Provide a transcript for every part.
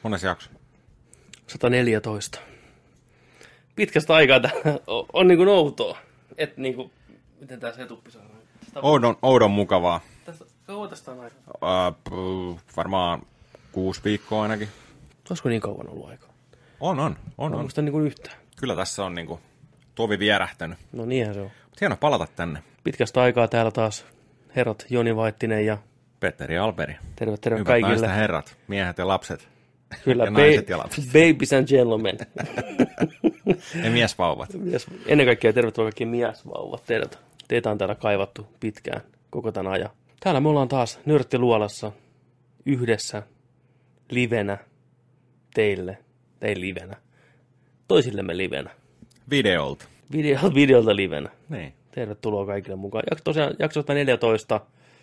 Mones jakso? 114. Pitkästä aikaa on niin kuin outoa. Että niin kuin, miten tämä setuppi saadaan? Oudon mukavaa. Kauan tästä on aikaa? Varmaan 6 viikkoa ainakin. Olisiko niin kauan ollut aikaa? On. Onko sitä niin kuin yhtään? Kyllä tässä on niin kuin tovi vierähtänyt. No niinhän se on. Mutta hieno palata tänne. Pitkästä aikaa täällä taas herrat Joni Vaittinen ja Petteri Alberi. Terve Hyvät kaikille. naiset ja herrat, miehet ja lapset. Kyllä, ja naiset ja lapset. babies and gentlemen. Ja miesvauvat. Ennen kaikkea tervetuloa kaikki miesvauvat. Teitä on täällä kaivattu pitkään koko tämän ajan. Täällä me ollaan taas Nörttiluolassa yhdessä livenä teille. Ei livenä. Toisillemme livenä. Videolta. Videolta livenä. Niin. Tervetuloa kaikille mukaan. Tosiaan jakso 14.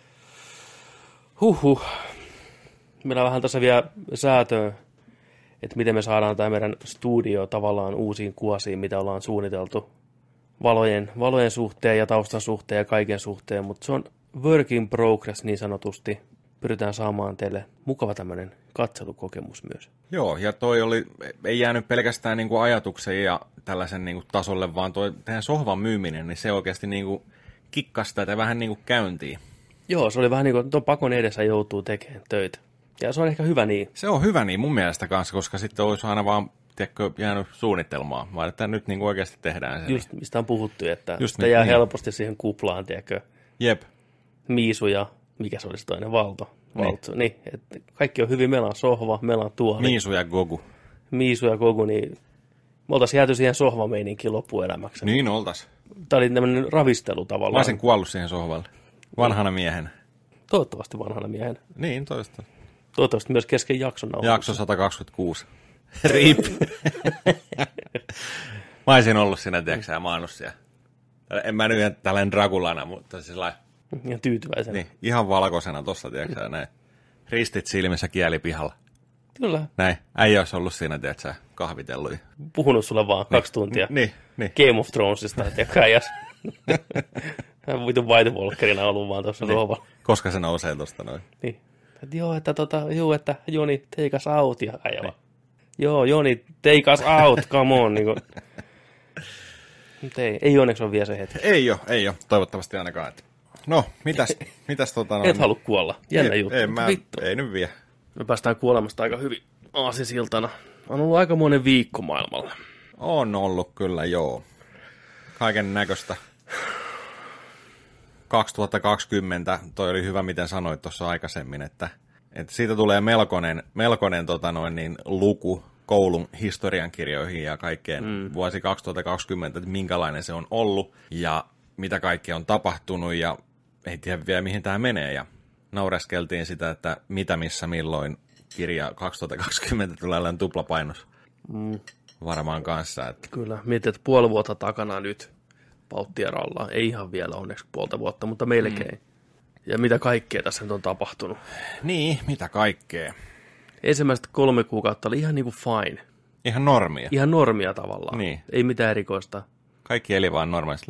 Meillä on vähän tässä vielä säätöä, että miten me saadaan tämä meidän studio tavallaan uusiin kuosiin, mitä ollaan suunniteltu valojen suhteen ja taustan suhteen ja kaiken suhteen, mutta se on work in progress niin sanotusti. Pyritään saamaan teille mukava tämmöinen katselukokemus myös. Joo, ja ei jäänyt pelkästään niinku ajatuksen ja tällaisen niinku tasolle, vaan teidän sohvan myyminen, niin se oikeasti niinku kikkasi tätä vähän niinku käyntiin. Joo, se oli vähän niin kuin, tuon pakon edessä joutuu tekemään töitä. Ja se on ehkä hyvä niin. Se on hyvä niin mun mielestä kanssa, koska sitten olisi aina vaan jäänyt suunnitelmaa, vaan että nyt niinku oikeasti tehdään se. Just mistä on puhuttu, että just sitä jää niin. helposti siihen kuplaan, tiedätkö? Jep. Miisu ja mikä se olisi toinen, Valtso. Niin, että kaikki on hyvin, meillä on sohva, meillä on tuoli. Miisu ja Gogu, niin me oltaisiin jääty siihen sohvameininkiin loppuelämäksi. Niin oltais. Tämä oli tämmöinen ravistelu tavallaan. Mä olisin kuollut siihen sohvalle. Vanhana miehenä. Toivottavasti vanhana miehenä. Niin, Toivottavasti myös kesken jakson nauhoitus. Jakso 126. Rip. Mä olisin ollut siinä, tiedätkö maannut siellä. En mä nyt tällainen Draculana, mutta sellainen. Ihan tyytyväisenä. Niin, ihan valkoisena tossa, tiedätkö näin. Ristit silmissä, kieli pihalla. Kyllä. Näin. Äijä olisi ollut siinä, tiedätkö kahvitellut. Puhunut sulle vaan 2 tuntia. Niin. Game of Thronesista, tiedätkö äijäs. Vittu White Walkerina ollut vaan tuossa sohvalla. Koska se nousee tosta noin. Niin. Että Joni, take us out. Ja äijä vaan. Joo, Joni, take us out, come on. Niin ei onneksi ole vielä se hetki. Ei ole. Toivottavasti ainakaan. Että. No, mitäs Et halua kuolla. Jännä juttu. Ei nyt vie. Me päästään kuolemasta aika hyvin aasisiltana. On ollut aikamoinen viikko maailmalla. On ollut kyllä, joo. Kaiken näköistä. 2020, toi oli hyvä, miten sanoit tuossa aikaisemmin, että siitä tulee melkoinen luku koulun historiankirjoihin ja kaikkeen vuosi 2020, että minkälainen se on ollut ja mitä kaikkea on tapahtunut ja ei tiedä vielä mihin tämä menee ja naureskeltiin sitä, että mitä missä milloin kirja 2020 tulee olemaan tuplapainos varmaan kanssa. Että. Kyllä, mietin, että 5 vuotta takana nyt pauttia rallaa. Ei ihan vielä onneksi 5 vuotta, mutta melkein. Ja mitä kaikkea tässä nyt on tapahtunut? Niin, mitä kaikkea? Ensimmäiset 3 kuukautta oli ihan niin kuin fine. Ihan normia. Ihan normia tavallaan. Niin. Ei mitään erikoista. Kaikki eli vaan normaalisesti.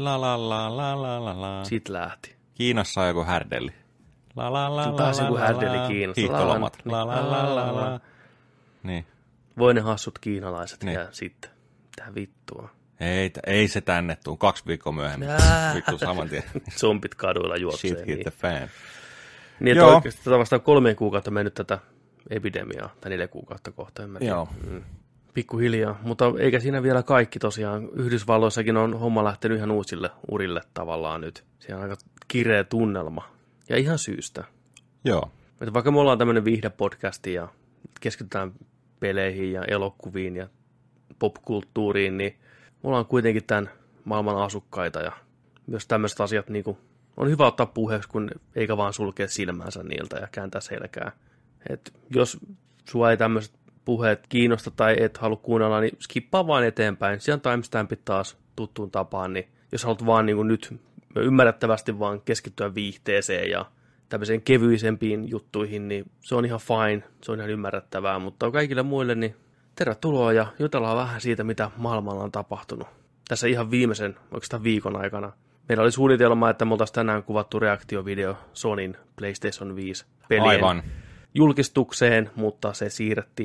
La. Sitten lähti. Kiinassa on joku härdelli. Taas joku härdelli Kiinassa. Hiihtolomat. La. Niin. Voi ne hassut kiinalaiset niin. Ja sitten. Mitä vittua. Ei se tänne tuu. 2 viikkoa myöhemmin. Vittu saman tien. Zombit kaduilla juoksee. Shit hit the fan. Niin, että oikeasti vastaan 3 kuukautta mennyt tätä epidemiaa. Tai 4 kuukautta kohta. Joo. Pikkuhiljaa. Mutta eikä siinä vielä kaikki tosiaan. Yhdysvalloissakin on homma lähtenyt ihan uusille urille tavallaan nyt. Siinä on aika kireä tunnelma. Ja ihan syystä. Joo. Että vaikka me ollaan tämmöinen viihdepodcasti ja keskitytään peleihin ja elokuviin ja popkulttuuriin, niin me ollaan kuitenkin tämän maailman asukkaita ja myös tämmöiset asiat niin kuin on hyvä ottaa puheeksi, kun eikä vaan sulkea silmänsä niiltä ja kääntää selkää. Et jos sua ei tämmöiset puheet kiinnosta tai et halua kuunnella, niin skippaa vaan eteenpäin. Siellä on timestampit taas tuttuun tapaan, niin jos haluat vaan niin kuin nyt ymmärrettävästi vaan keskittyä viihteeseen ja tämmöiseen kevyisempiin juttuihin, niin se on ihan fine, se on ihan ymmärrettävää, mutta kaikille muille, niin tervetuloa ja jutellaan vähän siitä, mitä maailmalla on tapahtunut. Tässä ihan viimeisen, oikeastaan viikon aikana. Meillä oli suunnitelma, että me oltaisiin tänään kuvattu reaktiovideo Sonyn PlayStation 5 pelien julkistukseen, mutta se siirrettiin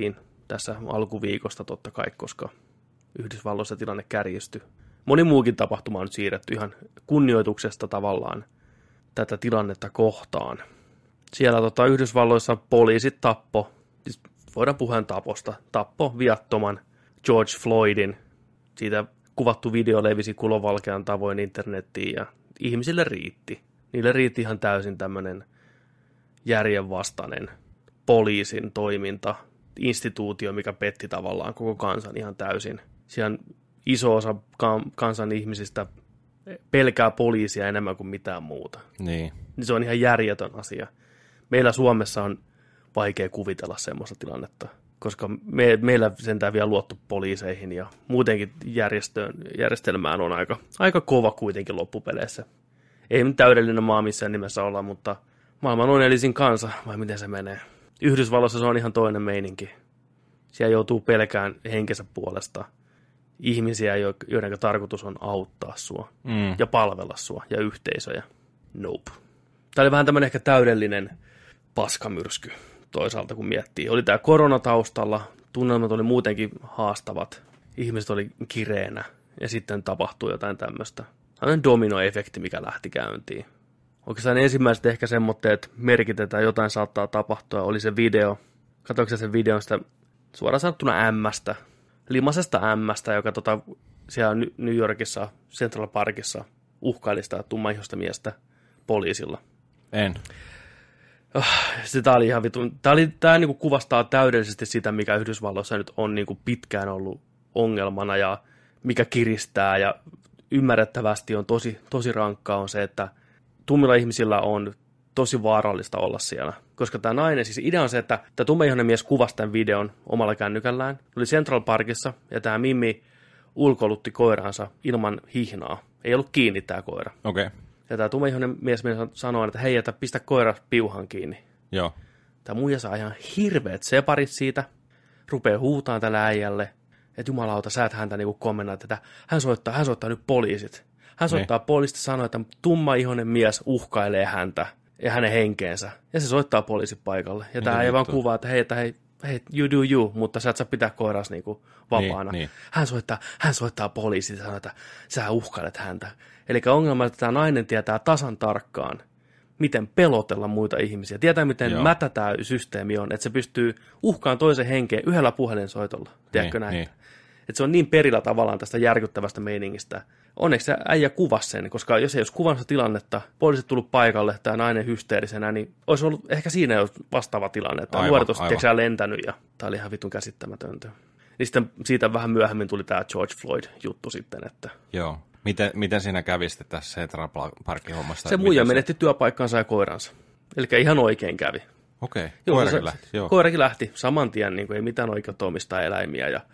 tässä alkuviikosta totta kai, koska Yhdysvalloissa tilanne kärjistyi. Moni muukin tapahtuma on nyt siirretty ihan kunnioituksesta tavallaan tätä tilannetta kohtaan. Siellä Yhdysvalloissa poliisit siis voidaan puhua tappo viattoman George Floydin. Siitä kuvattu video levisi kulovalkean tavoin internettiin ja ihmisille riitti. Niille riitti ihan täysin tämmöinen järjenvastainen poliisin toiminta, instituutio, mikä petti tavallaan koko kansan ihan täysin. Siellä iso osa kansan ihmisistä pelkää poliisia enemmän kuin mitään muuta. Niin. Se on ihan järjetön asia. Meillä Suomessa on vaikea kuvitella semmoista tilannetta, koska meillä sentään vielä luottu poliiseihin ja muutenkin järjestelmään on aika kova kuitenkin loppupeleissä. Ei nyt täydellinen maa missään nimessä olla, mutta maailman onnellisin kansa, vai miten se menee? Yhdysvalloissa se on ihan toinen meininki. Siellä joutuu pelkään henkensä puolesta ihmisiä, joiden tarkoitus on auttaa sua ja palvella sua ja yhteisöjä. Nope. Tämä oli vähän tämmöinen ehkä täydellinen paskamyrsky toisaalta, kun miettii. Oli tämä koronataustalla, tunnelmat oli muutenkin haastavat, ihmiset oli kireenä ja sitten tapahtui jotain tämmöistä. Tällainen dominoefekti, mikä lähti käyntiin. Oikeastaan ensimmäiset ehkä semmoitteet merkit, että jotain saattaa tapahtua, oli se video. Katsoinko sen videon sitä suoraan sanottuna M:stä, limaisesta M:stä, joka siellä New Yorkissa, Central Parkissa uhkaili sitä tummaihoista miestä poliisilla. En. Tämä oli ihan vitun. Tämä niinku kuvastaa täydellisesti sitä, mikä Yhdysvalloissa nyt on niinku pitkään ollut ongelmana ja mikä kiristää ja ymmärrettävästi on tosi rankkaa on se, että tummilla ihmisillä on tosi vaarallista olla siellä. Koska tämä nainen, siis idea on se, että tämä tummaihoinen mies kuvasi tämän videon omalla kännykällään. Oli Central Parkissa ja tämä Mimmi ulkoilutti koiraansa ilman hihnaa. Ei ollut kiinni tämä koira. Okei. Okay. Ja tämä tummaihoinen mies sanoi, että hei, että pistä koira piuhan kiinni. Joo. Tämä muija saa ihan hirveät separit siitä, rupeaa huutaan tälle äijälle, että jumalauta, sä et häntä niinku kommennoit, että hän soittaa nyt poliisit. Hän soittaa poliisista sanoa, että tummaihoinen mies uhkailee häntä ja hänen henkeensä. Ja se soittaa poliisit paikalle. Ja tämä ei vaan kuvaa, että hei, you do you, mutta sä et saa pitää koiras niinku vapaana. Niin. Hän soittaa poliisit ja sanoo, että sä uhkailet häntä. Eli ongelma, että tämä nainen tietää tasan tarkkaan, miten pelotella muita ihmisiä. Tietää, miten mätä tämä systeemi on, että se pystyy uhkaan toisen henkeen yhdellä puhelinsoitolla. Tiedätkö näin? Niin. Että se on niin perillä tavallaan tästä järkyttävästä meiningistä. Onneksi se äijä kuvasi sen, koska jos ei olisi kuvannut tilannetta, poliisit tullut paikalle, tämä nainen hysteerisenä, niin olisi ollut ehkä siinä jo vastaava tilanne, että nuoret olisi lentänyt ja tämä oli ihan vitun käsittämätöntä. Niin sitten siitä vähän myöhemmin tuli tämä George Floyd-juttu sitten, että... Joo. Miten siinä kävi sitten tässä Central Parkin hommasta? Se muija menetti työpaikkansa ja koiransa. Eli ihan oikein kävi. Okei, koirakin lähti. Joo. Koirakin lähti saman tien, niin kuin ei mitään oikeutta omistaa eläimiä. Ja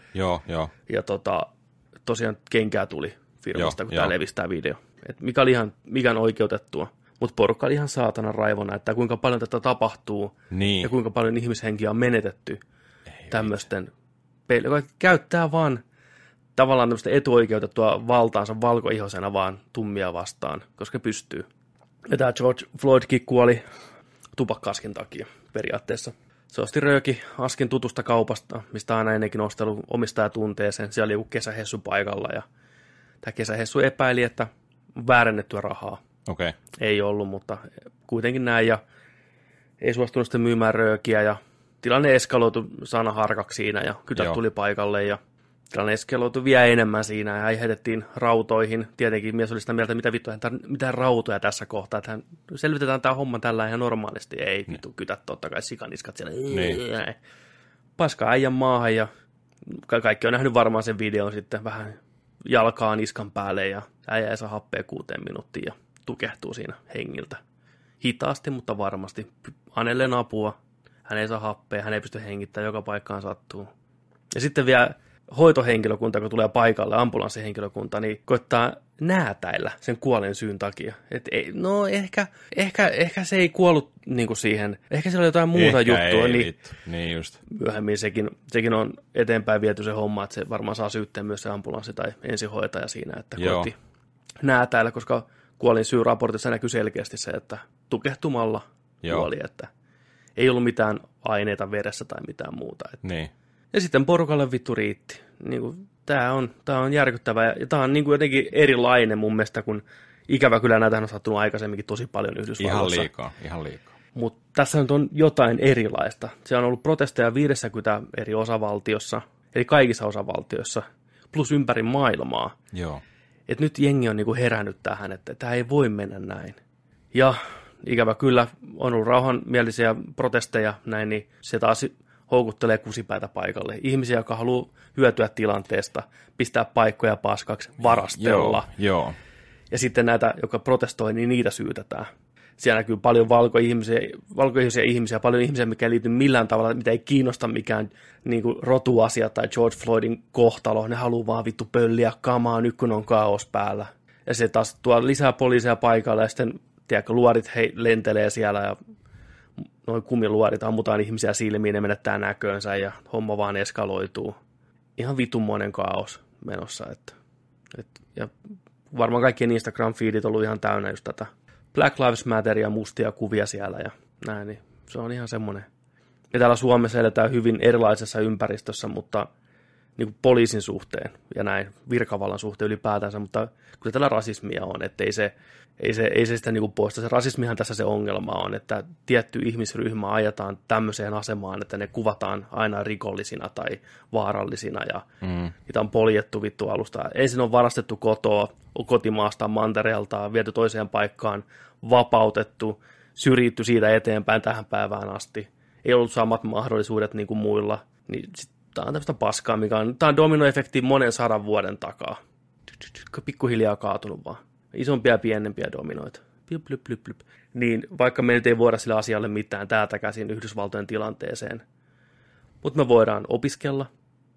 tosiaan kenkää tuli firmasta, kun tämä levistää video. Et mikä oli ihan oikeutettua. Mutta porukka oli ihan saatana raivona, että kuinka paljon tätä tapahtuu ja kuinka paljon ihmishenkiä on menetetty tämmöisten joka käyttää vaan tavallaan tämmöistä etuoikeutettua valtaansa valkoihoisena vaan tummia vastaan, koska pystyy. Ja tämä George Floydkin kuoli tupakka-askin takia periaatteessa. Se osti rööki-askin tutusta kaupasta, mistä aina ennenkin ostellut omistaja tuntee sen. Siellä oli joku kesähessu paikalla ja tämä kesähessu epäili, että väärennettyä rahaa. Okay. Ei ollut, mutta kuitenkin näin ja ei suostunut sitten myymään röökiä ja tilanne eskaloitui sanaharkaksi siinä ja kytät tuli paikalle ja tilanne eskaloitui vielä enemmän siinä ja heitettiin rautoihin. Tietenkin mies oli sitä mieltä, mitä vittua, mitään rautoja tässä kohtaa, että selvitetään tämä homma tällä ihan normaalisti. Ei vittu, kytät totta kai sikaniskat siellä. Niin. Paskaa äijän maahan ja kaikki on nähnyt varmaan sen videon sitten vähän jalkaa niskan päälle ja äijä ei saa happea 6 minuuttia ja tukehtuu siinä hengiltä. Hitaasti, mutta varmasti. Anellen apua. Hän ei saa happea, hän ei pysty hengittämään, joka paikkaan sattuu. Ja sitten vielä hoitohenkilökunta, kun tulee paikalle, ambulanssihenkilökunta, niin koittaa näätäillä sen kuolen syyn takia. Et ei, no ehkä se ei kuollut niinku siihen. Ehkä siellä oli jotain muuta juttua. Niin just. Myöhemmin sekin on eteenpäin viety se homma, että se varmaan saa syytteen myös se ambulanssi tai ensihoitaja siinä, että koitti näätäillä, koska kuolin syy raportissa näkyy selkeästi se, että tukehtumalla kuoli, että ei ollut mitään aineita veressä tai mitään muuta. Että. Niin. Ja sitten porukalle vittu riitti. Niin kuin, tää on järkyttävää ja tää on niin kuin jotenkin erilainen mun mielestä, kun ikävä kyllä näitä on sattunut aikaisemminkin tosi paljon Yhdysvalloissa. Ihan liikaa. Mutta tässä nyt on jotain erilaista. Se on ollut protesteja 50 eri osavaltiossa, eli kaikissa osavaltioissa, plus ympäri maailmaa. Joo. Et nyt jengi on niinku herännyt tähän, että tämä ei voi mennä näin. Ja ikävä kyllä on ollut rauhanmielisiä protesteja näin, niin se taas houkuttelee kusipäitä paikalle. Ihmisiä, jotka haluaa hyötyä tilanteesta, pistää paikkoja paskaksi, varastella. Joo. Ja sitten näitä, jotka protestoi, niin niitä syytetään. Siellä näkyy paljon valkoihmisiä ihmisiä, paljon ihmisiä, mikä ei liity millään tavalla, mitä ei kiinnosta mikään niin kuin rotuasia tai George Floydin kohtalo. Ne haluaa vaan vittu pölliä kamaa, nyt kun on kaos päällä. Ja se taas tuo lisää poliiseja paikalle ja sitten, tiedätkö, luodit lentelee siellä ja noin kumiluodit ammutaan ihmisiä silmiin, ne menettää näköönsä ja homma vaan eskaloituu. Ihan vitunmoinen kaos menossa. Ja varmaan kaikkien Instagram-feedit on ollut ihan täynnä just tätä Black Lives Matter ja mustia kuvia siellä ja näin, niin se on ihan semmoinen. Me täällä Suomessa eletään hyvin erilaisessa ympäristössä, mutta niin kuin poliisin suhteen ja näin, virkavallan suhteen ylipäätänsä, mutta kyllä täällä rasismia on, että ei se sitä niin kuin poista. Se rasismihan tässä se ongelma on, että tietty ihmisryhmä ajetaan tämmöiseen asemaan, että ne kuvataan aina rikollisina tai vaarallisina ja niitä on poljettu vittu alusta. Ensin on varastettu kotimaasta, mantereeltaan, viety toiseen paikkaan, vapautettu, syrjitty siitä eteenpäin tähän päivään asti. Ei ollut samat mahdollisuudet niin kuin muilla. Niin tämä on tämmöistä paskaa, tämä on dominoefekti monen 100 vuoden takaa. Pikkuhiljaa kaatunut vaan. Isompia ja pienempiä dominoita. Plip. Niin vaikka me nyt ei voida sille asialle mitään täältä käsin Yhdysvaltojen tilanteeseen, mutta me voidaan opiskella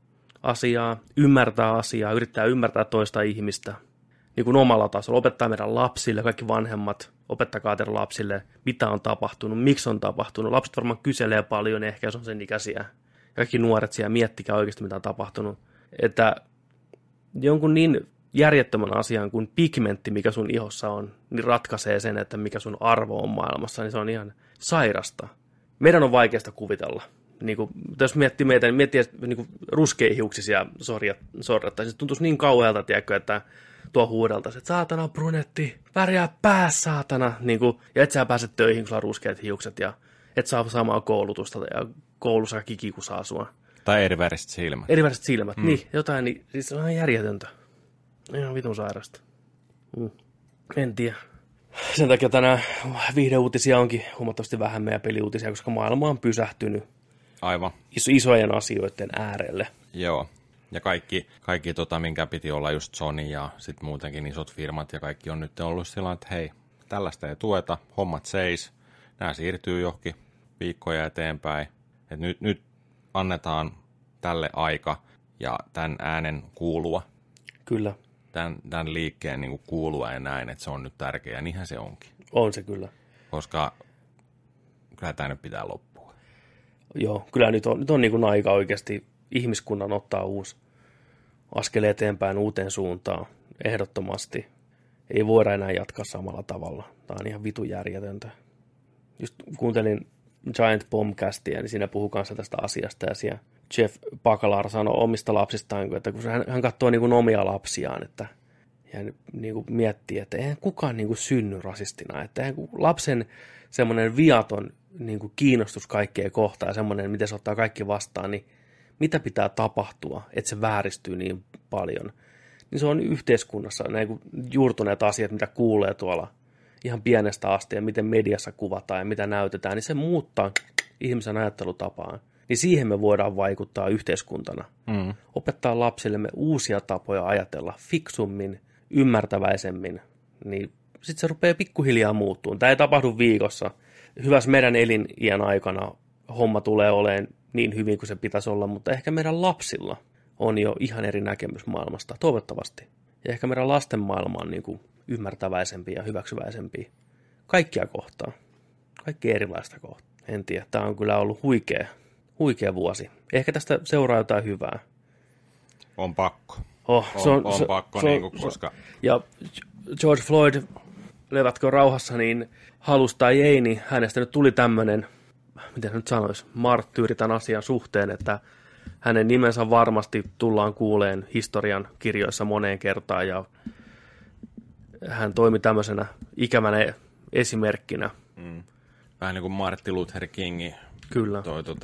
asiaa, ymmärtää asiaa, yrittää ymmärtää toista ihmistä niin kuin omalla tasolla. Opettaa meidän lapsille, kaikki vanhemmat, opettakaa teidän lapsille, mitä on tapahtunut, miksi on tapahtunut. Lapset varmaan kyselee paljon, ehkä jos on sen ikäisiä. Kaikki nuoret siellä, miettikää oikeasti, mitä on tapahtunut. Että jonkun niin järjettömän asian kuin pigmentti, mikä sun ihossa on, niin ratkaisee sen, että mikä sun arvo on maailmassa, niin se on ihan sairasta. Meidän on vaikeasta kuvitella. Niin kuin, jos miettii niin ruskeihiuksisia sorjat, se tuntuisi niin kauhealta, tiedätkö, että tuo huudelta, että saatana brunetti, värjää päässä saatana, niin kuin, ja et sä pääse töihin, kun sulla on ruskeat hiukset, ja et saa samaa koulutusta, ja koulussa kaikki kikusaa sua. Tai eriväriset silmät. Eriväriset silmät, niin, jotain, niin siis se on ihan järjetöntä. Ihan vitun sairasta. En tiedä. Sen takia tänään viihdeuutisia onkin huomattavasti vähemmän ja peliuutisia, koska maailma on pysähtynyt aivan isojen asioiden äärelle. Joo. Ja kaikki minkä piti olla just Sony ja sitten muutenkin isot firmat ja kaikki on nyt ollut sillä että hei, tällaista ei tueta, hommat seis, nämä siirtyy johonkin viikkoja eteenpäin. Et nyt annetaan tälle aika ja tämän äänen kuulua. Kyllä. Tämän liikkeen niin kuin kuulua ja näin, että se on nyt tärkeää, ja niinhän se onkin. On se kyllä. Koska kyllä tämä nyt pitää loppua. Joo, kyllä nyt on niin kuin aika oikeasti ihmiskunnan ottaa uusi askel eteenpäin uuteen suuntaan, ehdottomasti. Ei voida enää jatkaa samalla tavalla. Tämä on ihan vitun järjetöntä. Just kuuntelin Giant Bombcastia, niin siinä puhui kanssa tästä asiasta, ja siellä Jeff Bakalar sanoi omista lapsistaan, että kun hän katsoo niin kuin omia lapsiaan, että ja niin kuin miettii, että eihän kukaan niin kuin synny rasistina, että eihän lapsen semmoinen viaton niin kuin kiinnostus kaikkea kohtaan ja semmoinen, miten se ottaa kaikki vastaan, niin mitä pitää tapahtua, että se vääristyy niin paljon. Niin se on yhteiskunnassa niin kuin juurtuneet asiat, mitä kuulee tuolla ihan pienestä asti ja miten mediassa kuvataan ja mitä näytetään, niin se muuttaa ihmisen ajattelutapaan. Niin siihen me voidaan vaikuttaa yhteiskuntana. Opettaa lapsillemme uusia tapoja ajatella fiksummin, ymmärtäväisemmin, niin sitten se rupeaa pikkuhiljaa muuttumaan. Tämä ei tapahdu viikossa. Hyvässä meidän eliniän aikana homma tulee olemaan niin hyvin kuin se pitäisi olla, mutta ehkä meidän lapsilla on jo ihan eri näkemys maailmasta, toivottavasti. Ja ehkä meidän lasten maailma on niin kuin ymmärtäväisempi ja hyväksyväisempi kaikkia kohtaa. Kaikki erilaista kohtaa. En tiedä, tämä on kyllä ollut huikea vuosi. Ehkä tästä seuraa jotain hyvää. On pakko. On pakko, koska... Ja George Floyd, levätkö rauhassa, niin halusi tai ei, niin hänestä nyt tuli tämmöinen, miten nyt sanoisi, marttyyri tämän asian suhteen, että hänen nimensä varmasti tullaan kuuleen historian kirjoissa moneen kertaan, ja hän toimi tämmöisenä ikävänä esimerkkinä. Vähän niin kuin Martin Luther Kingi. Kyllä.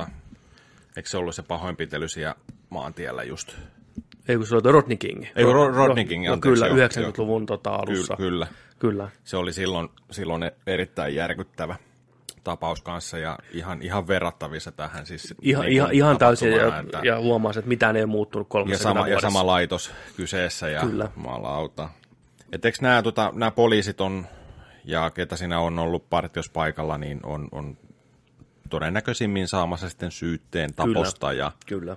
Eikö se ollut se pahoinpitely siellä maantiellä just? Ei kun se oli Rodney King. Ei Rodney King, anteeksi. Kyllä, 90-luvun alussa. Kyllä. Se oli silloin erittäin järkyttävä tapaus kanssa ja ihan verrattavissa tähän. Siis ihan täysin ja huomasi, että mitään ei muuttunut 30 vuodessa. Ja sama laitos kyseessä ja maalauta. Et eikö nämä poliisit on, ja ketä siinä on ollut partiouspaikalla, niin on todennäköisimmin saamassa sitten syytteen taposta. Kyllä.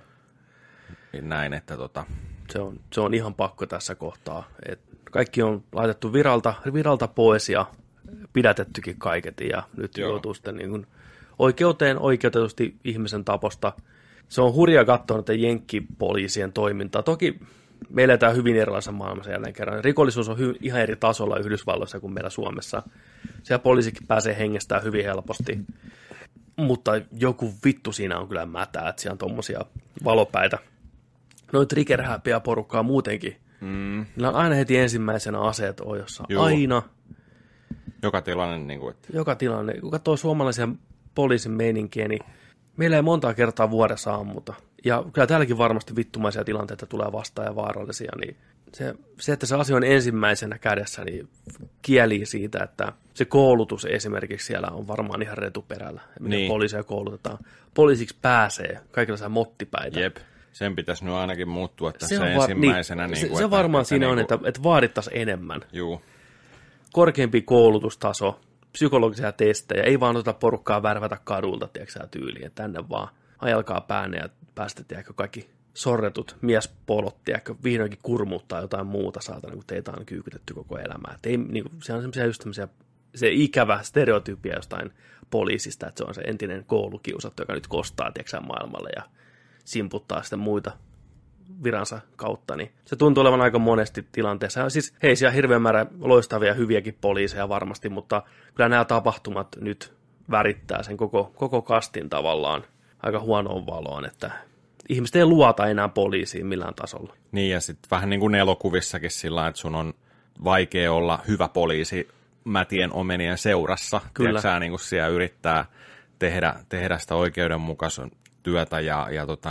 Näin, että Se on ihan pakko tässä kohtaa. Et kaikki on laitettu viralta pois ja pidätettykin kaiketi ja nyt joutuu sitten niin kuin oikeuteen oikeutetusti ihmisen taposta. Se on hurja katsoa näitä jenkkipoliisien toimintaa. Toki me eletään hyvin erilaisessa maailmassa jälleen kerran. Rikollisuus on ihan eri tasolla Yhdysvalloissa kuin meillä Suomessa. Siellä poliisikin pääsee hengestään hyvin helposti. Mutta joku vittu siinä on kyllä mätää, että siellä on tommosia valopäitä. Noin trigger-häpeä porukkaa muutenkin. Niillä on aina heti ensimmäisenä aseet ojossa. Aina. Joka tilanne. Niin kuin, että... Joka tilanne. Kun katsoo suomalaisia poliisin meininkiä, niin meillä ei montaa kertaa vuodessa ammuta. Ja kyllä täälläkin varmasti vittumaisia tilanteita tulee vastaan ja vaarallisia. Niin se, että se asia on ensimmäisenä kädessä, niin kielii siitä, että se koulutus esimerkiksi siellä on varmaan ihan retuperällä. Miten poliisia koulutetaan. Poliisiksi pääsee kaikenlaisia mottipäitä. Jep. Sen pitäisi nyt ainakin muuttua tässä ensimmäisenä. Se varmaan siinä on, että vaadittaisiin enemmän. Juu. Korkeampi koulutustaso, psykologisia testejä, ei vaan oteta porukkaa värvätä kadulta, tiedätkö tyyliin, tänne vaan ajelkaa päänne ja päästä, tiedätkö, kaikki sorretut miespolot, tiedätkö, vihdoinkin kurmuuttaa jotain muuta saatana, kun teitä on kyykytetty koko elämää. Ei, niin kuin, se on semmoisia se ikävä stereotypia jostain poliisista, että se on se entinen koulukiusattu, joka nyt kostaa, tiedätkö, maailmalle ja simputtaa sitten muita viransa kautta, niin se tuntuu olevan aika monesti tilanteessa. Siis hei, siellä on hirveän määrä loistavia, hyviäkin poliiseja varmasti, mutta kyllä nämä tapahtumat nyt värittää sen koko kastin tavallaan aika huonoon valoon, että ihmiset ei luota enää poliisiin millään tasolla. Niin, ja sitten vähän niin kuin elokuvissa sillä, että sun on vaikea olla hyvä poliisi mätien omenien seurassa. Kyllä. Sä niin kuin siellä yrittää tehdä sitä oikeudenmukaisen työtä ja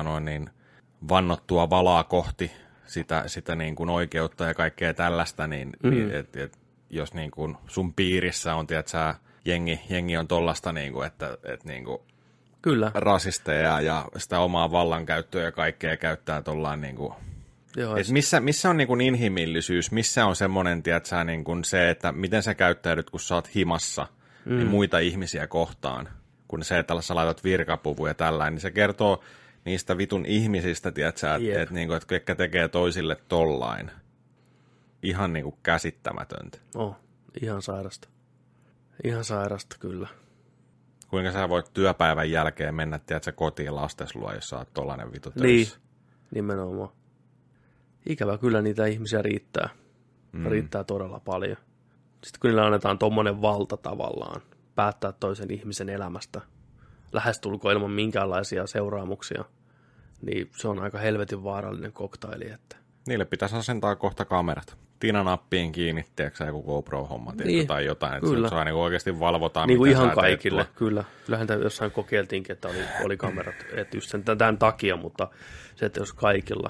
vannottua valaa kohti sitä niin kuin oikeutta ja kaikkea tällaista, niin et jos niin kuin sun piirissä on, tiedätkö, jengi on tollasta, niin kuin, että niin kuin kyllä. Rasisteja ja sitä omaa vallankäyttöä ja kaikkea käyttää tollaan niin kuin, et missä on niin kuin inhimillisyys, missä on semmoinen, tiedätkö, niin kuin se, että miten sä käyttäydyt, kun sä oot himassa niin muita ihmisiä kohtaan, kun se, että sä laitat virkapuvuja ja tällainen, niin se kertoo niistä vitun ihmisistä, tiedätkö, että niinku, et ketkä tekee toisille tollain. Ihan niinku käsittämätöntä. Ihan sairasta. Ihan sairasta, kyllä. Kuinka sä voit työpäivän jälkeen mennä, tiedätkö, kotiin lastesluo, jos sä oot tollainen vitu töissä? Niin, nimenomaan. Ikävä kyllä niitä ihmisiä riittää. Riittää todella paljon. Sitten kun niillä annetaan tommonen valta tavallaan päättää toisen ihmisen elämästä, lähestulkoon ilman minkäänlaisia seuraamuksia, niin se on aika helvetin vaarallinen koktaili. Että... Niille pitäisi asentaa kohta kamerat. Tinanappiin kiinni, tiedätkö joku GoPro-homma niin, tai jotain, että se niin oikeasti valvotaan, niin kuin ihan kaikille, kyllä. Kyllähän tämä jossain kokeiltiinkin, että oli kamerat, että just sen tämän takia, mutta se, että jos kaikilla.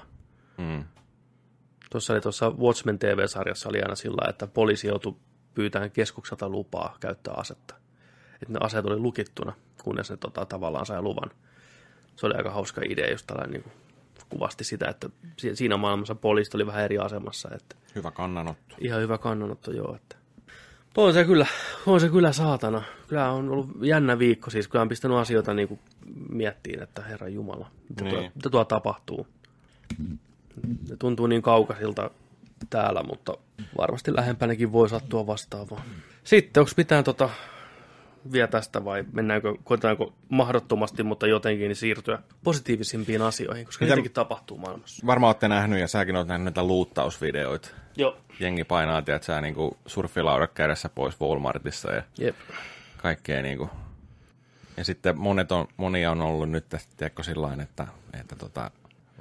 Tuossa Watchmen TV-sarjassa oli aina sillä, että poliisi joutui pyytämään keskukselta lupaa käyttää asetta. Että ne aseet oli lukittuna, kunnes ne tavallaan sai luvan. Se oli aika hauska idea, jos tällainen niin kuvasti sitä, että siinä maailmassa poliisit oli vähän eri asemassa. Että hyvä kannanotto. Ihan hyvä kannanotto, joo. Että on se kyllä saatana. Kyllä on ollut jännä viikko, siis kyllä on pistänyt asioita niin kuin miettiin, että Herran Jumala, mitä tuo tapahtuu. Ne tuntuu niin kaukaisilta täällä, mutta varmasti lähempänäkin voi sattua vastaavaa. Sitten, onko mitään vielä tästä vai koetaanko mahdottomasti, mutta jotenkin niin siirtyä positiivisimpiin asioihin, koska niitäkin tapahtuu maailmassa. Varmaan olette nähnyt ja säkin olet nähnyt näitä luuttausvideoita. Joo. Jengi painaa, että sä niin surfilaudat kädessä pois Walmartissa ja kaikkea niin kuin. Ja sitten monia on ollut nyt, tiedätkö, sillain, että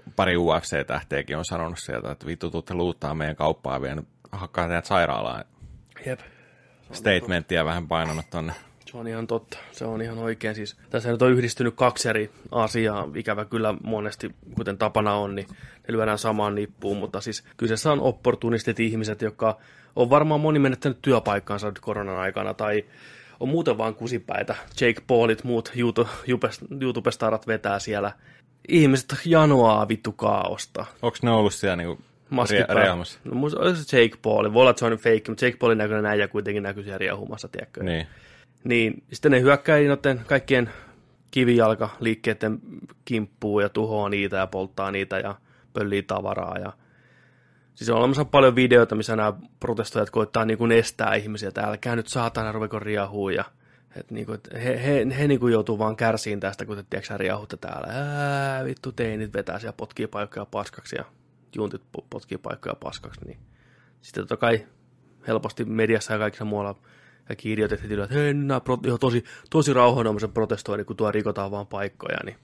pari UFC-tähteäkin on sanonut sieltä, että vittu tuutte luuttaa meidän kauppaa vielä, hakkaa teidät sairaalaan. Jep. Statementtia vähän painanut tonne. Se on ihan totta. Se on ihan oikein. Siis, tässä nyt on yhdistynyt 2 eri asiaa. Ikävä kyllä monesti, kuten tapana on, niin ne lyödään samaan nippuun. Mutta siis kyseessä on opportunistit ihmiset, jotka on varmaan moni menettänyt työpaikkaansa nyt koronan aikana. Tai on muuten vaan kusipäitä. Jake Paulit, muut YouTube-starat vetää siellä. Ihmiset janoaa vittu kaaosta. Onko ne ollut siellä niinku riehumassa? No musta olisi se Jake Paul. Voi olla, että se on fake, mutta Jake Paulin näköinen äijä kuitenkin näkyy siellä riehumassa, tiedätkö? Niin, sitten ne hyökkää noiden kaikkien kivijalkaliikkeiden kimppuun ja tuhoaa niitä ja polttaa niitä ja pöllii tavaraa. Ja siis on olemassa paljon videoita, missä nämä protestoijat koittaa niin kuin estää ihmisiä, että älkää nyt saatana ruveko riahuu. Ja, että niin kuin, että he niin kuin joutuu vaan kärsiin tästä, kun te tiedätkö riahutte täällä. Vittu teinit vetää siellä, potkii paikkoja paskaksi ja juntit potkii paikkoja paskaksi. Niin. Sitten totta kai helposti mediassa ja kaikissa muualla ja kirjoitettiin, että hei, nämä tosi rauhanomaisen protestoinnin, kun tuo rikotaan vaan paikkoja, niin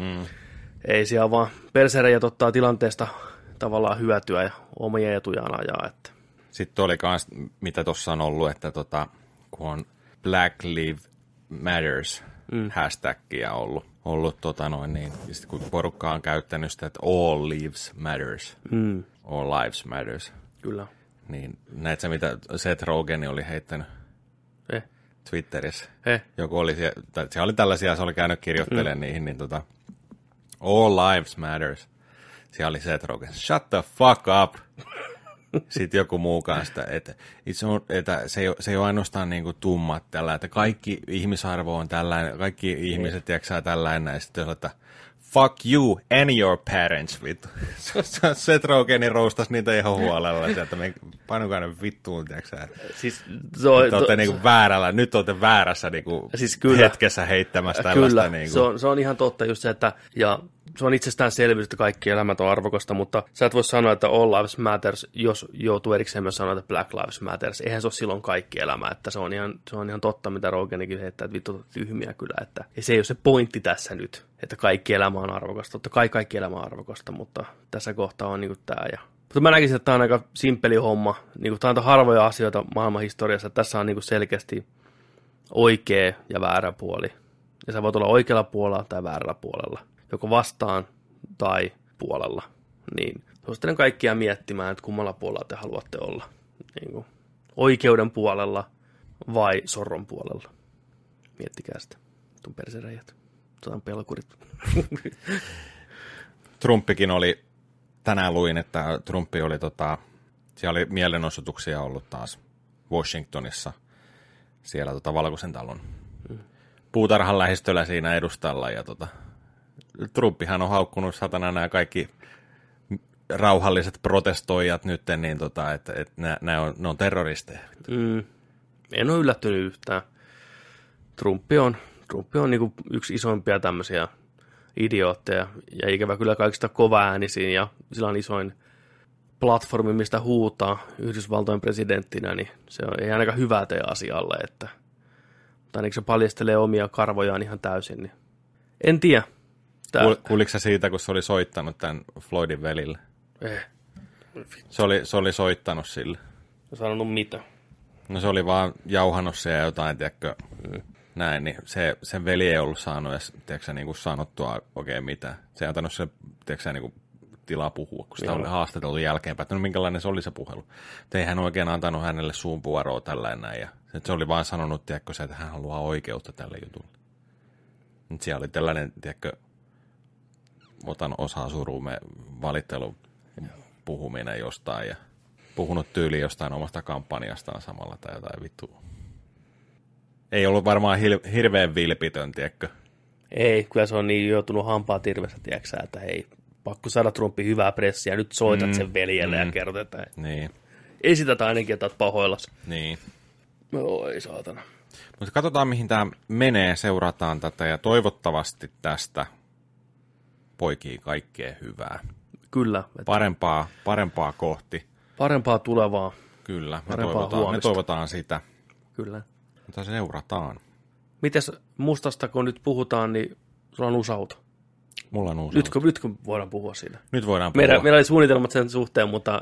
ei siellä vaan persereijät ottaa tilanteesta tavallaan hyötyä ja omia etujaan ajaa. Että. Sitten oli myös, mitä tuossa on ollut, että kun on Black Lives Matters hashtagia ollut niin kun porukka on käyttänyt sitä, että all lives matters, all lives matters. Kyllä. Niin näet sä, mitä Seth Rogen oli heittänyt Twitterissä? Joku oli siellä oli tällaisia, se oli käynyt kirjoittelemaan niihin, niin all lives matters. Siellä oli Seth Rogen, shut the fuck up. Sitten joku muu kanssa, että se ei ole ainoastaan niin kuin tummat tällä, että kaikki ihmisarvo on tällainen, kaikki ihmiset jaksaa tällainen, ja sitten että fuck you and your parents, vittu. Seth Rogenin roustasi niitä ihan huolella, että me painokaa ne vittuun, tiiäksä. Siis nyt olette väärässä niinku siis hetkessä heittämässä tällaista. Kyllä, niinku. Se on ihan totta just se, että ja se on itsestäänselvyys, että kaikki elämät on arvokasta, mutta sä et voi sanoa, että all lives matters, jos joutuu erikseen myös sanoa, että black lives matters. Eihän se ole silloin kaikki elämä, että se on ihan totta, mitä Rogenikin heittää, että vittu tyhmiä kyllä. Että, ja se ei ole se pointti tässä nyt, että kaikki elämä on arvokasta. Totta kai kaikki elämä on arvokasta, mutta tässä kohtaa on niin kuin tämä. Mutta mä näkisin, että tämä on aika simppeli homma. Niin kuin, tämä on harvoja asioita maailman historiassa, että tässä on niin kuin selkeästi oikea ja väärä puoli. Ja sä voit olla oikealla puolella tai väärällä puolella. Joko vastaan tai puolella, niin suosittelen kaikkia miettimään, että kummalla puolella te haluatte olla. Niin kuin oikeuden puolella vai sorron puolella. Miettikää sitä. Tuon persereijät. Tuon pelkurit. Trumpikin oli, tänään luin, että Trumpi oli, siellä oli mielenosoituksia ollut taas Washingtonissa, siellä Valkoisen talon puutarhan lähistöllä siinä edustalla, ja Trumpihan on haukkunut satana nämä kaikki rauhalliset protestoijat nyt, niin että ne on terroristeja. En ole yllättynyt yhtään. Trumpi on niin kuin yksi isoimpia tämmöisiä idiootteja, ja ikävä kyllä kaikista kovaäänisiin, ja sillä on isoin platformi, mistä huutaa Yhdysvaltojen presidenttinä, niin se ei ainakaan hyvää tee asialle, että mutta ainakin se paljastelee omia karvojaan ihan täysin, niin en tiedä. Kuuliko sä siitä, kun se oli soittanut tämän Floydin velille? Se oli soittanut sille. No sanonut mitä? No se oli vaan jauhannut siellä jotain, tiedätkö, näin, niin sen veli ei ollut saanut edes, tiedätkö, niin kuin sanottua oikein mitään. Se ei antanut se, tiedätkö, niin kuin tilaa puhua, kun sitä oli haastateltu jälkeenpäin, että no minkälainen se oli se puhelu. Ei hän oikein antanut hänelle suun puoroa tällainen näin, ja se oli vaan sanonut, tiedätkö, se, että hän haluaa oikeutta tälle jutulle. Nyt siellä oli tällainen, tiedätkö, otan osaa suruumme valittelun puhuminen jostain ja puhunut tyyliin jostain omasta kampanjastaan samalla tai jotain vittua. Ei ollut varmaan hirveän vilpitön, tiedätkö? Ei, kyllä se on niin joutunut hampaa tirvessä, tiedätkö, että hei, pakko saada Trumpi hyvää pressiä, nyt soitat sen veljelle ja kerrot, että niin. Esität ainakin, että oot pahoillas. Niin. Oi saatana. Mutta katsotaan, mihin tämä menee, seurataan tätä ja toivottavasti tästä poikii kaikkea hyvää. Kyllä. Parempaa kohti. Parempaa tulevaa. Kyllä, me toivotaan sitä. Kyllä. Mutta seurataan. Mites mustasta, kun nyt puhutaan, niin sulla on uusi auto? Mulla on uusi Nytkö voidaan puhua siitä? Nyt voidaan puhua. Meillä oli suunnitelmat sen suhteen, mutta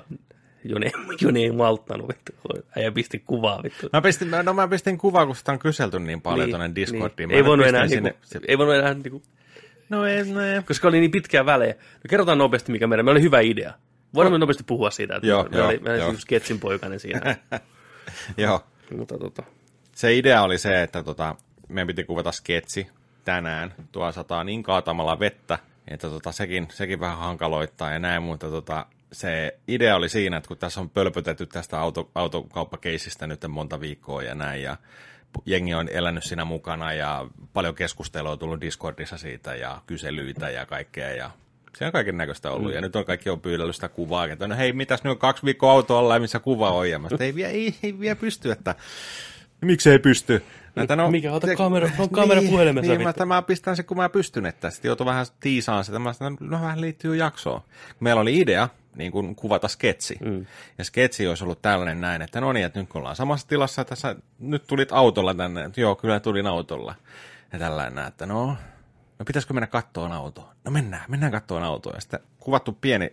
Joni ei malttanut, vittu. Äijä pisti kuvaa, vittu. Mä pistin kuvaa, kun sitä on kyselty niin paljon tuonne Discordiin. Niin. Ei voinut enää niinku... No ei. Koska oli niin pitkää välejä. No kerrotaan nopeasti, mikä meillä oli hyvä idea. Voidaan me nopeasti puhua siitä, että meillä oli sketsin poikainen siinä. Joo. Mutta Se idea oli se, että meidän piti kuvata sketsi tänään. Tuo sataa niin kaatamalla vettä, että sekin vähän hankaloittaa ja näin, mutta se idea oli siinä, että kun tässä on pölpötetty tästä autokauppakeisistä nyt monta viikkoa ja näin, ja jengi on elänyt siinä mukana, ja paljon keskustelua on tullut Discordissa siitä, ja kyselyitä ja kaikkea, ja se on kaiken näköistä ollut, ja nyt on kaikki on pyydellyt sitä kuvaa, että no hei, mitäs nyt on 2 viikkoa auto alla, ja missä kuva on, ja mä sanoin, ei vielä pysty, että miksi ei pysty? Mikä, ota kamera puhelimessa. Niin, mä pistän se, kun mä pystyn, että sitten joutui vähän tiisaan sitä, mä sanoin, no vähän liittyy jaksoon. Meillä oli idea, niin kuin kuvata sketsi. Ja sketsi olisi ollut tällainen näin, että no niin, että nyt kun ollaan samassa tilassa, tässä, nyt tulit autolla tänne, että joo, kyllä tulin autolla. Ja tällainen, että no pitäisikö mennä kattoon autoon? No mennään kattoon autoon. Ja sitten kuvattu pieni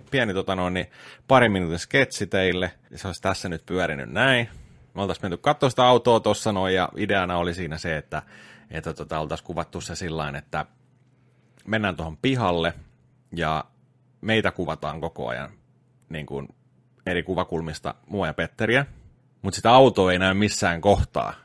parin minuutin sketsi teille, ja se olisi tässä nyt pyörinyt näin. Me oltaisiin menty katsoa sitä autoa tuossa noin, ja ideana oli siinä se, että oltaisiin kuvattu se sillain, että mennään tuohon pihalle, ja meitä kuvataan koko ajan niin kuin eri kuvakulmista mua ja Petteriä, mutta sitä autoa ei näy missään kohtaa.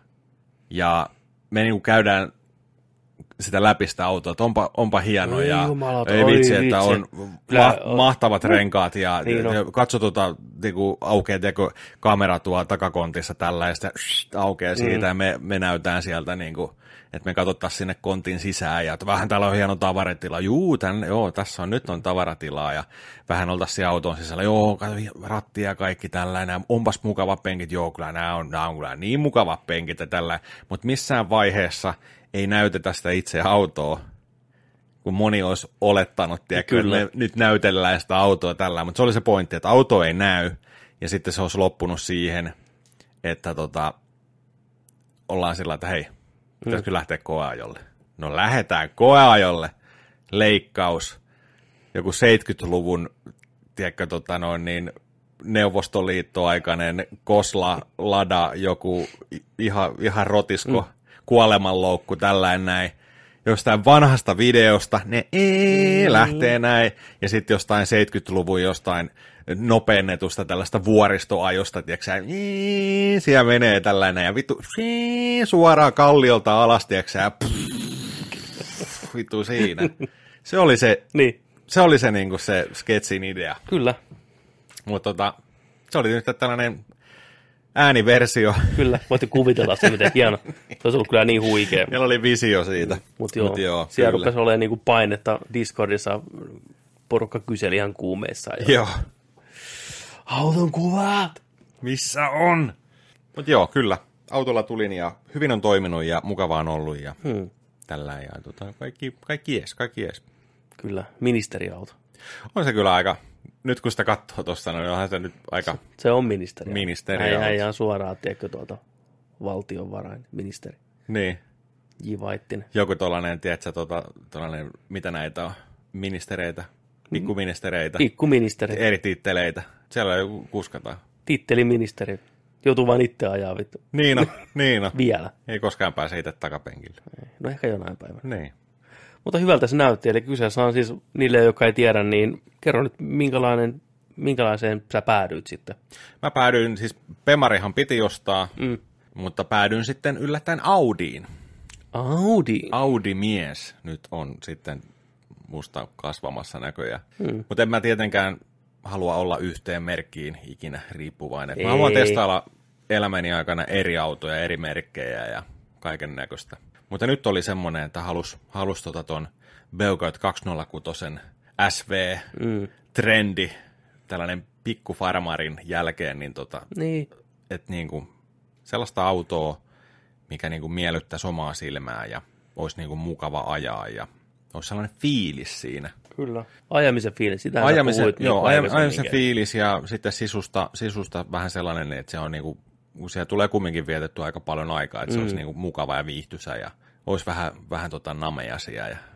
Ja me niin kuin käydään sitä läpi sitä autoa, että onpa hieno, ja ei vitsi, että on mahtavat renkaat, ja katso niin aukeaa kamera tuolla takakontissa tällaista, aukeaa siitä, ja me näytään sieltä, niin kuin, että me katsottaisiin sinne kontin sisään, ja vähän täällä on hieno tavaratila, tässä on, nyt on tavaratilaa, ja vähän oltaisiin siellä auton sisällä, rattia ja kaikki tällainen, onpas mukavat penkit, kyllä nämä on kyllä niin mukavat penkit ja tällainen, mutta missään vaiheessa ei näytetä sitä itse autoa, kun moni olisi olettanut, että me nyt näytellään sitä autoa tällä, mutta se oli se pointti, että auto ei näy, ja sitten se olisi loppunut siihen, että ollaan sillä, että hei, pitäisikö lähteä koeajolle? No lähdetään koeajolle, leikkaus, joku 70-luvun, tiedätkö, Neuvostoliittoaikainen Kosla, Lada, joku ihan rotisko, kuolemanloukku, tällainen näin. Jostain vanhasta videosta ne lähtee näin, ja sitten jostain 70-luvun jostain nopeennetusta tällaista vuoristoajosta, tiedätkö siellä menee tällainen, ja vittu suoraan kalliolta alas, tiedätkö vittu siinä. Se oli se, se oli se, niinku se sketsin idea. Kyllä. Mutta se oli nyt tällainen ääniversio. Kyllä, voitte kuvitella se, miten hieno. Se olisi ollut kyllä niin huikea. Meillä oli visio siitä. Mutta joo, siellä rupesi olemaan niinku painetta Discordissa. Porukka kyseli ihan kuumeissa. Joo. Auton kuvat! Missä on? Mutta joo, kyllä. Autolla tulin ja hyvin on toiminut ja mukavaa on ollut ja tällä ja kaikki jees. Kyllä, ministeriauto. On se kyllä aika, nyt kun sitä katsoo tuossa, niin onhan se nyt aika... Se on ministeriauto. Ministeriauto. Ei ihan suoraan, tiedätkö, valtionvarainministeri. Niin. J. Vaittinen. Joku tollainen, tiedätkö, mitä näitä on? Ministereitä? Pikkuministereitä? Pikkuministereitä. Eri titteleitä. Siellä joku kuskataan. Titteliministeri. Joutuu vaan itse ajaa, vittu. Niin on. Vielä. Ei koskaan pääse itse takapenkille. No ehkä jonain päivänä. Niin. Mutta hyvältä se näytti. Eli kyseessä on siis niille, jotka ei tiedä, niin kerro nyt, minkälaiseen sä päädyit sitten? Mä päädyin, siis Pemarihan piti ostaa, mutta päädyin sitten yllättäen Audiin. Audi-mies nyt on sitten musta kasvamassa näköjään. Mutta en mä tietenkään halua olla yhteen merkkiin ikinä riippuvainen. Mä haluan testailla elämäni aikana eri autoja, eri merkkejä ja kaiken näköistä. Mutta nyt oli semmoinen, että halus ton Peugeot 206 SV-trendi, tällainen pikkufarmarin jälkeen, niin että niinku sellaista autoa, mikä niinku miellyttäisi omaa silmää ja olisi niinku mukava ajaa ja olisi sellainen fiilis siinä. Kyllä. Ajamisen fiilis, sitä ajamisen fiilis ja sitten sisusta vähän sellainen, että se on niinku, kun siellä tulee kumminkin vietetty aika paljon aikaa, että se olisi niinku mukava ja viihtyisä ja olisi vähän nameasia ja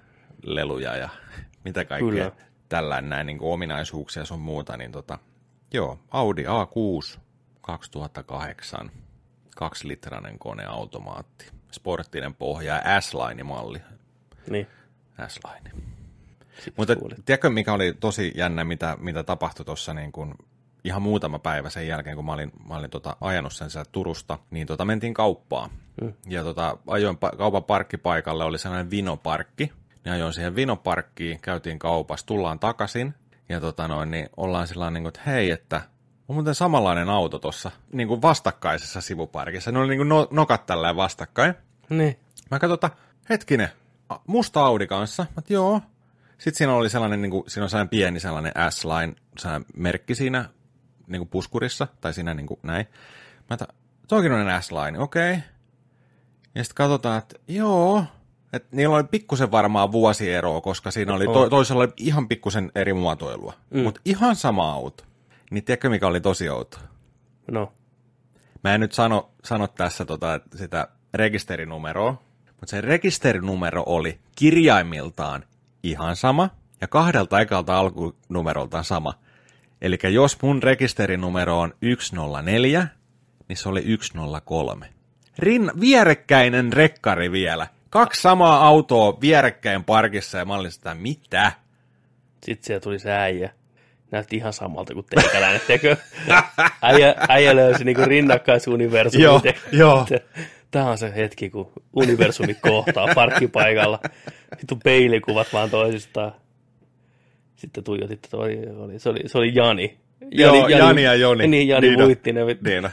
leluja ja mitä kaikkea tällainen näin niin ominaisuuksia sun muuta, niin joo, Audi A6 2008, 2-litrainen koneautomaatti, sporttinen pohja ja S-Line-malli. Niin. S-Line. Mutta tiedätkö, mikä oli tosi jännä, mitä tapahtui tuossa niin kuin ihan muutama päivä sen jälkeen, kun mä olin ajanut sen sieltä Turusta, niin mentiin kauppaan. Ja ajoin kaupan parkkipaikalle, oli sellainen Vino-parkki. Niin ajoin siihen Vino-parkkiin, käytiin kaupassa, tullaan takaisin. Ja niin ollaan sillä niin kuin, että hei, että on muuten samanlainen auto tuossa niin kuin vastakkaisessa sivuparkissa. Ne oli niin kuin nokat tälleen vastakkain. Niin. Mä katsoin, hetkinen, musta Audi kanssa. Mä joo. Sitten siinä oli sellainen, niin kuin, siinä on sellainen pieni sellainen S-Line merkki siinä niin kuin puskurissa, tai siinä niin kuin näin. Mä toikin on S-Line, okei. Ja sitten katsotaan, että joo, että niillä oli pikkusen varmaan vuosieroa, koska siinä oli toisella oli ihan pikkusen eri muotoilua. Mutta ihan sama auto. Niin tiedätkö, mikä oli tosi outo? No. Mä en nyt sano tässä sitä rekisterinumeroa, mutta se rekisterinumero oli kirjaimiltaan ihan sama ja 2 ekalta alkunumeroltaan sama. Eli jos mun rekisterinumero on 104, niin se oli 103. Vierekkäinen rekkari vielä. 2 samaa autoa vierekkäin parkissa ja mä olin sitä, mitä? Sitten siellä tuli se äijä. Näytti ihan samalta kuin teikäläinen, tekö? Äijä löysi niinku rinnakkaisuniversumi. Joo. Tämä on se hetki, kun universumi kohtaa parkkipaikalla. Sitten peilikuvat vaan toisistaan. Sitten tuijotitte, se oli Jani. Jani ja Joni. Niin, Jani Vuittinen. Niin.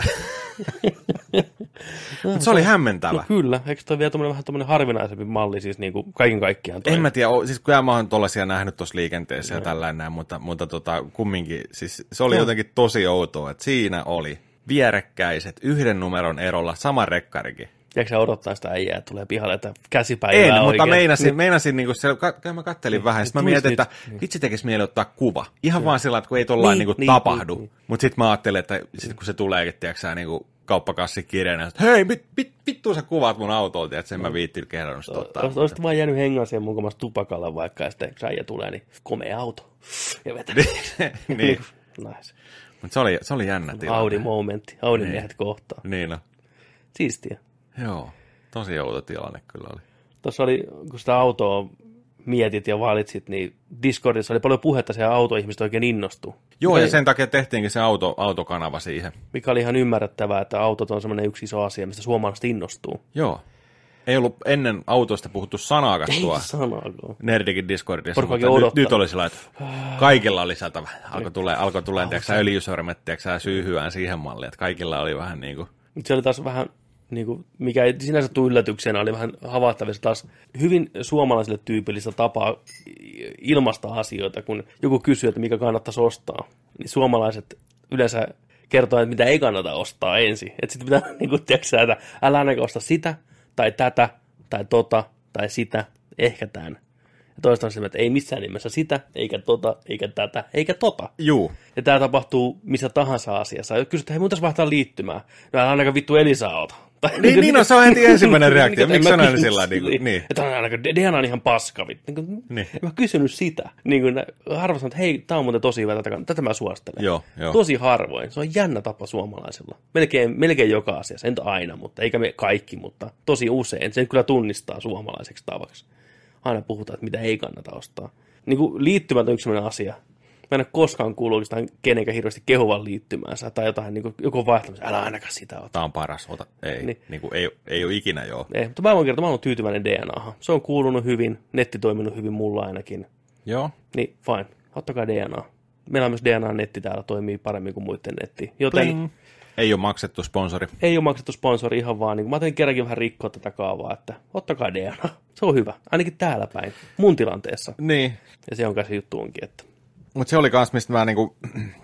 Mutta se oli hämmentävä. No kyllä, eikö toi vielä vähän tommoinen harvinaisempi malli siis niin kuin kaiken kaikkiaan? En mä tiedä, siis kyllä mä oon tollaisia nähnyt tuossa liikenteessä ja tällainen, mutta kumminkin, siis se oli jotenkin tosi outoa, että siinä oli vierekkäiset 1 numeron erolla sama rekkarikin. Jääkö sä odottaa sitä äijää, että tulee pihalle, että käsipäivää en, mutta oikein? meinasin niin kuin mä kattelin vähän, sitten mä mietin, että vitsi tekisi mieli ottaa kuva. Ihan vaan sillä, että kun ei tollain niin tapahdu. Mutta sitten mä ajattelin, että sit kun se tuleekin, tiedätkö niin kuin kauppakassin kirjana, että hei, vittu sä kuvaat mun autolta, että sen mä viittiin kerran sitä ottaa. Olisit vaan jäänyt hengaan siihen mukamassa tupakalla vaikka, ja sitten kun äijä tulee, niin komea auto. Ja vetää. Niin. Nice. Mutta se oli jännä tilanne. Audi-momentti. Audi-miehet kohtaa. Niin no. Siistiä. Joo, tosi outo tilanne kyllä oli. Tuossa oli, kun sitä autoa mietit ja valitsit, niin Discordissa oli paljon puhetta, se auto-ihmiset oikein innostui. Joo, ja sen takia tehtiinkin se autokanava siihen. Mikä oli ihan ymmärrettävää, että autot on semmoinen yksi iso asia, mistä suomalaiset innostuu. Joo. Ei ollut ennen autoista puhuttu sanaakaan tuo. Ei sanaakaan. Nerdikin Discordissa, mutta nyt oli sillä, että kaikilla oli sieltä, alkoi tulee öljysormet, syyhyään siihen malliin, että kaikilla oli vähän niin kuin. Se oli taas vähän, niin kuin, mikä ei sinänsä tule yllätyksenä, oli vähän havaittavissa taas hyvin suomalaisille tyypillistä tapaa ilmaista asioita, kun joku kysyy, että mikä kannattaisi ostaa, niin suomalaiset yleensä kertoo, että mitä ei kannata ostaa ensin. Että sitten pitää, niin kuin, tiedätkö, että älä ainakaan osta sitä, tai tätä, tai tai sitä, ehkä tämän. Ja toista on se, että ei missään nimessä sitä, eikä eikä tätä, eikä Juu. Ja tämä tapahtuu missä tahansa asiassa. Kysyt, että hei, mun tässä vaihtaa liittymään. No älä ainakaan vittu Elisa ota. Niin, se on heti ensimmäinen reaktio. Miksi sanoin sillä niin? Että ainakaan DNA on ihan paska. Niin. En mä kysynyt sitä. Harva sanoo, että hei, tää on muuten tosi hyvä, tätä mä suosittelen. Joo. Tosi harvoin. Se on jännä tapa suomalaisilla. Melkein joka asiassa. En aina, mutta eikä me kaikki, mutta tosi usein. Sen kyllä tunnistaa suomalaiseksi tavaksi. Aina puhutaan, että mitä ei kannata ostaa. Liittymät on yksi sellainen asia. Mä en ole koskaan kuullut oikeastaan kenenkään hirveästi kehuvan liittymäänsä tai jotain, joku vaihtamista. Älä ainakaan sitä ota. Tämä on paras, ota. Ei, ei ole ikinä joo. Ei, mutta mä voin kertoa, mä oon tyytyväinen DNAhan. Se on kuulunut hyvin, netti toiminut hyvin mulla ainakin. Joo. Niin, fine. Ottakaa DNA. Meillä on myös DNA-netti täällä, toimii paremmin kuin muiden netti. Joten Pling. Ei ole maksettu sponsori. Ei ole maksettu sponsori ihan vaan. Mä ajattelin kerrankin vähän rikkoa tätä kaavaa, että ottakaa DNA. Se on hyvä. Ainakin täällä päin. Mun tilanteessa. Niin. Ja se on kai se juttu onkin, että. Mutta se oli kans, mistä mä niinku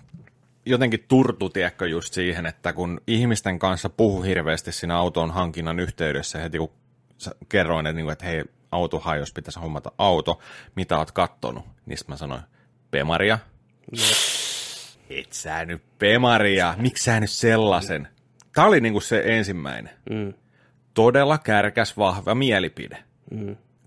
jotenkin tiedätkö, just siihen, että kun ihmisten kanssa puhu hirveästi siinä auton hankinnan yhteydessä, heti kun kerroin, että hei, autohan, jos pitäisi hommata auto, mitä oot kattonut, niin mä sanoin, Bemaria. No. Et sä nyt Bemaria, miksi sä nyt sellaisen? Tää oli niinku se ensimmäinen. Todella kärkäs vahva mielipide.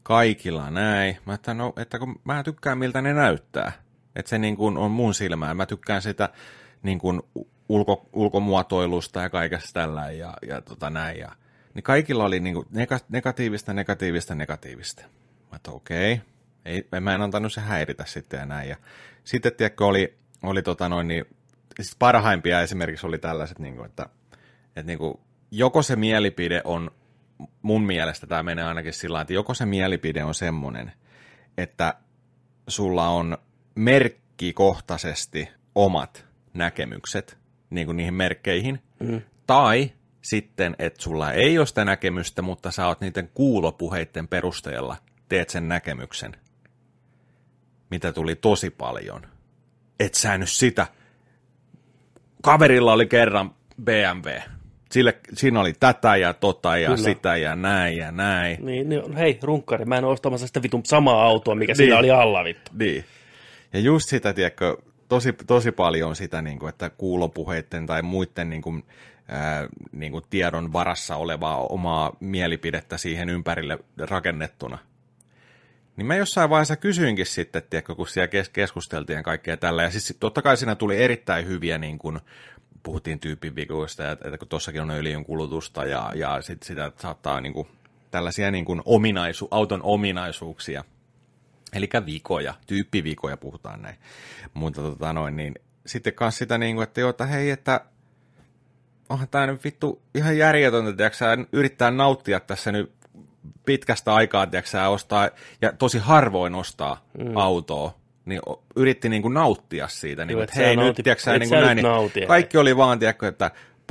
kaikilla näin. Mä että no, että kun mä tykkään miltä ne näyttää. Että se niin kuin on mun silmään. Mä tykkään sitä niin kuin ulkomuotoilusta ja kaikesta tällä ja näin. Ja, niin kaikilla oli niin kuin negatiivista. Mä että okei. Mä en antanut se häiritä sitten ja näin. Ja sitten tiedätkö oli niin, siis parhaimpia esimerkiksi oli tällaiset, niin kuin, että niin kuin, joko se mielipide on, mun mielestä tämä menee ainakin sillä että joko se mielipide on semmoinen, että sulla on merkkikohtaisesti omat näkemykset niin kuin niihin merkkeihin, tai sitten, että sulla ei ole sitä näkemystä, mutta sä oot niiden kuulopuheiden perusteella teet sen näkemyksen, mitä tuli tosi paljon. Et sä nyt sitä. Kaverilla oli kerran BMW. Siinä oli tätä ja tota ja kyllä. Sitä ja näin ja näin. Niin, hei runkkari, mä en ole ostamassa sitä vitun samaa autoa, mikä sillä oli alla vittu. Niin. Ja just sitä, tiedätkö, tosi paljon sitä, niin kuin, että kuulopuheiden tai muiden niin kuin tiedon varassa olevaa omaa mielipidettä siihen ympärille rakennettuna. Niin mä jossain vaiheessa kysyinkin sitten, tiedätkö, kun siellä keskusteltiin kaikkea tällä. Ja siis totta kai siinä tuli erittäin hyviä, niin kuin puhuttiin tyyppivikoista, että kun tuossakin on öljyn kulutusta ja sitten sitä saattaa niin kuin, tällaisia niin kuin auton ominaisuuksia. Eli vikoja, tyyppivikoja puhutaan näin. Mutta niin sitten kanssa sitä, niin kuin, että joo, että hei, että onhan tämä nyt vittu ihan järjetöntä, tiedätkö, yrittää nauttia tässä nyt pitkästä aikaa, tiedätkö, ostaa, ja tosi harvoin ostaa autoa, niin yritti niin kuin nauttia siitä, niin, että hei nyt, tiedätkö, niin kuin näin, niin kaikki oli vaan, tiedätkö, että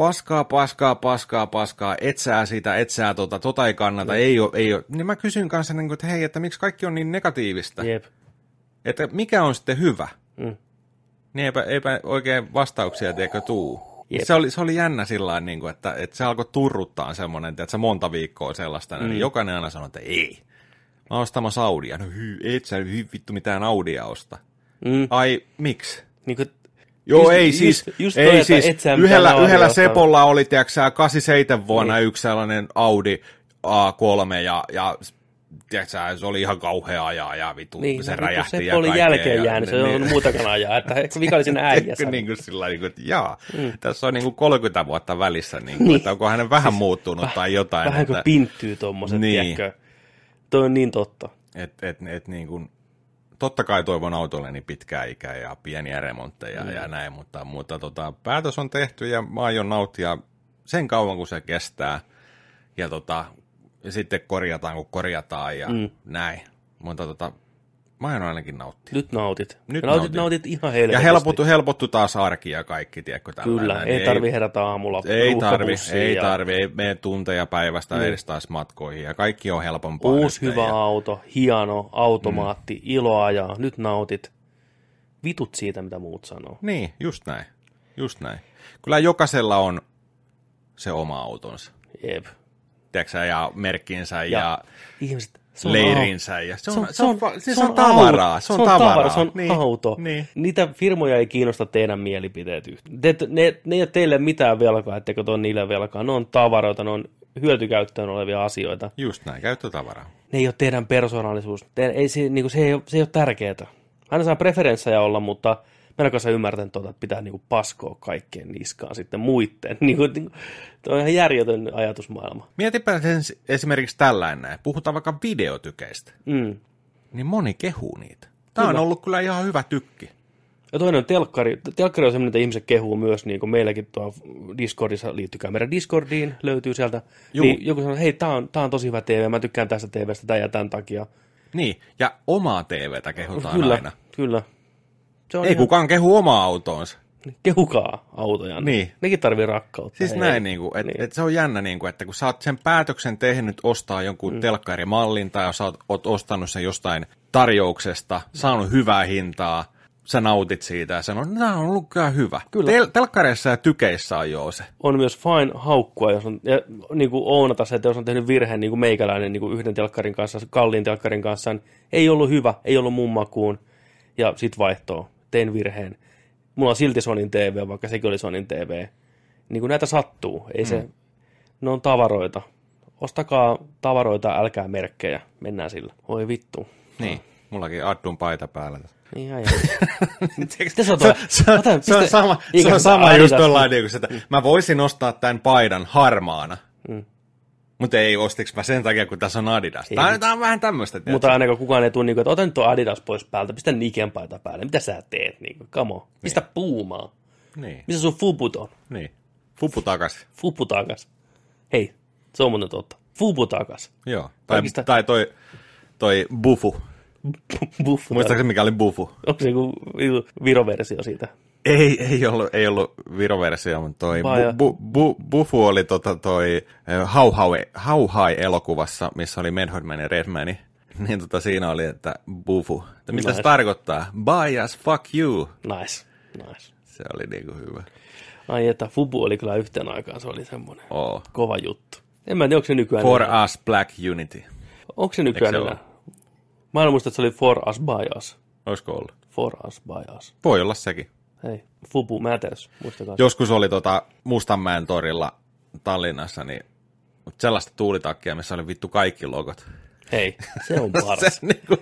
paskaa, etsää sitä, etsää tota ei kannata, ei ole, niin mä kysyn kanssa, niin kuin, että hei, että miksi kaikki on niin negatiivista, Jep. Että mikä on sitten hyvä, niin eipä oikein vastauksia, tiedätkö, tuu. Se oli jännä sillä niin että se alkoi turruttaa semmoinen, että monta viikkoa sellaista, niin jokainen aina sanoi, että ei. Mä oon ostamassa Audia. No et sä vittu mitään Audia osta. Ai, miksi? Niin kuin, joo, ei siis. Yhdellä Sepolla oli, tiedätkö 87 vuonna yksi sellainen Audi A3 ja tiedätkö, se oli ihan kauhea ajaa ja vittu, niin, se räjähti ja kaikkea. Se oli jälkeen jäänyt, se on muutakaan ajaa, että vika oli siinä äijässä. niin kuin sillä niin kuin, että jaa, tässä on niin kuin 30 vuotta välissä, niin kuin, että onko hänen vähän muuttunut tai jotain. Vähän kuin pinttyy tommoset, tiedätkö. Toi on niin totta. Et niin kuin, totta kai toivon autolleni pitkää ikää ja pieniä remontteja ja näin, mutta päätös on tehty ja mä aion nauttia sen kauan, kun se kestää. Ja sitten korjataan, kun korjataan ja näin. Mutta mä aion ainakin nauttia. Nyt nautit. Nautit ihan helvetisti. Ja helpottu taas arki ja kaikki, tiedätkö, tällainen. Kyllä, ei tarvi herätä aamulla. Ei mene tunteja päivästä edes taas matkoihin ja kaikki on helpompaa. Uusi hyvä auto, hieno, automaatti, ilo ajaa. Nyt nautit. Vitut siitä, mitä muut sanoo. Niin, just näin. Kyllä jokaisella on se oma autonsa. Jep. Tiedätkö, ja merkkinsä ja ihmiset, leirinsä. Ja se on tavaraa. Se on tavaraa. Se on auto. Niin. Niitä firmoja ei kiinnosta teidän mielipiteet yhtään. Ne ei ole teille mitään velkaa, etteikö tuon niille velkaa. Ne on tavaroita, ne on hyötykäyttöön olevia asioita. Just näin, käyttötavaraa. Ne ei ole teidän persoonallisuus. Se ei ole tärkeää. Aina saa preferenssejä olla, mutta mä en kanssa ymmärtänyt, että pitää niinku paskoa kaikkeen niskaan sitten muitten. Tuo on ihan järjetön ajatusmaailma. Mietipä sen esimerkiksi tällainen. Puhutaan vaikka videotykeistä. Niin moni kehuu niitä. Tämä on ollut kyllä ihan hyvä tykki. Ja toinen on telkkari. Telkkari on sellainen, että ihmiset kehuu myös, niin kuin meilläkin tuo Discordissa, liittykää meidän Discordiin, löytyy sieltä. Niin joku sanoo, hei, tää on tosi hyvä TV, mä tykkään tästä TVstä tämän ja tämän takia. Niin, ja omaa TVtä kehutaan aina. Kyllä. Ei kukaan kehu omaa autoonsa. Kehukaa autoja. Niin. Nekin tarvii rakkautta. Siis näin, niin kuin, että se on jännä, niin kuin, että kun sä oot sen päätöksen tehnyt ostaa jonkun telkkarimallin tai sä oot ostanut sen jostain tarjouksesta, saanut hyvää hintaa, sä nautit siitä ja sanoo, että nämä on ollut kyllä hyvä. Kyllä. Telkkareissa ja tykeissä on jo se. On myös fine haukkua, jos on, ja niin kuin ounata se, että jos on tehnyt virheen niin kuin meikäläinen niin kuin yhden telkkarin kanssa, kalliin telkkarin kanssa, niin ei ollut hyvä, ei ollut mun makuun, ja sit vaihtoo, tein virheen. Mulla on silti Sonyn TV, vaikka sekin oli Sonyn TV. Niin kuin näitä sattuu. Ei se, ne on tavaroita. ostakaa tavaroita, älkää merkkejä, mennään sillä. Oi vittu. Niin, mullakin Addun paita päällä. Niin aivan. Se on sama just tollain, että mä voisin ostaa tämän paidan harmaana. Mutta ei, ostiks mä sen takia, kun tässä on Adidas. Tämä on vähän tämmöistä. Mutta aina kun kukaan ei tule, että ota nyt tuo Adidas pois päältä, pistä Niken paita päälle. Mitä sä teet? Come on. Pistä Puumaa. Niin. Missä sun Fubut on? Niin. Fupu takas. Fubu takas. Hei, se on muuten totta. Fubu takas. Joo. Tai toi Bufu. Bufu. Muistaakseni mikä oli Bufu? Onko se joku Viro-versio siitä? Ei ollut Viro-versio, mutta toi Bufu oli toi How-High-elokuvassa, missä oli Method ja Redman. Niin siinä oli, että Bufu. Mitä se tarkoittaa? Bias, fuck you. Nice. Se oli niinku hyvä. Ai että Fubu oli kyllä yhteen aikaan, se oli semmoinen kova juttu. En mä tiedä, onko se nykyään... For us, Black Unity. Onko se nykyään enää? Mä en muista, että se oli For us, by us. Olisiko ollut? For us, by us. Voi olla sekin. Hei, Fubu Matters, muistakaa. Joskus oli Mustanmäen torilla Tallinnassa, niin sellaista tuulitakkia, missä oli vittu kaikki logot. Hei, se on paras.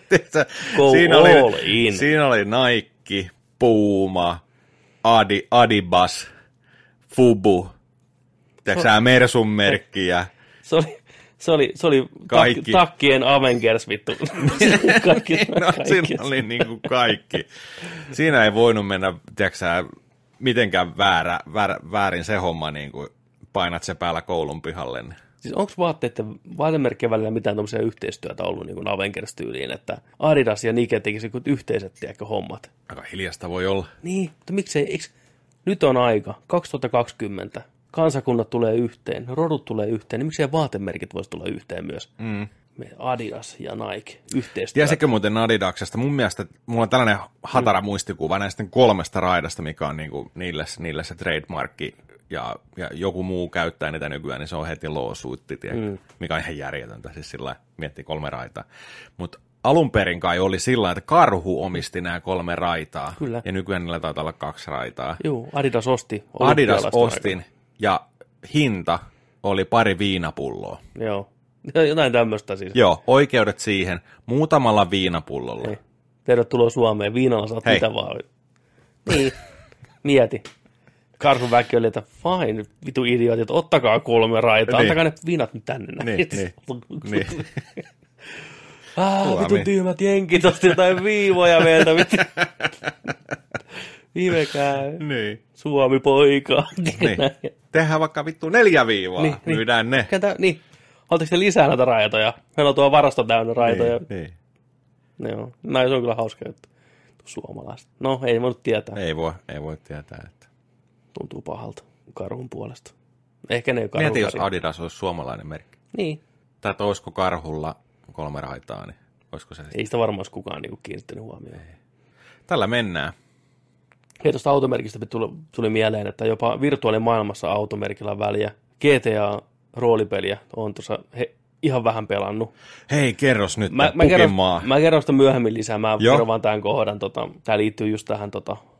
Siinä oli Nike, Puma, Adibas, Fubu, Mersun merkkiä. Se oli takkien Avengers, vittu. Siinä oli niinku kaikki. Siinä ei voinut mennä, mitenkään väärin se homma, niin kuin painat se päällä koulun pihalle. Siis onko vaatemerkkien välillä mitään tuommoisia yhteistyötä ollut niin kuin Avengers-tyyliin, että Adidas ja Nike tekisi yhteiset hommat? Aika hiljasta voi olla. Niin, mutta miksei, nyt on aika, 2020, kansakunnat tulee yhteen, rodut tulee yhteen, niin miksei vaatemerkit voisi tulla yhteen myös? Adidas ja Nike, yhteistyötä. Tiesikö muuten Adidaksesta? Mun mielestä mulla on tällainen hatara muistikuva näistä 3 raidasta, mikä on niinku niille se trademarkki, ja joku muu käyttää niitä nykyään, niin se on heti lawsuitti, mikä on ihan järjetöntä, siis sillä miettii 3 raitaa. Mutta alun perin kai oli sillä, että Karhu omisti nämä 3 raitaa, kyllä. Ja nykyään niillä taitaa olla 2 raitaa. Joo, Adidas osti. Adidas ostin, aikana. Ja hinta oli 2 viinapulloa. Joo, jotain tämmöistä siis. Joo, oikeudet siihen muutamalla viinapullolla. Hei. Tervetuloa Suomeen, viinalla saat mitä vaan. Niin, mieti. Karhun väki oli, että fine, vitu idiootit, ottakaa 3 raitaa, niin. Antakaa ne viinat nyt tänne. Niin. Vitun tyhmät jenkit osti jotain viivoja meiltä. Viimekää. Niin. Suomi-poika. Niin. Tehdään vaikka vittu 4 viivaa, myydään ne. Niin. Haluatteko te lisää näitä raitoja? Meillä on tuo varasto täynnä raitoja. Niin. Joo. Näin se on kyllä hauska juttu. Suomalaiset. No, ei voi tietää. Ei voi tietää, että... Tuntuu pahalta Karhun puolesta. Ehkä ne ei Karhun. Mieti, jos Adidas olisi suomalainen merkki. Niin. Tai että olisiko Karhulla 3 raitaa, niin olisiko se... Ei sitä varmaan olisi kukaan niin kiinnittänyt huomioon. Ei. Tällä mennään. Hei, tuosta automerkistä tuli mieleen, että jopa virtuaalimaailmassa automerkillä on väliä. GTA-roolipeliä on tuossa ihan vähän pelannut. Hei, kerros nyt, mä kerron sitä myöhemmin lisää. Mä kerron vaan tämän kohdan. Tämä liittyy just tähän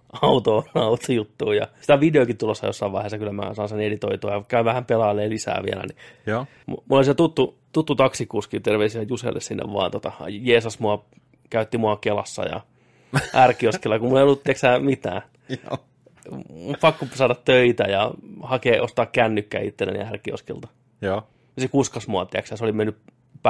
autojuttuun. Ja sitä videokin tulossa jossain vaiheessa, kyllä mä saan sen editoitua ja käyn vähän pelailemaan lisää vielä. Niin. Joo. Mulla oli se tuttu taksikuski, terveisiä Juselle sinne vaan. Jeesas käytti mua Kelassa ja R-kioskilla, kun mulla ei ollut mitään. Joo. Pakko saada töitä ja ostaa kännykkää itselleni R-kioskilta. Joo. Ja se kuskas mua, se oli mennyt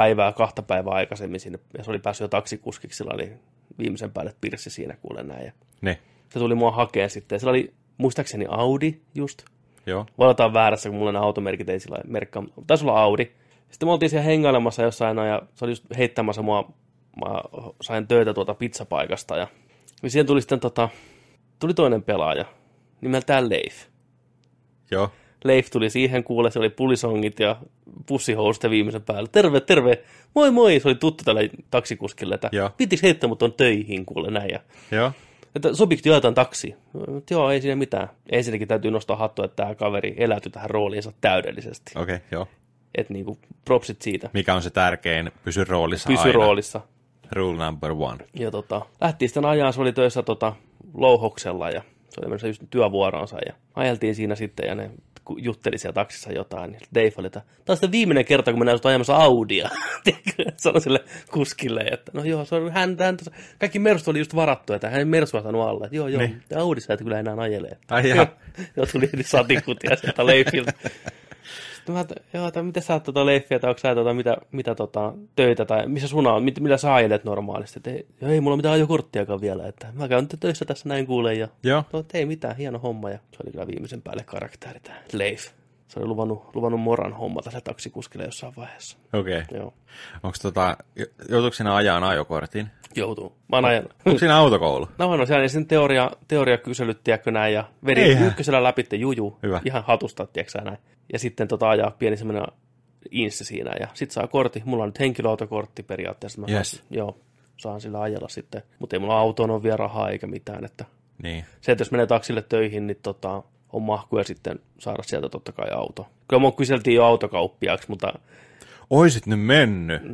2 päivää aikaisemmin sinne, ja se oli päässyt jo taksikuskiksi, sillä oli viimeisen päälle pirssi siinä kuule näin. Ja ne. Se tuli mua hakeen sitten, sillä oli muistaakseni Audi just. Joo. Valitaan väärässä, kun mulla nämä automerkit ei sillä merkkaa. Taisi olla Audi. Sitten me oltiin siellä hengailemassa jossain, ja se oli just heittämässä mua, mä sain töitä pizzapaikasta, ja siihen tuli sitten tuli toinen pelaaja, nimeltään Leif. Joo. Leif tuli siihen, kuule, se oli pulisongit ja pussihouste viimeisen päällä. Terve, moi, se oli tuttu tälle taksikuskille, että pitikö heittää mut on töihin, kuule, näin. Joo. Että sopiiko jaetaan taksi? Joo, ei siinä mitään. Ensinnäkin täytyy nostaa hattua, että tämä kaveri eläytyi tähän rooliinsa täydellisesti. Okei, joo. Että niinku propsit siitä. Mikä on se tärkein? Pysy roolissa aina. Pysy roolissa. Rule number 1. Ja lähtiin sitten ajaa, se oli töissä Louhoksella ja se oli menossa just työvuoronsa ja ajeltiin siinä sitten ja ne jutteli siellä taksissa jotain, niin Dave oli, että tämä on sitten viimeinen kerta, kun mä näin sut ajamassa Audia. Sano sille kuskille, että no joo, se on hän kaikki Mersut oli just varattu, että hän Mersu on saanut alle. Joo, niin. Audissa et kyllä enää ajelee. Ai joo, tuli satikutia sieltä Leifiltä. Sitten mä joo, miten sä oot Leiffiä, tai onko sä mitä töitä, tai missä sun on, millä sä ajelet normaalisti. Että ei mulla mitään ajokorttiakaan vielä, että mä käyn töissä tässä näin kuulen, ja ei mitään, hieno homma, ja se oli kyllä viimeisen päälle karakteri, tämä Leif. Se oli luvannut moran hommata se taksikuskille jossain vaiheessa. Okei. Joo. Onko joutuuko sinä ajaan ajokortin? Joutuu. Mä oon ajanut. Onko siinä autokoulu? No siellä ensin teoriakyselyt, tiedätkö näin, ja veri ykkösellä läpi, juju. Ihan hatusta, tiedätkö näin. Ja sitten ajaa pieni semmoinen inssi siinä, ja sitten saa kortti. Mulla on nyt henkilöautokortti periaatteessa. Saan sillä ajella sitten. Mutta ei mulla autoon ole vielä rahaa eikä mitään. Että niin. Se, että jos menee taksille töihin, niin on mahkuja sitten saada sieltä totta kai auto. Kyllä mun kyseltiin jo autokauppiaaksi, mutta... Oisit nyt mennyt.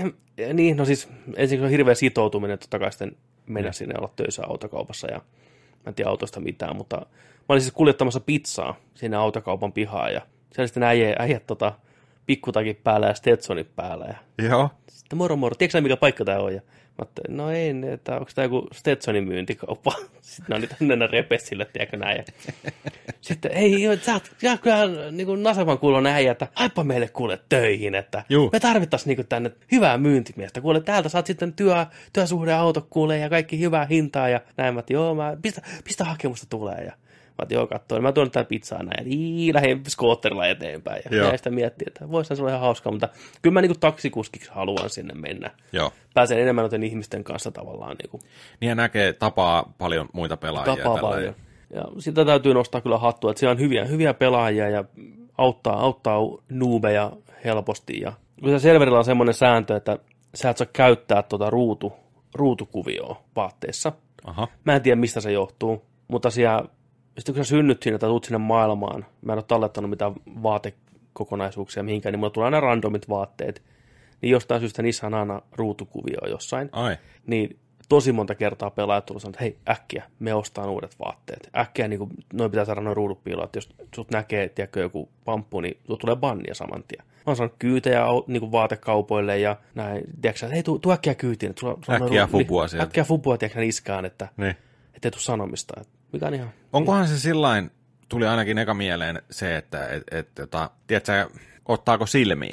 No siis ensin on hirveä sitoutuminen totta kai sitten mennä sinne olla töissä autokaupassa ja mä en tiedä autosta mitään, mutta mä olin siis kuljettamassa pizzaa sinne autokaupan pihaan ja siellä sitten äijät pikkutakin päällä ja Stetsonit päällä. Ja joo. Sitten moro, tiedätkö sä mikä paikka tää on? Ja mä ajattelin, no ei, että onko tää joku Stetsonin myyntikauppa? Sitten ne on niitä tänne repesille, tiedätkö näin. Ja sitten sä oot kyllä niin nasevan kuulon äijä, että haippa meille kuule töihin, että me tarvittaisiin niin tänne hyvää myyntimiestä. Kuule, täältä saat sitten työsuhdeauto kuule ja kaikki hyvää hintaa ja näin. Mä pistä hakemusta tulee ja mä joo, katsoin. Mä tuon tätä pizzaa näin. Ja lähdin skootterilla eteenpäin. Ja näin sitä miettiä, että voisihan se olla ihan hauskaa. Mutta kyllä mä taksikuskiksi haluan sinne mennä. Joo. Pääsen enemmän noiden ihmisten kanssa tavallaan. Niin ja tapaa paljon muita pelaajia. Tapaa paljon. Ja sitä täytyy nostaa kyllä hattua, että siellä on hyviä pelaajia ja auttaa noobeja helposti. Ja kyllä serverillä on semmoinen sääntö, että sä et saa käyttää ruutukuvioa vaatteessa. Aha. Mä en tiedä, mistä se johtuu, mutta sitten kun sä synnyt sinne tai tulet sinne maailmaan, mä en ole tallettanut mitään vaatekokonaisuuksia mihinkään, niin mulla tulee aina randomit vaatteet. Niin jostain syystä niissä on aina ruutukuvio jossain. Ai. Niin tosi monta kertaa pelaajat tullut sanoa, että hei, äkkiä, me ostaan uudet vaatteet. Äkkiä niin kuin, noin pitää saada noin ruudut piiloon, että jos sut näkee, tiedätkö, joku pamppu, niin sut tulee bannia saman tien. Mä oon saanut kyytejä niin kuin vaatekaupoille ja näin, tiedätkö, että hei, tuu äkkiä kyytiin. Äkkiä fubua sieltä. Äkkiä fubua, tiedätkö, niskaan, että niin. Ettei tule sanomista. Mikä on ihan... Onkohan se sillain, tuli ainakin eka mieleen se, että tiedätkö, ottaako silmiä?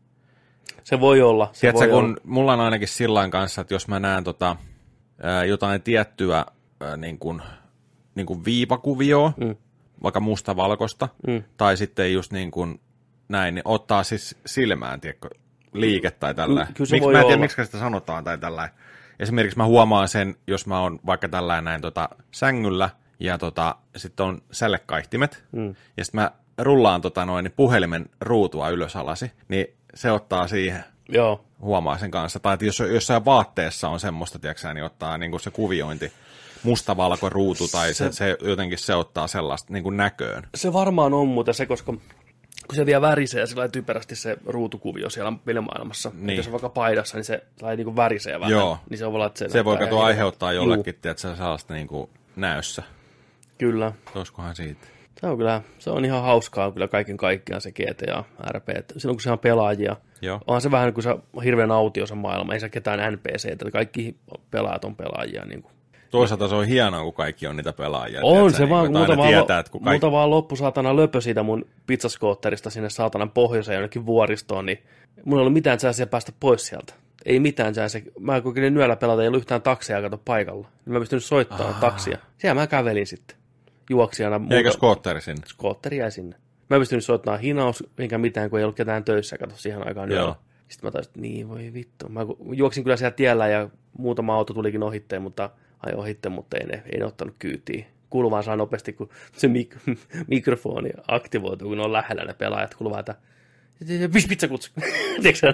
Se voi olla. Tiedätkö, kun mulla on ainakin sillain kanssa, että jos mä näen jotain tiettyä niin kuin viipakuvioa, vaikka mustavalkoista, tai sitten just niin kuin näin, niin ottaa siis silmään, tiedätkö, liike tai tällä. Mä en tiedä, miksi sitä sanotaan tai tällä. Esimerkiksi mä huomaan sen, jos mä oon vaikka tällainen näin sängyllä, ja sitten on sälekaihtimet, ja sitten mä rullaan puhelimen ruutua ylös alasi, niin se ottaa siihen. Joo. Huomaa sen kanssa. Tai jos jossain vaatteessa on semmoista, tiedätkö, niin ottaa niin kuin se kuviointi, mustavalko ruutu, tai se jotenkin se ottaa sellaista niin kuin näköön. Se varmaan on muuten se, koska kun se vielä värisee sillä typerästi se ruutukuvio siellä pelimaailmassa. Niin. Jos on vaikka paidassa, niin se niin kuin värisee vähän. Joo. Niin se voi se voi aiheuttaa jollekin, että se sellaista niin kuin näössä. Kyllä. Olisikohan siitä? Se on ihan hauskaa kyllä kaiken kaikkiaan se GTA RP. Silloin kun se on pelaajia, onhan se vähän kuin se hirveän autio se maailma, ei se ketään NPC:tä, kaikki pelaajat on pelaajia. Niin kuin. Toisaalta se on hienoa, kun kaikki on niitä pelaajia. On se vaan, muuta vaan loppu saatana löpö siitä mun pizzaskootterista sinne saatanan pohjoiseen jonnekin vuoristoon, niin mulla ei ollut mitään chanssiä päästä pois sieltä. Ei mitään chanssiä. Mä kokeilin yöllä pelata, ei ollut yhtään taksia kato paikalla. Mä pystynyt soittamaan taksia. Siellä mä kävelin sitten. Juoksi aina muuta. Eikä skootteri sinne? Skootteri jäi sinne. Mä pystyn soittamaan hinaus, enkä mitään, kun ei ollut ketään töissä, kato siihen aikaan yöllä. Sitten mä taisin, että niin voi vittu. Mä juoksin kyllä siellä tiellä ja muutama auto tulikin ohitteen, mutta ei ne ottanut kyytiin. Kuuluu vaan saa nopeasti, kun se mikrofoni aktivoituu, kun ne on lähellä ne pelaajat. Kuuluu vaan, että pizzakutsu. Tiedätkö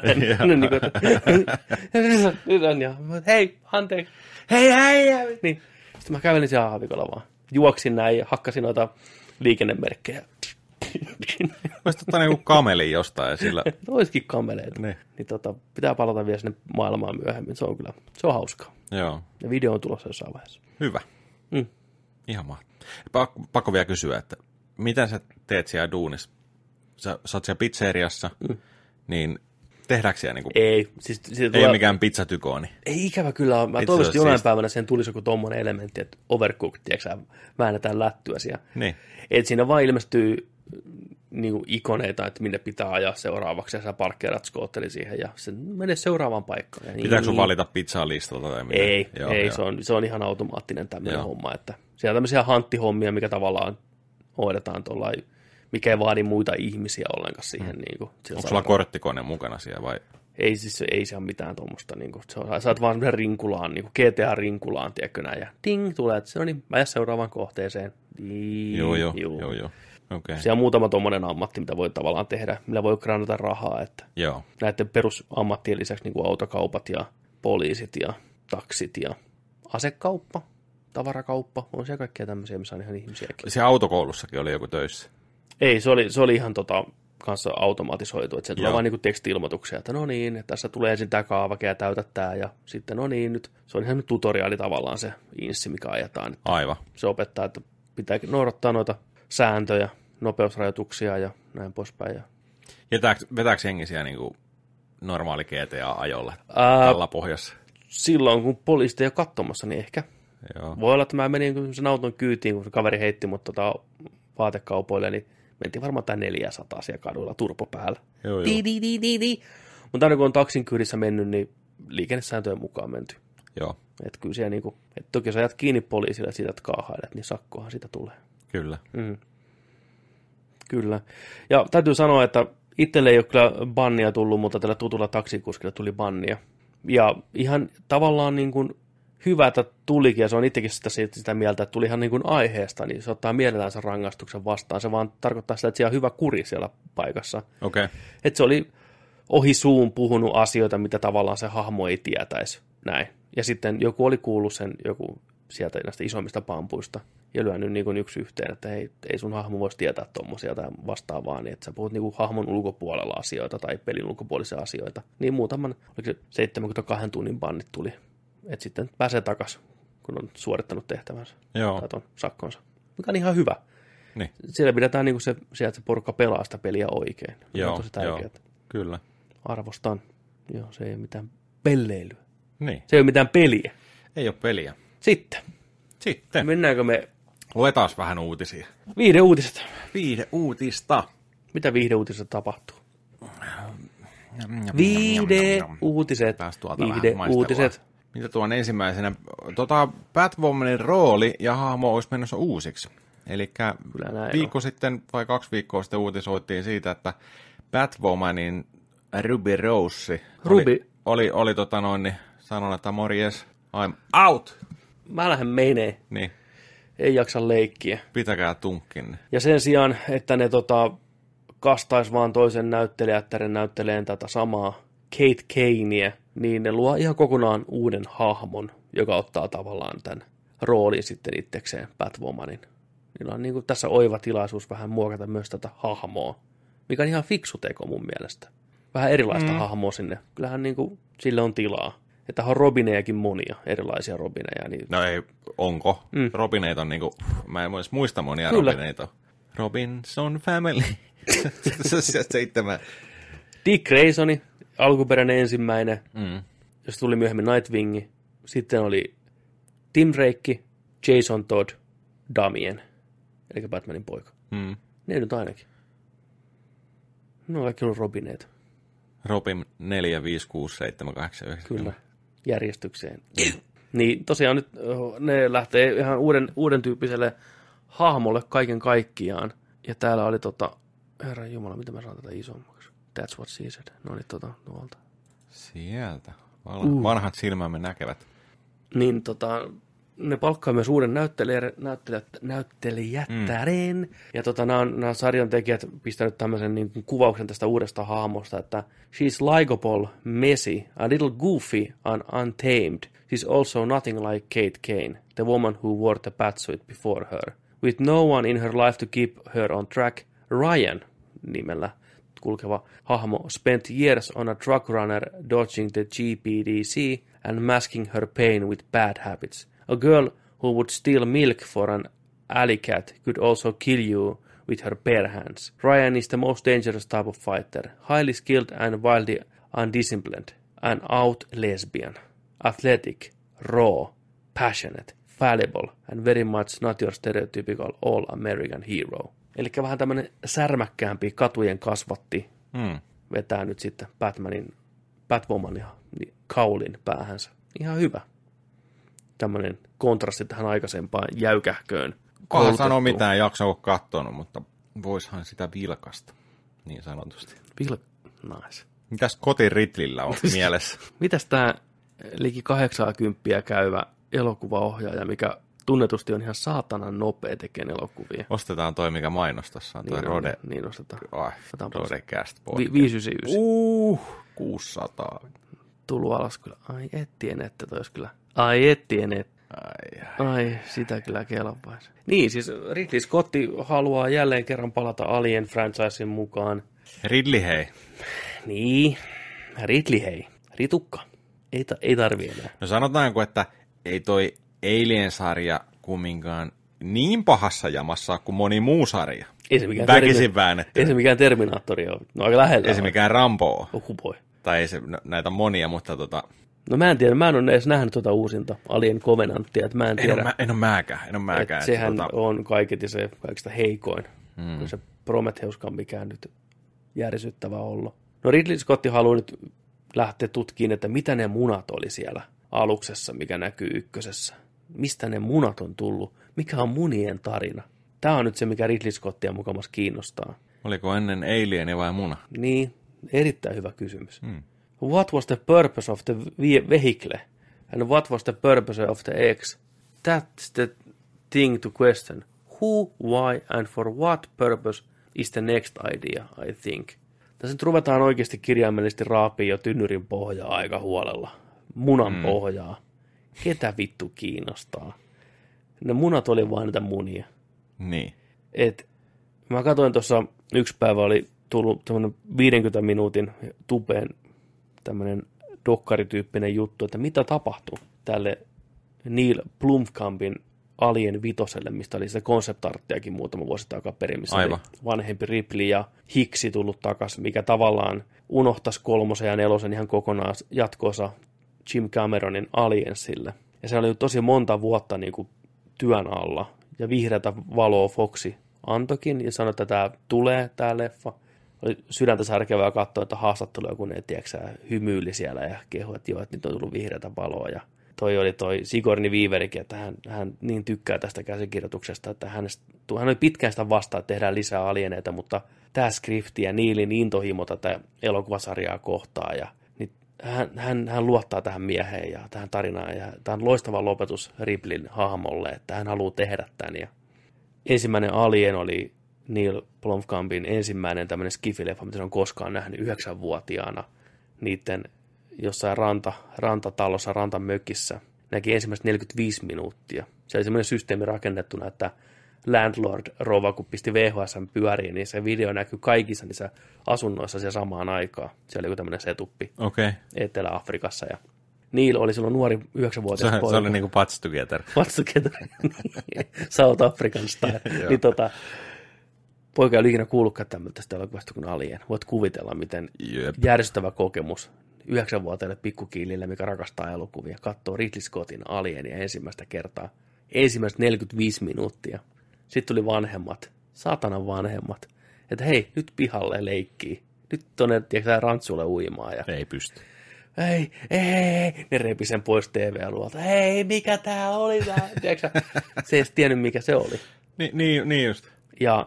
hei, anteeksi. Hei. Niin. Sitten mä kävelin siellä aavikolla vaan. Juoksin näin ja hakkasin noita liikennemerkkejä. Voisi ottaa joku kameli jostain ja sillä... Olisikin kameleita. Niin pitää palata vielä sinne maailmaan myöhemmin. Se on hauskaa. Joo. Ja video on tulossa jossain vaiheessa. Hyvä. Ihan mahtavaa. Pakko vielä kysyä, että miten sä teet siellä duunissa? Sä oot siellä pizzeriassa, niin tehdäänkö siellä niinku... Ei. Siis, ei ole mikään pizzatykooni. Ei ikävä kyllä ole. Mä toivoisin jonain päivänä sen tulisi joku tommonen elementti, että overcooked, tiedätkö väännetään lättyä siellä. Niin. Että siinä vaan ilmestyy niinku ikoneita, että minne pitää ajaa seuraavaksi, ja sä parkkeerat skootteri siihen, ja sen menee seuraavaan paikkaan. Ja pitääkö sun valita pizzaa listalta tai mitä? Ei, se on ihan automaattinen tämmöinen homma, että siellä on tämmöisiä hanttihommia, mikä tavallaan hoidetaan tuollain, mikä ei vaadi muita ihmisiä ollenkaan siihen. Niin onko sulla korttikone mukana siellä vai? Ei siis, ei se ole mitään tuommoista. Niin saat vaan semmoisen rinkulaan, niin GTA-rinkulaan, tiedätkö näin, ja ding, tulee, että no niin, mä seuraavaan kohteeseen. Joo. Okay. Siellä on muutama tuommoinen ammatti, mitä voi tavallaan tehdä, millä voi granata rahaa. Että näiden perusammattien lisäksi niin kuin autokaupat ja poliisit ja taksit ja asekauppa, tavarakauppa, on siellä kaikkea tämmöisiä, missä on ihan ihmisiäkin. Se autokoulussakin oli joku töissä? Ei, se oli ihan kanssa automatisoitu, että se tulee vain niin teksti-ilmoituksia, että no niin, että tässä tulee ensin tämä kaavake ja täytä tämä, ja sitten no niin, nyt se on ihan tutoriaali tavallaan se inssi, mikä ajetaan. Aivan. Se opettaa, että pitää noudattaa noita sääntöjä, nopeusrajoituksia ja näin poispäin. Ja vetääkö jengi siellä niin kuin normaali GTA-ajolla tällä pohjassa? Silloin, kun poliisit ei ole katsomassa, niin ehkä. Joo. Voi olla, että mä menin sen auton kyytiin, kun se kaveri heitti mut vaatekaupoille, niin mentiin varmaan tämä 400 siellä kaduilla turpo päällä. Joo. Mutta aina kun on taksin kyydissä mennyt, niin liikennesääntöjen mukaan menty. Joo. Että kyllä siellä niinku, että toki jos ajat kiinni poliisille ja siitä, että kaahailet, niin sakkohan siitä tulee. Kyllä. Kyllä. Ja täytyy sanoa, että itselle ei ole kyllä bannia tullut, mutta tällä tutulla taksikuskille tuli bannia. Ja ihan tavallaan niin kuin hyvä, että tulikin, ja se on itsekin sitä mieltä, että tuli ihan niin kuin aiheesta, niin se ottaa mielellään sen rangaistuksen vastaan. Se vaan tarkoittaa sitä, että siellä on hyvä kuri siellä paikassa. Okay. Että se oli ohi suun puhunut asioita, mitä tavallaan se hahmo ei tietäisi. Näin. Ja sitten joku oli kuullut sen joku sieltä näistä isommista pampuista ja lyönyt niin kuin yksi yhteen, että ei sun hahmo voisi tietää tuommoisia tai vastaavaa, niin että sä puhut niin kuin hahmon ulkopuolella asioita tai pelin ulkopuolisia asioita. Niin muutaman, oliko se 72 tunnin bannit tuli, että sitten pääsee takaisin, kun on suorittanut tehtävänsä tai ton sakkonsa, mikä on ihan hyvä. Niin. Siellä pidetään niin kuin se porukka pelaa sitä peliä oikein. Se on tosi tärkeää. Kyllä. Arvostan. Joo, se ei ole mitään pelleilyä. Niin. Se ei ole mitään peliä. Ei ole peliä. Sitten. Mennäänkö me... Luetaan vähän uutisia. Viihdeuutiset. Viihdeuutista. Mitä viihdeuutiset tapahtuu? Viihdeuutiset. Viihdeuutiset. Mitä tuon ensimmäisenä? Batwomanin rooli ja hahmo olisi menossa uusiksi. Eli viikko sitten vai 2 viikkoa sitten uutisoitiin siitä, että Batwomanin Ruby Rose oli sanonut, että morjes, I'm out. Mä lähden menee. Niin. Ei jaksa leikkiä. Pitäkää tunkkin. Ja sen sijaan, että ne kastais vaan toisen näyttelijättären näytteleen tätä samaa Kate Kanea, niin ne luo ihan kokonaan uuden hahmon, joka ottaa tavallaan tämän roolin sitten itsekseen Batwomanin. Niillä on niin kuin tässä oiva tilaisuus vähän muokata myös tätä hahmoa, mikä on ihan fiksu teko mun mielestä. Vähän erilaista hahmoa sinne. Kyllähän niin kuin sille on tilaa. Että on Robinejakin monia, erilaisia Robineja. Niin... No ei, onko? Robineita on niinku, mä en edes muista monia Robineita. Robinson Family. 7. Dick Graysoni, alkuperäinen ensimmäinen, jos tuli myöhemmin Nightwing. Sitten oli Tim Drake, Jason Todd, Damien, eli Batmanin poika. Ne nyt ainakin. No on kaikki ollut Robineita. Robin 4, 5, 6, 7, 8, 9. Kyllä, järjestykseen. Niin tosiaan nyt ne lähtee ihan uuden tyyppiselle hahmolle kaiken kaikkiaan. Ja täällä oli herra jumala, mitä mä saan tätä isommaksi? That's what she said. No niin tuolta. Sieltä. Vanhat silmämme näkevät. Niin ne palkkaa myös uuden näyttelijättären. Ja nämä sarjan tekijät pistänyt tämmöisen niin kuin kuvauksen tästä uudesta hahmosta, että she's likable, messy, a little goofy and untamed. She's also nothing like Kate Kane, the woman who wore the batsuit before her. With no one in her life to keep her on track, Ryan nimellä kulkeva hahmo spent years on a drug runner dodging the GPDC and masking her pain with bad habits. A girl who would steal milk for an alley cat could also kill you with her bare hands. Ryan is the most dangerous type of fighter, highly skilled and wildly undisciplined, an out lesbian, athletic, raw, passionate, fallible, and very much not your stereotypical all-American hero. Eli vähän tämmöinen särmäkkäämpi katujen kasvatti vetää nyt sitten Batwomanin kaulin päähänsä. Ihan hyvä. Tämmöinen kontrasti tähän aikaisempaan jäykähköön. Kohan sano mitään jaksoa katsonut, mutta voishan sitä vilkasta, niin sanotusti. Nice. Mitäs Kotin Ridleyllä on mielessä? Mitäs tää liki 80 käyvä elokuvaohjaaja, mikä tunnetusti on ihan saatanan nopea tekemään elokuvia. Ostetaan toi, mikä mainostossa on, toi niin Rode. Niin ostetaan. Rodecast podcast. 599. 600. Tullut alas kyllä. Ai ettien, että toi olisi kyllä. Ai ettien, että. Ai, sitä kyllä kelpaisi. Niin, siis Ridley Scott haluaa jälleen kerran palata Alien-franchisen mukaan. Ridley hei. Niin, Ridley hei. Ritukka. Ei tarvii enää. No sanotaanko, että ei toi Alien-sarja kumminkaan niin pahassa jamassa kuin moni muu sarja. Väkisin väännetty. Ei se mikään Terminaattori ole. No aika lähellä. Ei se mikään Rambo ole. Boy. Tai ei se näitä monia, mutta No mä en tiedä, mä en ole edes nähnyt tuota uusinta Alien Covenantia, että mä en tiedä. En ole mäkään. Sehän on kaikista heikoin, kun se Prometheuskaan mikään nyt järisyttävä ollut. No Ridley Scott haluaa nyt lähteä tutkimaan, että mitä ne munat oli siellä aluksessa, mikä näkyy ykkösessä. Mistä ne munat on tullut? Mikä on munien tarina? Tämä on nyt se, mikä Ridley Scottia mukamassa kiinnostaa. Oliko ennen Alienia vai muna? Niin, erittäin hyvä kysymys. What was the purpose of the vehicle? And what was the purpose of the eggs? That's the thing to question. Who, why, and for what purpose is the next idea, I think. Tässä nyt ruvetaan oikeasti kirjaimellisesti raapia jo tynnyrin pohjaa aika huolella. Munan pohjaa. Ketä vittu kiinnostaa? Ne munat oli vain niitä munia. Niin. Mä katsoin tuossa yksi päivä oli tullut tämmöinen 50 minuutin tupeen tämmöinen dokkarityyppinen juttu, että mitä tapahtui tälle Neil Blomkampin Alien Vitoselle, mistä oli sitä konseptarttiakin muutama vuosi takaperin, missä oli vanhempi Ripley ja Hicksi tullut takaisin, mikä tavallaan unohtaisi 3. ja 4. ihan kokonaan jatkoosa Jim Cameronin Aliensille. Ja se oli tosi monta vuotta niin kuin työn alla, ja vihreätä valoa Foxi antokin, ja sanoi, että tämä tulee, tämä leffa. Oli sydäntä särkevää katsoa, että haastatteluja, kun ne hymyili siellä ja kehui, että joo, että nyt on tullut vihreätä valoa. Ja toi Sigourney Weaverikin, että hän niin tykkää tästä käsikirjoituksesta, että hän oli pitkään sitä vastaan, että tehdään lisää alieneita, mutta tämä skripti ja Neilin intohimo tätä elokuvasarjaa kohtaa, ja niin hän luottaa tähän mieheen ja tähän tarinaan, ja tämä on loistava lopetus Ripleyn hahmolle, että hän haluaa tehdä tämän. Ja ensimmäinen Alien oli Neil Blomkampin ensimmäinen tämmöinen skifileffa, mitä se on koskaan nähnyt 9-vuotiaana niiden jossain rantatalossa, rantamökissä. Näki ensimmäiset 45 minuuttia. Se oli semmoinen systeemi rakennettuna, että landlord-rova, kun pisti VHS:n pyöriin, niin se video näkyy kaikissa niissä asunnoissa siellä samaan aikaan. Se oli joku tämmöinen setuppi Etelä-Afrikassa. Ja Neil oli silloin nuori 9-vuotias poika. Se oli niin kuin Patch Together. Patch Together. South African style. Niin poika ei ole ikinä kuullutkaan tämmöistä elokuvasta kuin Alien. Voit kuvitella, miten järjestävä kokemus 9-vuotiaille pikkukiilille, mikä rakastaa elokuvia, katsoo Ridley Scottin Alienia ensimmäistä kertaa. Ensimmäiset 45 minuuttia. Sitten tuli vanhemmat, saatanan vanhemmat, että hei, nyt pihalle leikkii. Nyt tuonne, rantsulle uimaa. Ja ei pysty. Ei, ne repi sen pois TV-alueelta. Hei, mikä tää oli? Se ei edes tiennyt, mikä se oli. Niin just. Ja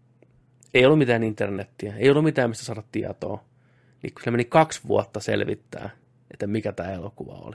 ei ollut mitään internettiä, ei ollut mitään, mistä saada tietoa. Niin kun se meni 2 vuotta selvittää, että mikä tämä elokuva oli.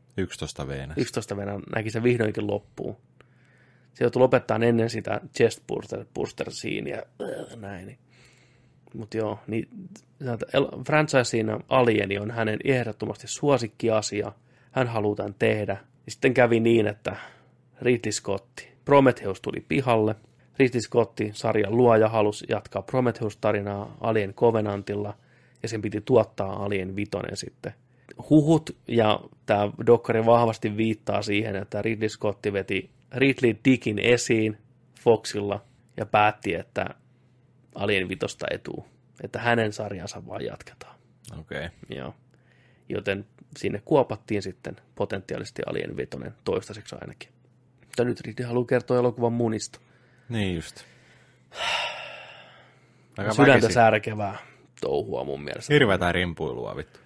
11 Venäjä. 11 Venäjä näki se vihdoinkin loppuun. Se joutui lopettaa ennen sitä chest booster scene ja näin. Mutta joo, niin franchiseina Alieni on hänen ehdottomasti suosikkiasia. Hän haluaa tämän tehdä. Ja sitten kävi niin, että Ridley Scott, Prometheus tuli pihalle. Ridley Scott, sarjan luoja, halusi jatkaa Prometheus-tarinaa Alien Covenantilla, ja sen piti tuottaa Alien Vitoinen sitten. Huhut, ja tämä dokkari vahvasti viittaa siihen, että Ridley Scott veti Ridley Dickin esiin Foxilla, ja päätti, että Alien 5 ei tule. Että hänen sarjansa vaan jatketaan. Okei. Okay. Joo. Joten sinne kuopattiin sitten potentiaalisesti Alien 5 toistaiseksi ainakin. Mutta nyt Ridley haluaa kertoa elokuvan munista. Niin just. Sydäntä särkevää touhua mun mielestä. Hirveätä rimpuilua vittu.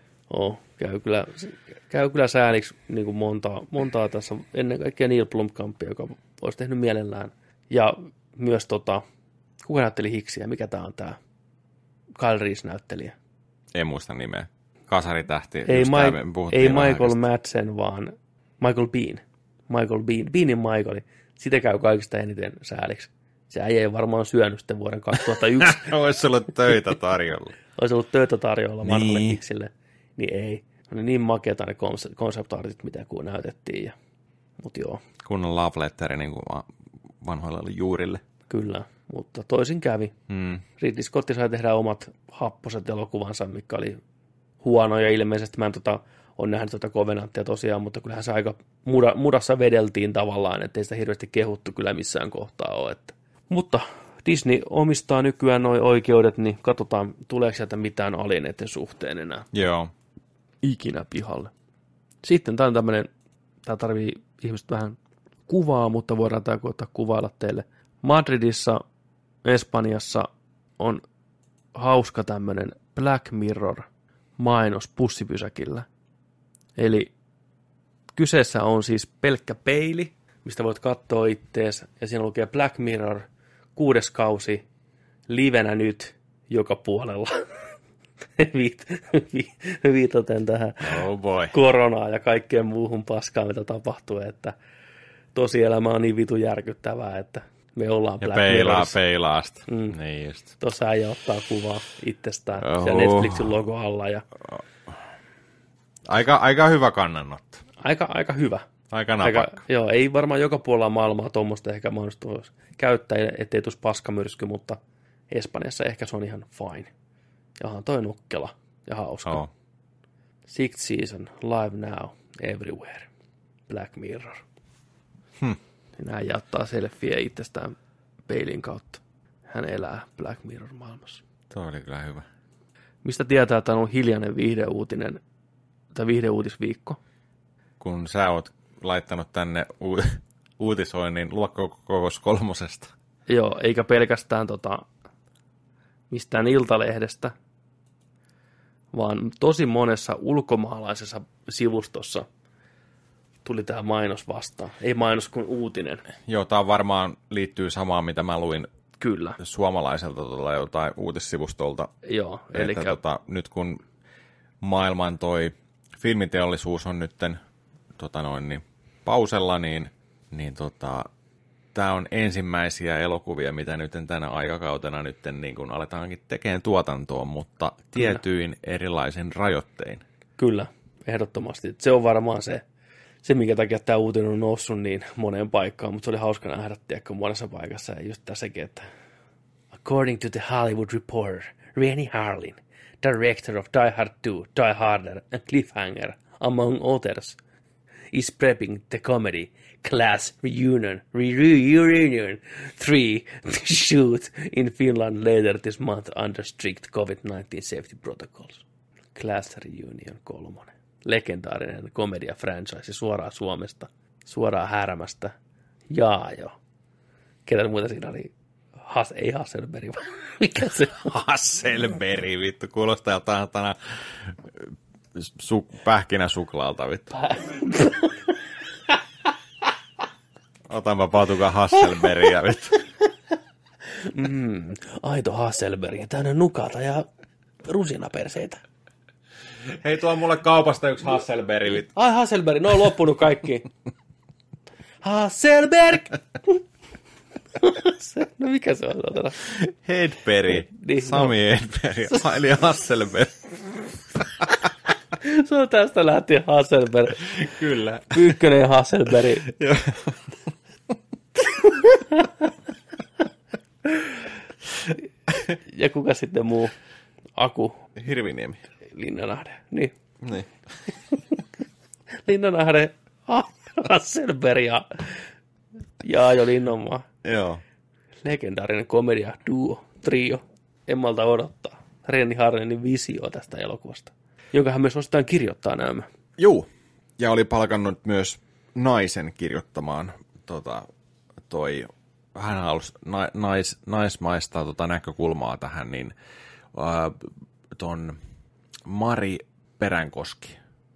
Käy kyllä sääliksi niin kuin montaa tässä. Ennen kaikkea Neil Blomkampia, joka olisi tehnyt mielellään. Ja myös kuka näytteli Hiksiä? Mikä tää on tää? Kyle Reese-näyttelijä. En muista nimeä. Kasaritähti. Ei Michael Madsen, vaan Michael Biehn. Biehnin Michael. Sitä käy kaikista eniten sääliksi. Se ei varmaan syönyt sitten vuoden 2001. Olisi ollut töitä tarjolla. Olisi ollut töitä tarjolla vanhalle Hiksille. Niin ei. Ne niin makeata ne concept-artit, mitä kun näytettiin. Mut joo. Kunnon love letteri niin kuin vanhoille juurille. Kyllä, mutta toisin kävi. Ridley Scott sai tehdä omat happoset elokuvansa, mikä oli huonoja. Ilmeisesti mä en ole nähnyt Covenantia tosiaan, mutta kyllähän se aika mudassa vedeltiin tavallaan, ettei sitä hirveästi kehuttu kyllä missään kohtaa ole. Mutta Disney omistaa nykyään nuo oikeudet, niin katsotaan, tuleeko sieltä mitään Alieneiden suhteen enää. Joo. Ikinä pihalle. Sitten tämä on tämmöinen, tämä tarvii ihmiset vähän kuvaa, mutta voidaan tämä koettaa kuvailla teille. Madridissa, Espanjassa on hauska tämmöinen Black Mirror mainos bussipysäkillä. Eli kyseessä on siis pelkkä peili, mistä voit katsoa ittees, ja siinä lukee Black Mirror, 6. kausi, livenä nyt joka puolella. Viitaten tähän koronaan ja kaikkeen muuhun paskaan, mitä tapahtuu, että tosielämä on niin vitu järkyttävää, että me ollaan Black Mirrorissa. Peilaa sitä. Niin just. Tuossa äijä ottaa kuvaa itsestään ja Netflixin logo alla. Ja... Aika hyvä kannanotto. Aika hyvä. Aika napakka. Joo, ei varmaan joka puolella maailmaa tuommoista ehkä mahdollisuus käyttää, ettei tuossa paskamyrsky, mutta Espanjassa ehkä se on ihan fine. Ja onhan toi nukkela ja hauska. Oh. 6th season, live now, everywhere. Black Mirror. Näin jättää selfieä itsestään peilin kautta. Hän elää Black Mirror-maailmassa. Tuo oli kyllä hyvä. Mistä tietää, että on hiljainen viihdeuutinen tai viihdeuutisviikko? Kun sä oot laittanut tänne uutisoinnin luokkakokous 3. Joo, eikä pelkästään mistään Iltalehdestä, vaan tosi monessa ulkomaalaisessa sivustossa tuli tämä mainos vastaan. Ei mainos kuin uutinen. Joo, tämä varmaan liittyy samaan, mitä mä luin kyllä suomalaiselta jotain uutissivustolta. Joo, eli nyt kun maailman toi filmiteollisuus on nytten niin pausella, niin tämä on ensimmäisiä elokuvia, mitä nyt tänä aikakautena nyt niin kun aletaankin tekemään tuotantoon, mutta tietyin erilaisin rajoittein. Kyllä, ehdottomasti. Se on varmaan se, minkä takia tämä uutinen on noussut niin moneen paikkaan, mutta se oli hauska nähdä, tiedätkö, monessa paikassa. Ja just tässäkin, että according to the Hollywood Reporter, Rennie Harlin, director of Die Hard 2, Die Harder and Cliffhanger, among others, is prepping the comedy Class Reunion 3 to shoot in Finland later this month under strict COVID-19 safety protocols. Class Reunion 3. Legendaarinen komedia-franchise suoraan Suomesta, suoraan Härmästä. Jaa jo. Ketä muuta siinä oli? Ei Hasselberg, vaan mikä se on? Hasselberg, vittu. Kuulostaa jotain pähkinäsuklaalta, vittu. Otanpa patukan Hasselbergia, vittu. Aito Hasselberg, täynnä nukata ja rusinaperseitä. Hei, tuo mulle kaupasta yksi Hasselberg, vittu. Ai Hasselberg, ne on loppunut kaikki. Hasselberg! No mikä se on? Hedberg. Niin, Sami Hedberg. Eli Hasselberg. Se on tästä lähtien Hasselberg. Kyllä. Pyykkönen Hasselberg. Joo. Ja kuka sitten muu? Aku. Hirviniemi. Linnanahde. Niin. Niin. Linnanahde, Hasselberg ja Jaajo Linnanmaa. Joo. Legendaarinen komedia, duo, trio. En malta odottaa. Renny Harlinin visio tästä elokuvasta, jonka hän myös osittain kirjoittaa nämä. Juu, ja oli palkannut myös naisen kirjoittamaan hän halusi naismaista näkökulmaa tähän, niin ton Mari Peränkoski.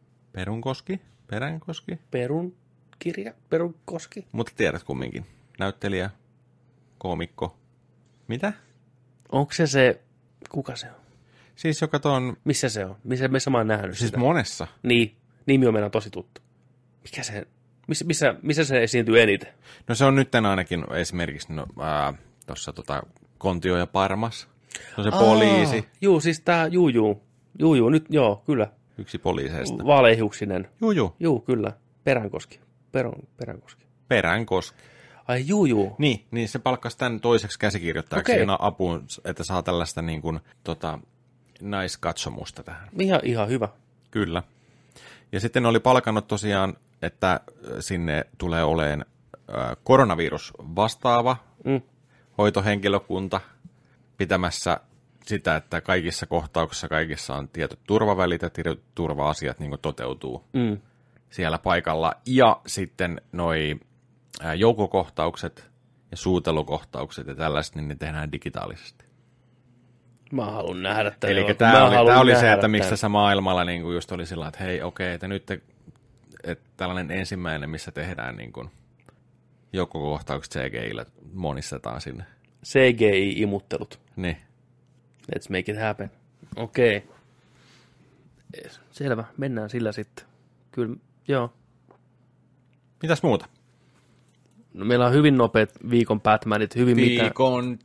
Perunkoski. Mutta tiedät kumminkin. Näyttelijä, koomikko. Mitä? Onko se, kuka se on? Siis joka Missä se on? Missä mä oon nähnyt siis sitä? monessa. Niin, nimi on meidän tosi tuttu. Mikä se, missä se esiintyy eniten? No se on nyt ainakin esimerkiksi tuossa Kontio ja Parmas. Se on se poliisi. Juu, siis tää, juu, nyt joo, kyllä. Yksi poliiseista. Vaalehiuksinen. Juu. Kyllä. Peränkoski. Peränkoski. Ai juu. Niin se palkkasi tämän toiseksi käsikirjoittajaksi apuun, että saa tällaista niin kuin, naiskatsomusta tähän. Ihan hyvä. Kyllä. Ja sitten oli palkannut tosiaan, että sinne tulee oleen koronavirus vastaava hoitohenkilökunta pitämässä sitä, että kaikissa kohtauksissa kaikissa on tietyt turvavälit ja tietyt turva-asiat niin kuin toteutuu siellä paikalla. Ja sitten noi joukkokohtaukset ja suutelukohtaukset ja tällaiset, niin ne tehdään digitaalisesti. Mä haluan nähdä tämän. Eli tämä oli se, että missä se maailmalla niin kuin just oli sillä, että hei, okei, että nyt tällainen ensimmäinen, missä tehdään niin kuin joukkokohtaukset CGI:llä monistetaan sinne. CGI-imuttelut. Niin. Let's make it happen. Okei. Selvä, mennään sillä sitten. Kyllä, joo. Mitäs muuta? No, meillä on hyvin nopeat viikon Batmanit. Viikon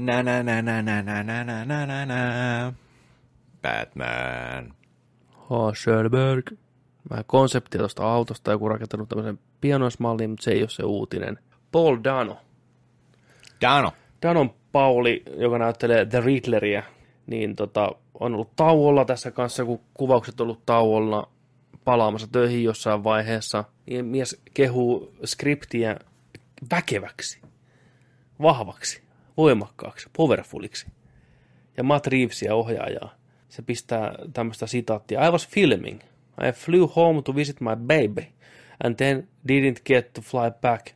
Batman. Schönberg. Vähän konseptia tuosta autosta, joku rakentanut tämmöisen pianoismallin, mutta se ei ole se uutinen. Paul Dano. Danon Pauli, joka näyttelee The Riddleria, niin on ollut tauolla tässä kanssa, kun kuvaukset on ollut tauolla palaamassa töihin jossain vaiheessa. Niin mies kehuu skriptiä väkeväksi, vahvaksi, voimakkaaksi, powerfuliksi. Ja Matt Reevesia ohjaajaa. Se pistää tämmöistä sitaattia. I was filming. I flew home to visit my baby and then didn't get to fly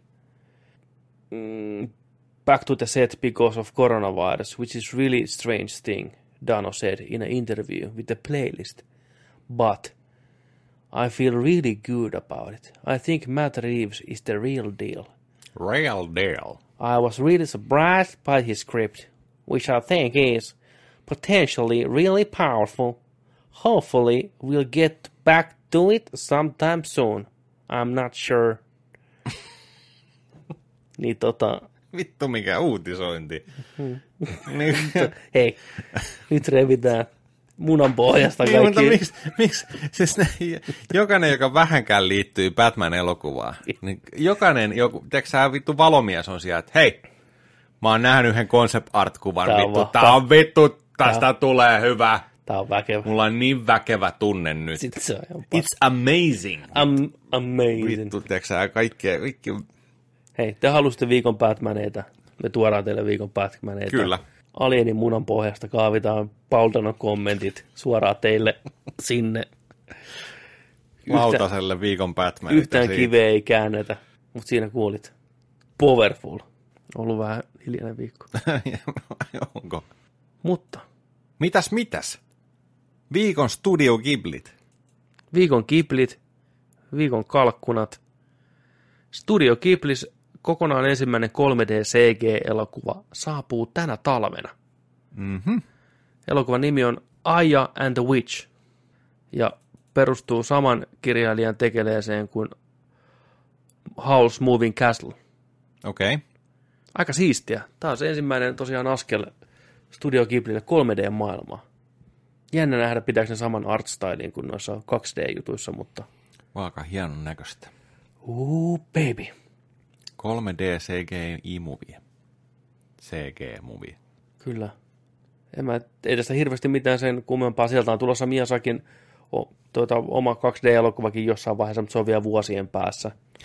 back to the set because of coronavirus, which is really strange thing, Dano said in an interview with the Playlist. But I feel really good about it. I think Matt Reeves is the real deal. Real deal. I was really surprised by his script, which I think is potentially really powerful. Hopefully we'll get back to it sometime soon. I'm not sure. Niin Vittu mikä uutisointi. Hei, nyt revitään munan pohjasta kaikki. Mutta miksi? Siis jokainen, joka vähänkään liittyy Batman-elokuvaan, niin tiedätkö sä vittu valomies on siellä, että hei, mä oon nähnyt yhden concept art-kuvan, tää on vittu, tästä tulee hyvä. Tää on väkevä. Mulla on niin väkevä tunne nyt. It's amazing. Amazing. Vittu, tiedätkö sä kaikki. Hei, te halusitte viikon Batmaneita. Me tuodaan teille viikon Batmaneita. Kyllä. Alienin munan pohjasta kaavitaan Paul Danon kommentit suoraan teille sinne. Lautaselle viikon Batmanita. Yhtään kiveä ei käännetä, mutta siinä kuulit. Powerful. Ollut vähän hiljainen viikko. Onko? Mutta. Mitäs? Viikon Studio Ghiblit. Viikon Ghiblit. Viikon kalkkunat. Studio Ghiblis kokonaan ensimmäinen 3D CG-elokuva saapuu tänä talvena. Mm-hmm. Elokuvan nimi on Aya and the Witch ja perustuu saman kirjailijan tekeleeseen kuin Howl's Moving Castle. Okei. Okay. Aika siistiä. Tämä on se ensimmäinen tosiaan askel Studio Ghiblille 3D-maailmaa. Jännä nähdä, pitääkö ne saman artstylin kuin noissa 2D-jutuissa, mutta... Aika hienon näköistä. Baby. 3D CG-movie. CG-movie. Kyllä. Ei tästä hirveästi mitään sen kummempaa. Sieltä on tulossa Miyazakin oma 2D-elokuvakin jossain vaiheessa, mutta se on vielä vuosien päässä.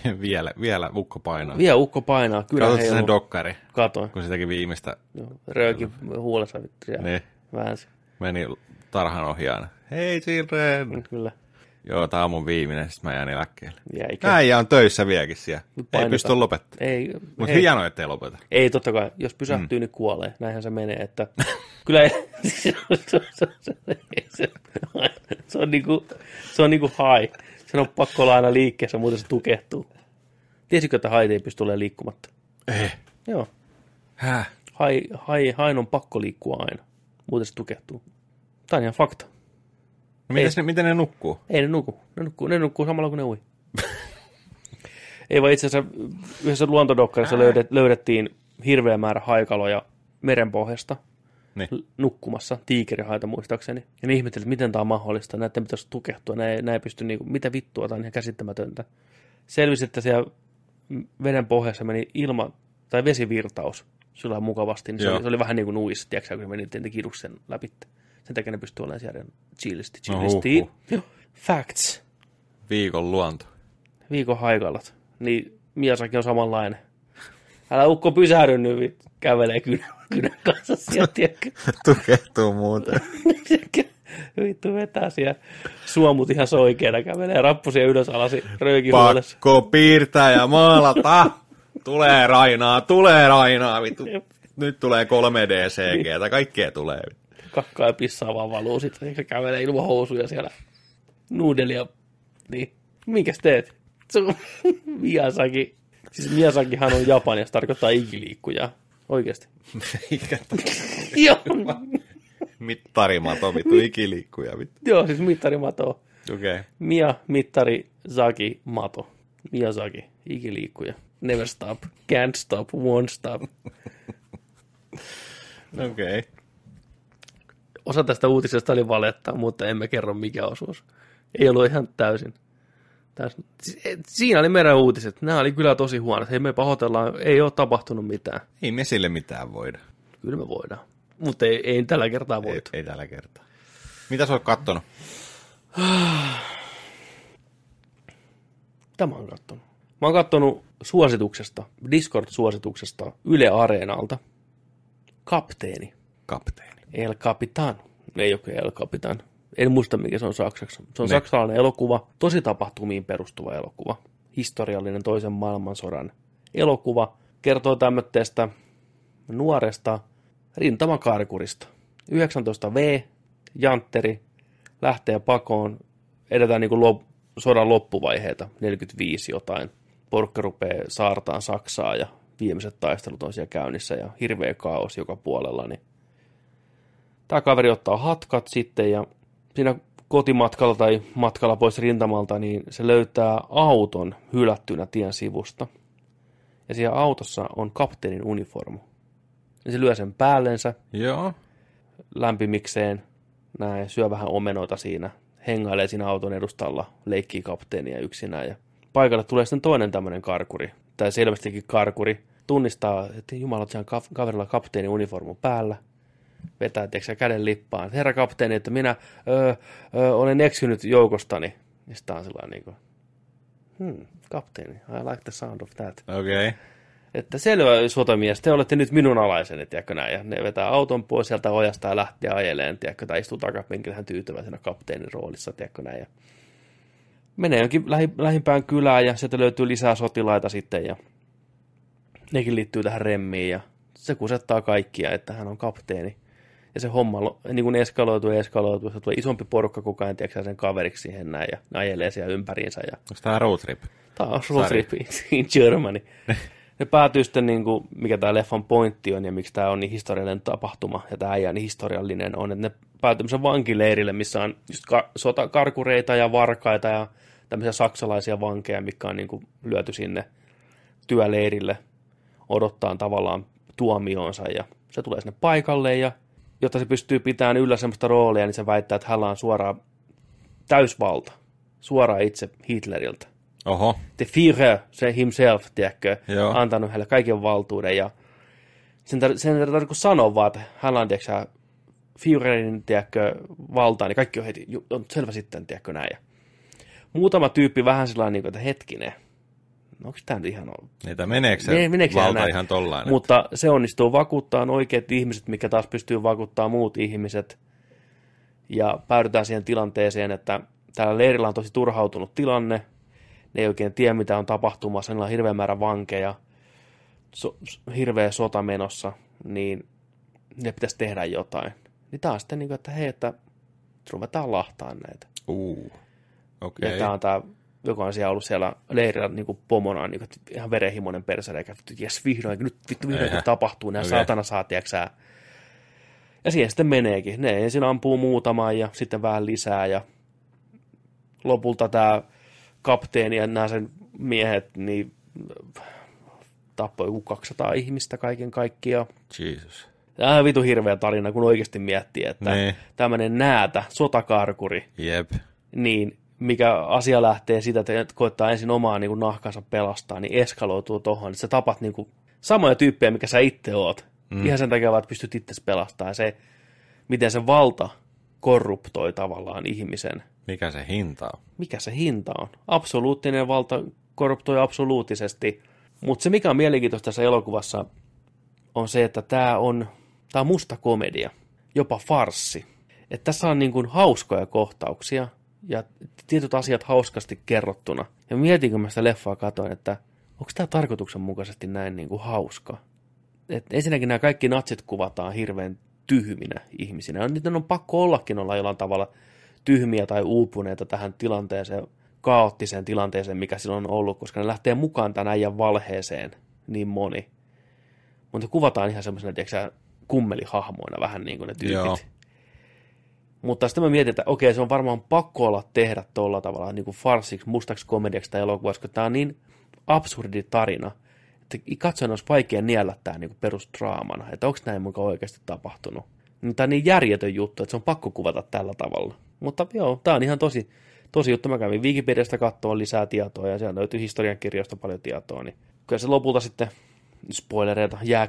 Vielä ukko painaa. Vielä ukko painaa. Katsotko sen dokkari? Katoin. Kun se teki viimeistä. Rööki huulessa vittu. Niin. Väänsi. Meni tarhan ohjaana. Hei children! Kyllä. Joo, tää on mun viimeinen, sit mä jään eläkkeelle. Jäikä. Äijä on töissä vieläkin siellä. Ei pysty lopettamaan. Ei. Mutta hienoa, ettei lopeta. Ei, totta kai. Jos pysähtyy, niin kuolee. Näinhän se menee, että kyllä se on niinku high. Sen on pakko olla aina liikkeessä, muuten se tukehtuu. Tiesitkö, että hait ei pysty olemaan liikkumatta? Ei. Joo. Häh? Hain on pakko liikkua aina, muuten se tukehtuu. Tämä on ihan fakta. No miten ne nukkuu? Ei ne nuku. Ne nukkuu samalla kuin ne ui. Ei vaan itse asiassa yhdessä luontodokkarissa löydettiin hirveä määrä haikaloja merenpohjasta nukkumassa, tiikerihaita muistaakseni. Ja ne ihmettelivät, miten tämä on mahdollista. Näiden pitäisi tukehtua. Ne ei pysty, mitä vittua, tämä on ihan käsittämätöntä. Selvisi, että siellä veden pohjassa meni tai vesivirtaus sillä mukavasti. Niin se oli vähän niin kuin nuissa, tiedätkö, kun meni kiduksen läpi. Sen takia ne pystyy olemaan siellä chillisti. No, facts. Viikon luonto. Viikon haikalat. Niin Miyazaki on samanlainen. Älä ukko pysähdy nyt, kävelee kynän kanssa sieltä, tiedätkö. Tukehtuu muuten. Vittu vetää siellä suomut ihan soikeena, kävelee rappusia ylös alasi röökin huolessa. Pakko piirtää ja maalata. Tulee rainaa, vittu. Nyt tulee 3D-CG, kaikkea tulee. Kakkaa ja pissaa vaan valuu sitten, eikä kävelee ilman housuja siellä nuudelia. Niin, minkäs teet? Miyazaki. Siis Miyazakihan on Japanissa, tarkoittaa ikiliikkujaa. Oikeesti. Joo. Mittarimato, vittu, ikiliikkuja, vittu. Joo, siis mittarimato. Okei. Okay. Mittari, Zaki, mato. Miyazaki, ikiliikkuja. Never stop, can't stop, won't stop. Okei. Okay. Osa tästä uutisesta oli valetta, mutta emme kerro mikä osuus. Ei ollut ihan täysin. Siinä oli meidän uutiset. Nämä oli kyllä tosi huonot. Hei, me pahoitellaan, ei ole tapahtunut mitään. Ei me sille mitään voida. Kyllä me voidaan. Mutta ei tällä kertaa voitu. Ei tällä kertaa. Mitä sä oot kattonut? Tämä on kattonut. Mä oon kattonut Discord-suosituksesta Yle Areenalta. Kapteeni. El Capitan. Ei ole El Capitan. En muista, mikä se on saksaksi. Se on saksalainen elokuva, tosi tapahtumiin perustuva elokuva. Historiallinen toisen maailmansodan elokuva. Kertoo tämmöistä nuoresta rintamakarkurista. 19V, jantteri, lähtee pakoon. Edetään niin kuin sodan loppuvaiheita, 45 jotain. Porukka rupeaa saartaan Saksaa ja viimeiset taistelut on siellä käynnissä ja hirveä kaos joka puolella. Niin tämä kaveri ottaa hatkat sitten ja siinä kotimatkalla tai matkalla pois rintamalta, niin se löytää auton hylättynä tien sivusta. Ja siellä autossa on kapteenin uniformu. Ja se lyö sen päällensä. Joo. Lämpimikseen. Näin, syö vähän omenoita siinä. Hengailee siinä auton edustalla, leikkii kapteenia yksinään. Ja paikalle tulee sitten toinen tämmöinen karkuri. Tai selvästikin karkuri. Tunnistaa, että jumala, siellä kaverilla kapteenin uniformu päällä. Vetää käden lippaan. Herra kapteeni, että minä olen eksynyt joukostani. Ja sitten on sellainen niin kuin, kapteeni, I like the sound of that. Okei. Okay. Että selvä sotamies, te olette nyt minun alaiseni, tiedätkö näin. Ja ne vetää auton pois sieltä ojasta ja lähtee ajeleen, tiedätkö, tai istuu takapenkillä hän tyytyväisenä kapteenin roolissa, tiedätkö näin. Ja menee jonkin lähimpään kylään ja sieltä löytyy lisää sotilaita sitten ja nekin liittyy tähän remmiin ja se kusettaa kaikkia, että hän on kapteeni. Ja se homma niin kuin eskaloituu, se tulee isompi porukka koko ajan, tiedätkö, sen kaveriksi siihen näin, ja ajelee siellä ympäriinsä. Ja onko tämä road trip? Tämä on road trip in Germany. Ne päätyy sitten, niin kuin, mikä tämä leffan pointti on, ja miksi tämä on niin historiallinen tapahtuma, ja tämä äijä niin historiallinen on, että ne päätyy sen vankileirille, missä on just sotakarkureita ja varkaita, ja tämmöisiä saksalaisia vankeja, mikä on niin kuin lyöty sinne työleirille, odottaa tavallaan tuomioonsa, ja se tulee sinne paikalle, ja jotta se pystyy pitämään yllä semmoista roolia, niin se väittää, että hänellä on suoraan täysvalta. Suoraan itse Hitleriltä. Oho. The Führer, se himself, tiedätkö, Joo. antanut hänelle kaiken valtuuden. Ja sen tarvitse sanoa vaan, että hänellä on, tiedätkö, Führerin, tiedätkö, valtaa, niin kaikki on heti, on selvä sitten, tiedätkö, näin. Ja muutama tyyppi vähän sellainen, että hetkinen, no onko tämä nyt ihan Niitä meneekö se valta ihan tollain? Mutta se onnistuu vakuuttaa oikeat ihmiset, mikä taas pystyy vakuuttaa muut ihmiset. Ja päädytään siihen tilanteeseen, että täällä leirillä on tosi turhautunut tilanne. Ne ei oikein tiedä, mitä on tapahtumassa. Niillä on hirveä määrä vankeja, hirveä sota menossa, niin ne pitäisi tehdä jotain. Niin tää on sitten niin kuin, että hei, että ruvetaan lahtaan näitä. Okay. Ja tää on tää, joka on siellä ollut siellä leirillä niin kuin pomona, niin kuin, ihan verenhimoinen persereikä. Jes, vihdoinkin, nyt vihdoinkin tapahtuu, nämä saatana saa, tiiäksää. Ja siihen sitten meneekin. Ne ensin ampuu muutaman ja sitten vähän lisää. Ja lopulta tämä kapteeni ja nämä sen miehet niin tappoi joku 200 ihmistä kaiken kaikkiaan. Jesus. Tämä on vitu hirveä tarina, kun oikeasti miettii, että tämmöinen näätä, sotakarkuri, niin mikä asia lähtee siitä, että koittaa ensin omaa niin kuin nahkansa pelastaa, niin eskaloituu tohon. Että sä tapat niin kuin samoja tyyppejä, mikä sä itse oot. Ihan sen takia vaan, että pystyt itse pelastamaan. Ja se, miten se valta korruptoi tavallaan ihmisen. Mikä se hinta on? Mikä se hinta on? Absoluuttinen valta korruptoi absoluuttisesti. Mutta se, mikä on mielenkiintoista tässä elokuvassa, on se, että tämä on musta komedia, jopa farssi. Että tässä on niin kuin hauskoja kohtauksia ja tietyt asiat hauskasti kerrottuna. Ja mietin, kun mä sitä leffaa katoin, että onko tämä tarkoituksenmukaisesti näin niin kuin hauska? Et ensinnäkin nämä kaikki natsit kuvataan hirveän tyhminä ihmisinä. Niitä on pakko olla jollain tavalla tyhmiä tai uupuneita tähän tilanteeseen, kaoottiseen tilanteeseen, mikä silloin on ollut, koska ne lähtee mukaan tämän äijän valheeseen niin moni. Mutta kuvataan ihan semmoisena, tiedätkö, kummelihahmoina vähän niin kuin ne tyypit. Joo. Mutta sitten mä mietin, että okei, se on varmaan pakko olla tehdä tuolla tavalla niin kuin farsiksi, mustaksi komediaksi tai elokuvassa, koska tämä on niin absurdi tarina, että katsoen olisi vaikea niellä tämä niin kuin perusdraamana, että onko näin mukaan oikeasti tapahtunut. Tämä on niin järjetön juttu, että se on pakko kuvata tällä tavalla. Mutta joo, tämä on ihan tosi juttu. Mä kävin Wikipediasta katsoa lisää tietoa ja siellä löytyy historiankirjoista paljon tietoa, niin kyllä se lopulta sitten, spoilereita, jää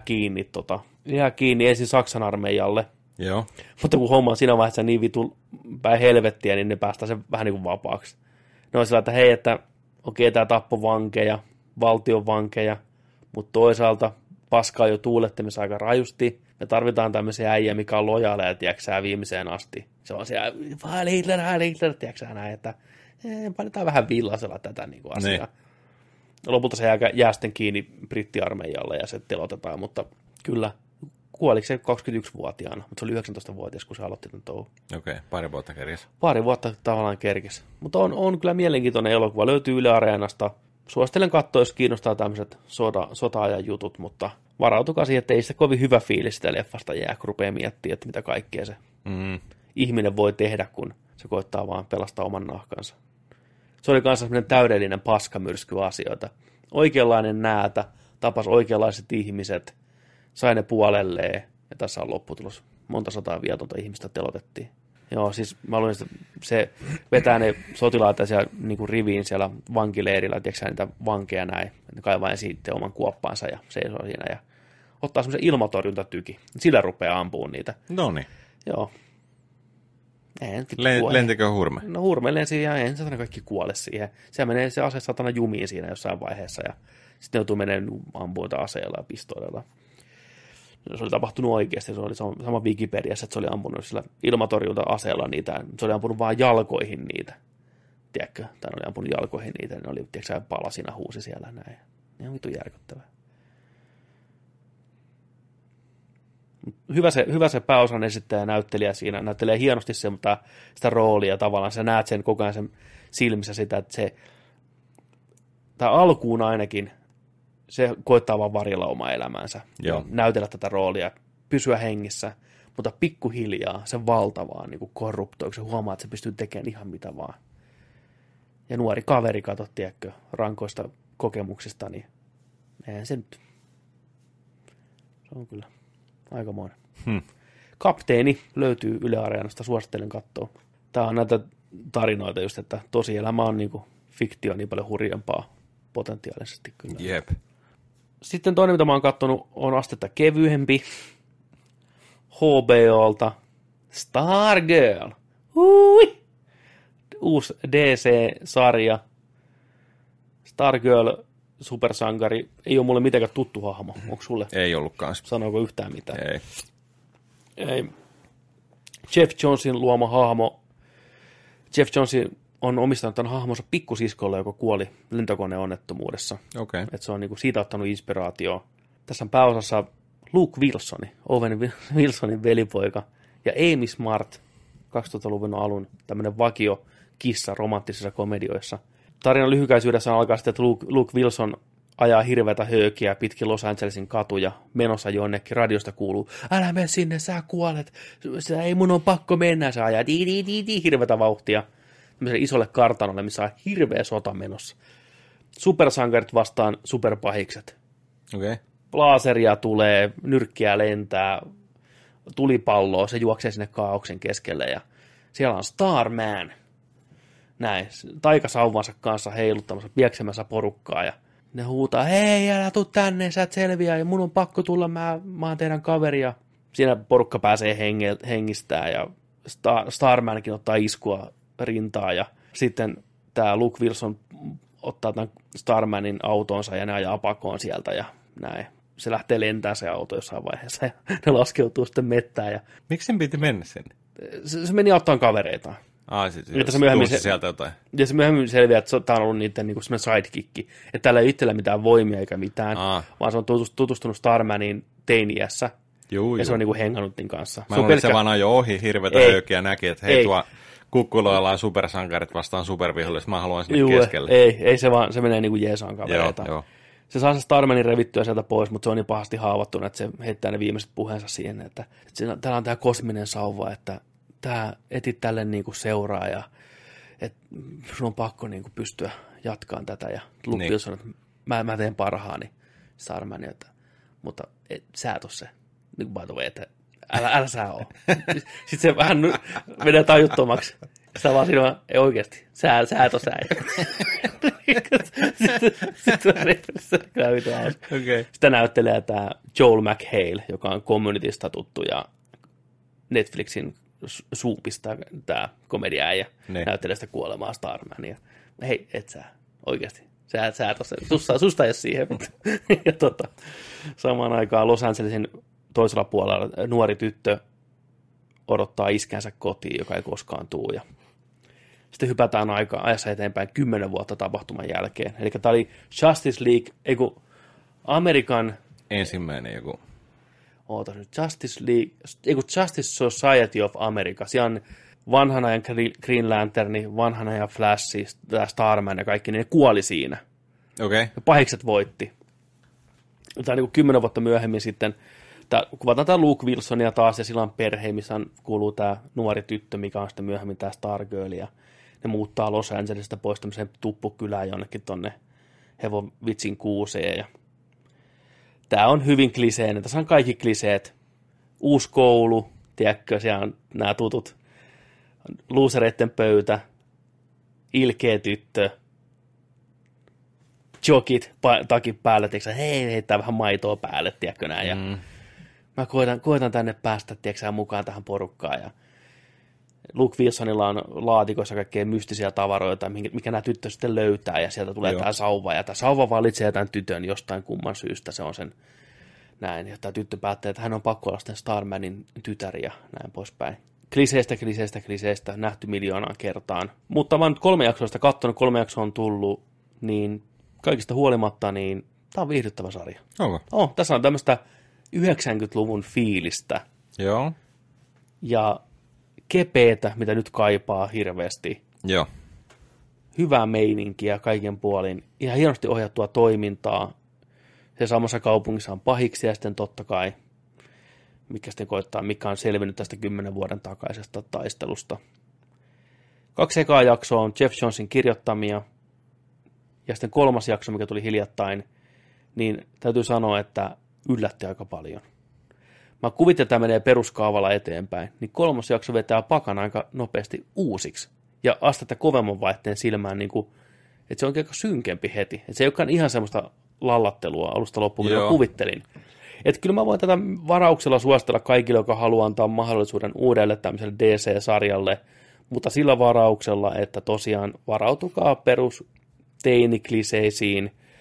kiinni ensin Saksan armeijalle. Joo. Mutta kun homma on siinä vaiheessa niin vitu päin helvettiä, niin ne päästään sen vähän niin kuin vapaaksi. Ne on sillä, että hei, että okei, tämä tappoi vankeja, valtion vankeja, mutta toisaalta paskaa jo tuulettamissa aika rajusti. Me tarvitaan tämmöisiä äijä, mikä on lojaaleja, tiedäksää, viimeiseen asti. Se on siellä, Heil Hitler, tiedäksää näin, että painetaan vähän villasella tätä niin kuin asiaa. Lopulta se jää sitten kiinni brittiarmeijalle ja se telotetaan, mutta kyllä, kuoliko se 21-vuotiaana, mutta se oli 19-vuotias, kun se aloitti tämän touhun. Okei, pari vuotta kerkesi. Pari vuotta tavallaan kerkesi. Mutta on kyllä mielenkiintoinen elokuva, löytyy Yle Areenasta. Suosittelen katsoa, jos kiinnostaa tämmöiset sota-ajan jutut, mutta varautukaa siihen, että ei sitä kovin hyvä fiilis sitä leffasta jää, kun rupeaa miettimään, että mitä kaikkea se ihminen voi tehdä, kun se koittaa vaan pelastaa oman nahkansa. Se oli kanssa semmoinen täydellinen paskamyrsky asioita. Oikeanlainen näätä, tapas oikeanlaiset ihmiset, sai ne puolelleen, ja tässä on lopputulos. Monta sataa viatonta ihmistä telotettiin. Joo, siis mä luulen, että se vetää ne sotilaita siellä niin kuin riviin siellä vankileirillä, tiedätkö niitä vankeja näin, ne kaivaa ensin oman kuoppaansa ja seisoo siinä ja ottaa semmoisen ilmatorjuntatyki. Sillä rupeaa ampumaan niitä. Noniin. Joo. Lentikö hurme? No hurme lensi ja en satana kaikki kuole siihen. Se menee se ase satana jumiin siinä jossain vaiheessa ja sitten joutuu menemään ampuita aseella ja pistoilella. Se oli tapahtunut oikeasti, se oli sama Wikipediassa, että se oli ampunut sillä ilmatorjunta-aseella niitä, se oli ampunut vaan jalkoihin niitä, tiedätkö, tai oli ampunut jalkoihin niitä, ne oli, tiedätkö, palasina huusi siellä näin, ne on vitun järkyttävää. Hyvä se pääosan esittäjä näyttelijä siinä, näyttelee hienosti sitä roolia tavallaan, sä näet sen koko ajan sen silmissä sitä, että se, tai alkuun ainakin, se koittaa vaan varjella omaa elämäänsä, näytellä tätä roolia, pysyä hengissä, mutta pikkuhiljaa se valtavaa niin korruptoi, kun se huomaa, että se pystyy tekemään ihan mitä vaan. Ja nuori kaveri, kato, tiedätkö, rankoista kokemuksista, niin eihän se nyt. Se on kyllä aikamoinen. Kapteeni löytyy Yle Areenasta, suosittelen katsoa. Tämä on näitä tarinoita just, että tosielämä on niin kuin fiktio niin paljon hurjempaa potentiaalisesti kyllä. Jep. Sitten toinen, mitä mä oon katsonut, on astetta kevyempi. HBOlta. Stargirl. Uusi DC-sarja. Stargirl supersankari ei ole mulle mitenkään tuttu hahmo. Onko sulle? Ei ollut kanssa. Sanooko yhtään mitään? Ei. Jeff Jonesin luoma hahmo. Jeff Jones on omistanut tämän hahmonsa pikkusiskolle, joka kuoli lentokoneonnettomuudessa. Okay. Et se on niinku siitä ottanut inspiraatioa. Tässä on pääosassa Luke Wilsoni, Owen Wilsonin velipoika, ja Amy Smart, 2000-luvun alun tämmöinen vakio kissa romanttisissa komedioissa. Tarinan lyhykäisyydessä alkaa sitten, että Luke Wilson ajaa hirveätä höökiä pitkin Los Angelesin katuja, menossa jonnekin, radiosta kuuluu, älä mene sinne, sä kuolet, ei mun on pakko mennä, se ajaa hirveätä vauhtia tämmöiselle isolle kartanolle, missä on hirveä sota menossa. Supersankarit vastaan superpahikset. Okay. Laseria tulee, nyrkkiä lentää, tulipalloa, se juoksee sinne kaaoksen keskelle ja siellä on Starman, näin, taikasauvansa kanssa heiluttamassa, pieksemässä porukkaa ja ne huutaa, hei, älä tuu tänne, sä et selviä ja mun on pakko tulla, mä oon teidän kaveri ja siinä porukka pääsee hengistää ja Starmankin ottaa iskua rintaa ja sitten tää Luke Wilson ottaa tämän Starmanin autonsa ja ne ajaa pakoon sieltä ja näin. Se lähtee lentämään se auto jossain vaiheessa ja ne laskeutuu sitten mettään. Ja miksi sen piti mennä sinne? Se meni auttamaan kavereitaan. Se sieltä jotain. Ja se myöhemmin selviää, että tämä on ollut niiden niin semmoinen sidekick. Että täällä ei itsellä mitään voimia eikä mitään, vaan se on tutustunut Starmanin teini-iässä. Ja se on niin kuin hengannut niin kanssa. Mä luulen, se vaan ajoi ohi hirveätä höökiä ja näki, että hei tuo kukkuloilla on supersankarit vastaan superviholliset, mä haluan sinne keskelle. Ei se vaan, se menee niin kuin jeesaan kavereita. Joo. Se saa se Starmanin revittyä sieltä pois, mutta se on niin pahasti haavoittunut, että se heittää ne viimeiset puheensa siihen, että täällä on tämä kosminen sauva, että tämä etit tälle niinku seuraa ja että sun on pakko niinku pystyä jatkaan tätä. Ja Luke Wilson, että mä teen parhaani Starmania, mutta sä et ole se. Niin by the way, että älä sä oo. Sitten se vähän menee tajuttomaksi. Sitä vaan siinä ei oikeasti. Sä et ole sä. Sitten okay. Sitä näyttelee tämä Joel McHale, joka on Communitysta tuttu ja Netflixin Soupista tämä komediaäijä. Näyttelee sitä kuolemaa Starmania. Hei, et sä oikeasti. Sä et ole se. Susta ei ole siihen. Ja samaan aikaan Los Angelesin toisella puolella nuori tyttö odottaa iskänsä kotiin, joka ei koskaan tuu. Ja sitten hypätään ajassa eteenpäin 10 vuotta tapahtuman jälkeen. Eli tämä oli Justice League, Amerikan ensimmäinen joku. Oota nyt, Justice Society of America. Siellä on vanhan ajan Green Lanterni, vanhan ajan Flash, tämä Starman ja kaikki, ne kuoli siinä. Okay. Ja pahikset voitti. Tämä on 10 vuotta myöhemmin sitten, kuvataan tämä Luke Wilsonia taas, ja sillä on perhe, missä kuuluu tämä nuori tyttö, mikä on sitten myöhemmin tämä Stargirl, ja ne muuttaa Los Angelesista pois tämmöiseen tuppukylään jonnekin tonne hevon vitsin kuuseen, ja tämä on hyvin kliseinen, tässä on kaikki kliseet, uusi koulu, tiedätkö, siellä on nämä tutut, luusereiden pöytä, ilkeä tyttö, jokit takin päälle, tiedätkö, hei, heittää vähän maitoa päälle, tiedätkö näin, ja mä koitan tänne päästä, tiedätkö, mukaan tähän porukkaan, ja Luke Wilsonilla on laatikossa kaikkea mystisiä tavaroita, mikä nämä tyttö sitten löytää, ja sieltä tulee tämä sauva, ja tämä sauva valitsee tämän tytön jostain kumman syystä, se on sen näin, ja tämä tyttö päättää, että hän on pakko olla sitten Starmanin tytär, ja näin poispäin. Kliseistä, nähty miljoonaan kertaan, mutta mä oon nyt 3 jaksoa sitä katsonut, 3 jaksoa on tullut, niin kaikista huolimatta, niin tämä on viihdyttävä sarja. Okay. Tässä on tämmöistä 90-luvun fiilistä. Joo. Ja kepeetä, mitä nyt kaipaa hirveästi. Joo. Hyvää meininkiä kaiken puolin. Ihan hienosti ohjattua toimintaa. Se samassa kaupungissa on pahiksi ja sitten totta kai, mikä on selvinnyt tästä 10 vuoden takaisesta taistelusta. 2 ekaa jaksoa on Jeff Jonesin kirjoittamia. Ja sitten 3. jakso, mikä tuli hiljattain, niin täytyy sanoa, että yllätti aika paljon. Mä kuvittelin, että tämä menee peruskaavalla eteenpäin, niin 3. jakso vetää pakan aika nopeasti uusiksi. Ja astetta kovemman vaihteen silmään, niin kuin, että se on aika synkempi heti. Että se ei olekaan ihan semmoista lallattelua alusta loppuun, mitä mä kuvittelin. Että kyllä mä voin tätä varauksella suositella kaikille, joka haluaa antaa mahdollisuuden uudelle tämmöiselle DC-sarjalle, mutta sillä varauksella, että tosiaan varautukaa perus teinikliseisiin,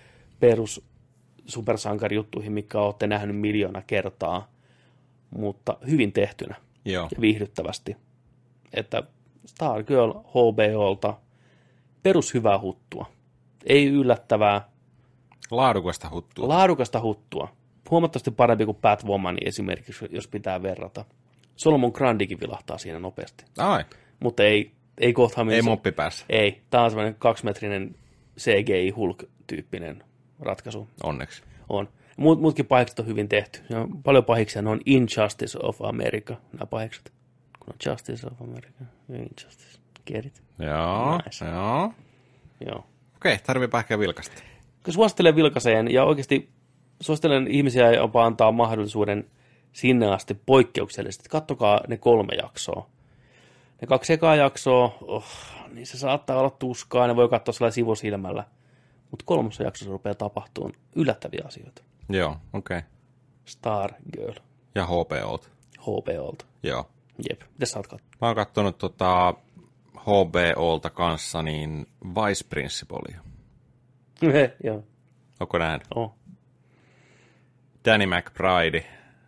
perus supersankarijuttuihin, mitkä olette nähnyt miljoona kertaa, mutta hyvin tehtynä Joo. ja viihdyttävästi. Että Stargirl HBOlta perus hyvää huttua. Ei yllättävää. Laadukasta huttua. Huomattavasti parempi kuin Batwoman esimerkiksi, jos pitää verrata. Solomon Grundykin vilahtaa siinä nopeasti. Ai. Mutta ei kohtaa Ei moppi päässä. Ei. Tämä on semmoinen 2-metrinen CGI-Hulk-tyyppinen ratkaisu. Onneksi. On. Muutkin pahikset on hyvin tehty. Ne on paljon pahiksia. Ne on Injustice of America, nämä pahikset. Kun on Justice of America, Injustice. Get it? Joo, Nice. Joo. Okei, tarviipa ehkä vilkasta. Suosittelen vilkaseen ja oikeasti suosittelen ihmisiä jopa antaa mahdollisuuden sinne asti poikkeuksellisesti. Kattokaa ne 3 jaksoa. Ne 2 ekaa jaksoa, niin se saattaa olla tuskaa, ne voi katsoa sellainen sivusilmällä. Mutta 3. jaksossa rupeaa tapahtumaan yllättäviä asioita. Joo, okei. Stargirl. Ja HBOlta. HBOlta. Joo. Jep. Mitäs sä oot katsoa? Mä oon kattonut HBOlta kanssa niin Vice Principalia. Joo. Onko nähnyt? Oh. Danny McBride.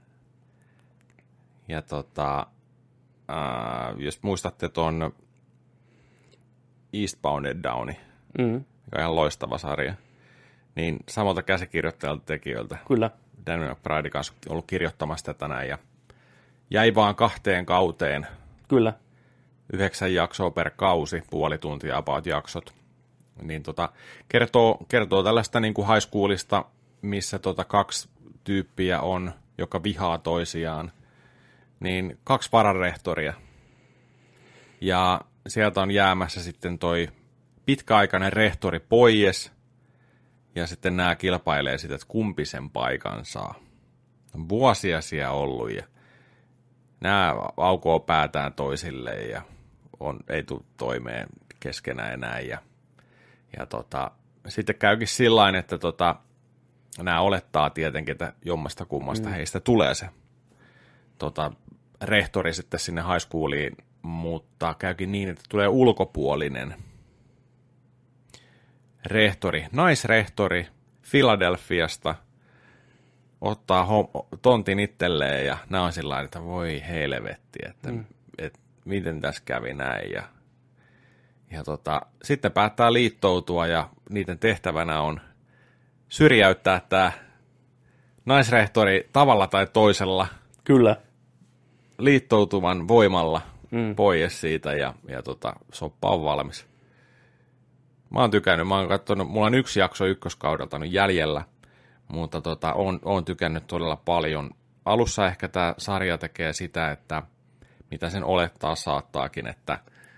Ja jos muistatte ton Eastbound Downi, joka on ihan loistava sarja, niin samalta käsikirjoittajalta tekijöiltä. Kyllä. Danny McBride kanssa ollut kirjoittamassa tätä näin ja jäi vaan 2 kauteen. Kyllä. 9 jaksoa per kausi, puoli tuntia about jaksot. Niin kertoo tällaista niin kuin high schoolista, missä 2 tyyppiä on, joka vihaa toisiaan. Niin 2 vararehtoria. Ja sieltä on jäämässä sitten toi pitkäaikainen rehtori pois. Ja sitten nämä kilpailee sitä, että kumpi sen paikan saa. On vuosia siellä ollut ja nämä aukoo päätään toisilleen ja ei tule toimeen keskenään enää. Ja sitten käykin sillain, että nämä olettaa tietenkin, että jommasta kummasta heistä tulee se rehtori sitten sinne high schooliin, mutta käykin niin, että tulee ulkopuolinen rehtori, naisrehtori Philadelphiasta, ottaa tontin itselleen ja nämä on sillä että voi helvetti, että miten tässä kävi näin. Ja sitten päättää liittoutua ja niiden tehtävänä on syrjäyttää tämä naisrehtori tavalla tai toisella. Kyllä. Liittoutuman voimalla pois siitä ja soppa on valmis. Mä oon tykännyt, mä oon katsonut, mulla on 1 jakso ykköskaudelta nyt jäljellä, mutta oon tykännyt todella paljon. Alussa ehkä tämä sarja tekee sitä, että mitä sen olettaa saattaakin, että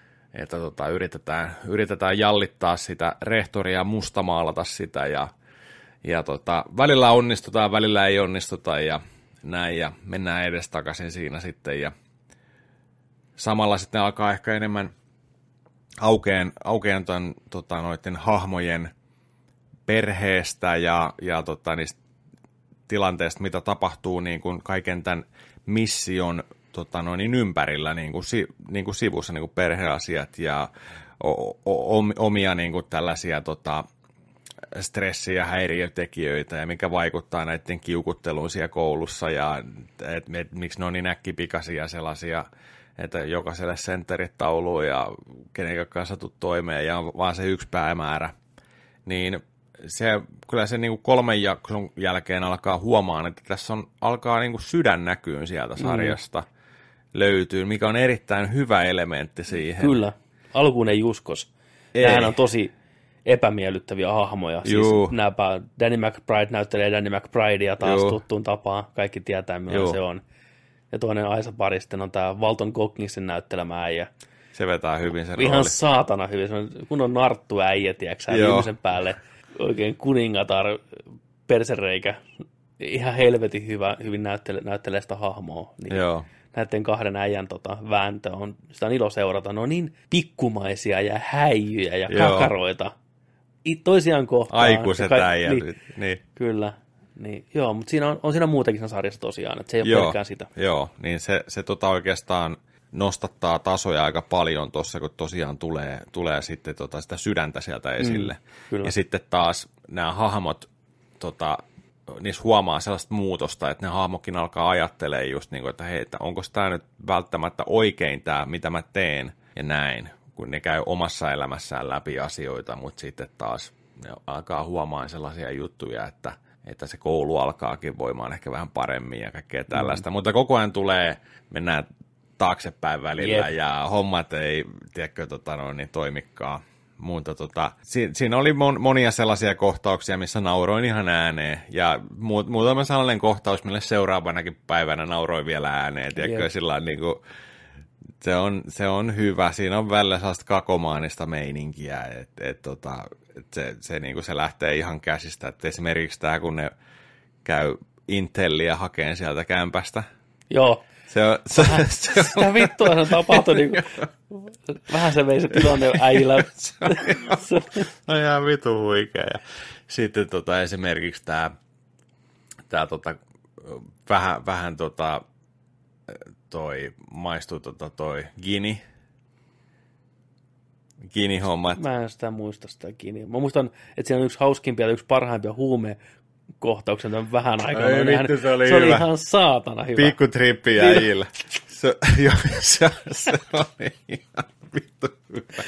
yritetään jallittaa sitä rehtoria ja mustamaalata sitä ja välillä onnistutaan, välillä ei onnistuta ja näin ja mennään edestakaisin siinä sitten ja samalla sitten alkaa ehkä enemmän aukeen noiden hahmojen perheestä ja niistä tilanteesta, mitä tapahtuu niin kuin kaiken tämän mission ympärillä niin kuin sivussa niin kuin perheasiat ja omia niin kuin tällaisia stressi- ja häiriötekijöitä ja mikä vaikuttaa näiden kiukutteluun siellä koulussa ja miksi ne on niin äkkipikaisia sellaisia, että jokaiselle sentterit tauluun ja kenen kanssa tuu toimeen ja on vaan se 1 päämäärä, niin kyllä se niinku 3 jakson jälkeen alkaa huomaan, että tässä alkaa niinku sydän näkyyn sieltä sarjasta löytyy, mikä on erittäin hyvä elementti siihen. Kyllä. Alkuun ei uskos. Nämähän on tosi epämiellyttäviä hahmoja. Siis Danny McBride näyttelee Danny McBridea taas tuttuun tapaan. Kaikki tietää, millainen se on. Ja toinen Aisa Pari sitten on tämä Walton Goggingsin näyttelemä äijä. Se vetää hyvin sen ihan rooli. Saatana hyvin. Se on kunnon narttu äijä, tiiäksä, viimeisen päälle. Oikein kuningatar, persereikä. Ihan helvetin hyvin näyttelee sitä hahmoa. Niin Joo. Näiden 2 äijän vääntö on, sitä on ilo seurata. Ne on niin pikkumaisia ja häijyjä ja kakaroita. Toisiaan kohtaan. Aikuiset äijät. Niin. Kyllä. Niin, joo, mutta siinä on siinä muutakin siinä sarjassa tosiaan, että se ei ole pelkkään sitä. Joo, niin se oikeastaan nostattaa tasoja aika paljon tuossa, kun tosiaan tulee sitten sitä sydäntä sieltä esille. Ja sitten taas nämä hahmot niissä huomaa sellaista muutosta, että ne hahmokin alkaa ajattelemaan just niin kuin, että hei, että onko tämä nyt välttämättä oikein tämä, mitä mä teen ja näin, kun ne käy omassa elämässään läpi asioita, mutta sitten taas ne alkaa huomaan sellaisia juttuja, että se koulu alkaakin voimaan ehkä vähän paremmin ja kaikkea tällaista, mutta koko ajan mennään taaksepäin välillä ja hommat ei, tiedätkö, niin toimikaan. Mutta siinä oli monia sellaisia kohtauksia, missä nauroin ihan ääneen. Ja muutama sellainen kohtaus, mille seuraavanakin päivänä nauroin vielä ääneen. Tiedätkö, sillä niin kuin, se on hyvä. Siinä on välillä sellaista kakomaanista meininkiä, että se, niin kuin se lähtee ihan käsistä. Et esimerkiksi tämä, kun ne käy Intelliä hakeen sieltä kämpästä. Joo. Sitä vittua se tapahtui. Niin vähän se vei se tilanne äijillä. Se on ihan vitu huikea. Ja sitten esimerkiksi tämä vähän toi maistuu Gini-hommat. Mä en sitä muista sitä Gini. Mä muistan, että siinä on yksi hauskimpia ja yksi parhaimpia huumekohtauksia tämän vähän aikaa. Se oli ihan saatana hyvä. Pikku trippi äijillä. Se oli ihan vittu hyvä.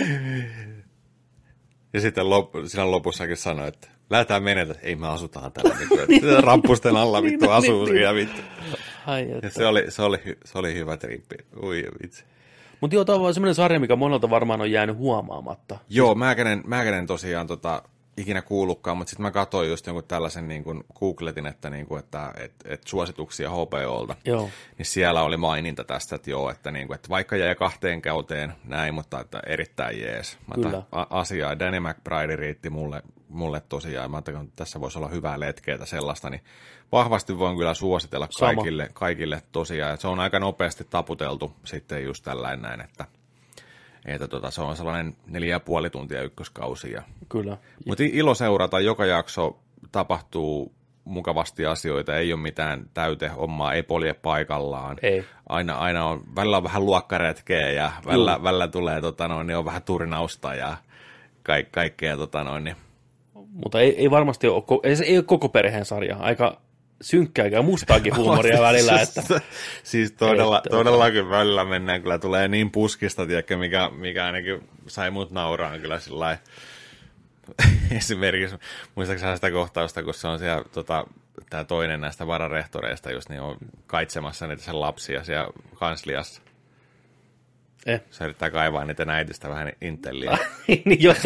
Ja sitten siinä lopussakin sanoi, että lähdetään menetä. Ei me asutaan täällä. Rampusten alla vittu asuu ja vittu. Ja se oli hyvä trippi. Ui vitsi. Mutta joo, tämä on vaan semmoinen sarja, mikä monelta varmaan on jäänyt huomaamatta. Joo, mäkänen tosiaan ikinä kuullutkaan, mutta sitten mä katsoin just jonkun tällaisen, niin kuin googletin, että suosituksia HBOlta. Joo. Niin siellä oli maininta tästä, että joo, että vaikka jäi 2 kauteen näin, mutta että erittäin jees. Asiaa. Danny McBride riitti mulle tosiaan. Mä ajattelin, että tässä voisi olla hyvää letkeitä sellaista, niin vahvasti voin kyllä suositella kaikille tosiaan. Että se on aika nopeasti taputeltu sitten just tällainen näin, että se on sellainen 4,5 tuntia ykköskausi. Kyllä. Mutta ilo seurata, joka jakso tapahtuu mukavasti asioita, ei ole mitään täytehommaa, ei polje paikallaan. Ei. Aina on, välillä on vähän luokkaretkeä ja välillä tulee on vähän turnausta ja kaikkea. Niin. Mutta ei varmasti ole, ei ole koko perheen sarja, aika synkkää ja mustaakin huumoria välillä. Että siis todellakin välillä mennään, kyllä tulee niin puskista, tiedätkö, mikä ainakin sai mut nauraan kyllä sillä esimerkiksi, muistaakseni sitä kohtausta, kun se on siellä tämä toinen näistä vararehtoreista, just niin on kaitsemassa niitä sen lapsia siellä kansliassa. Se yrittää kaivaa niitä äitistä vähän intelliä. Niin, joo,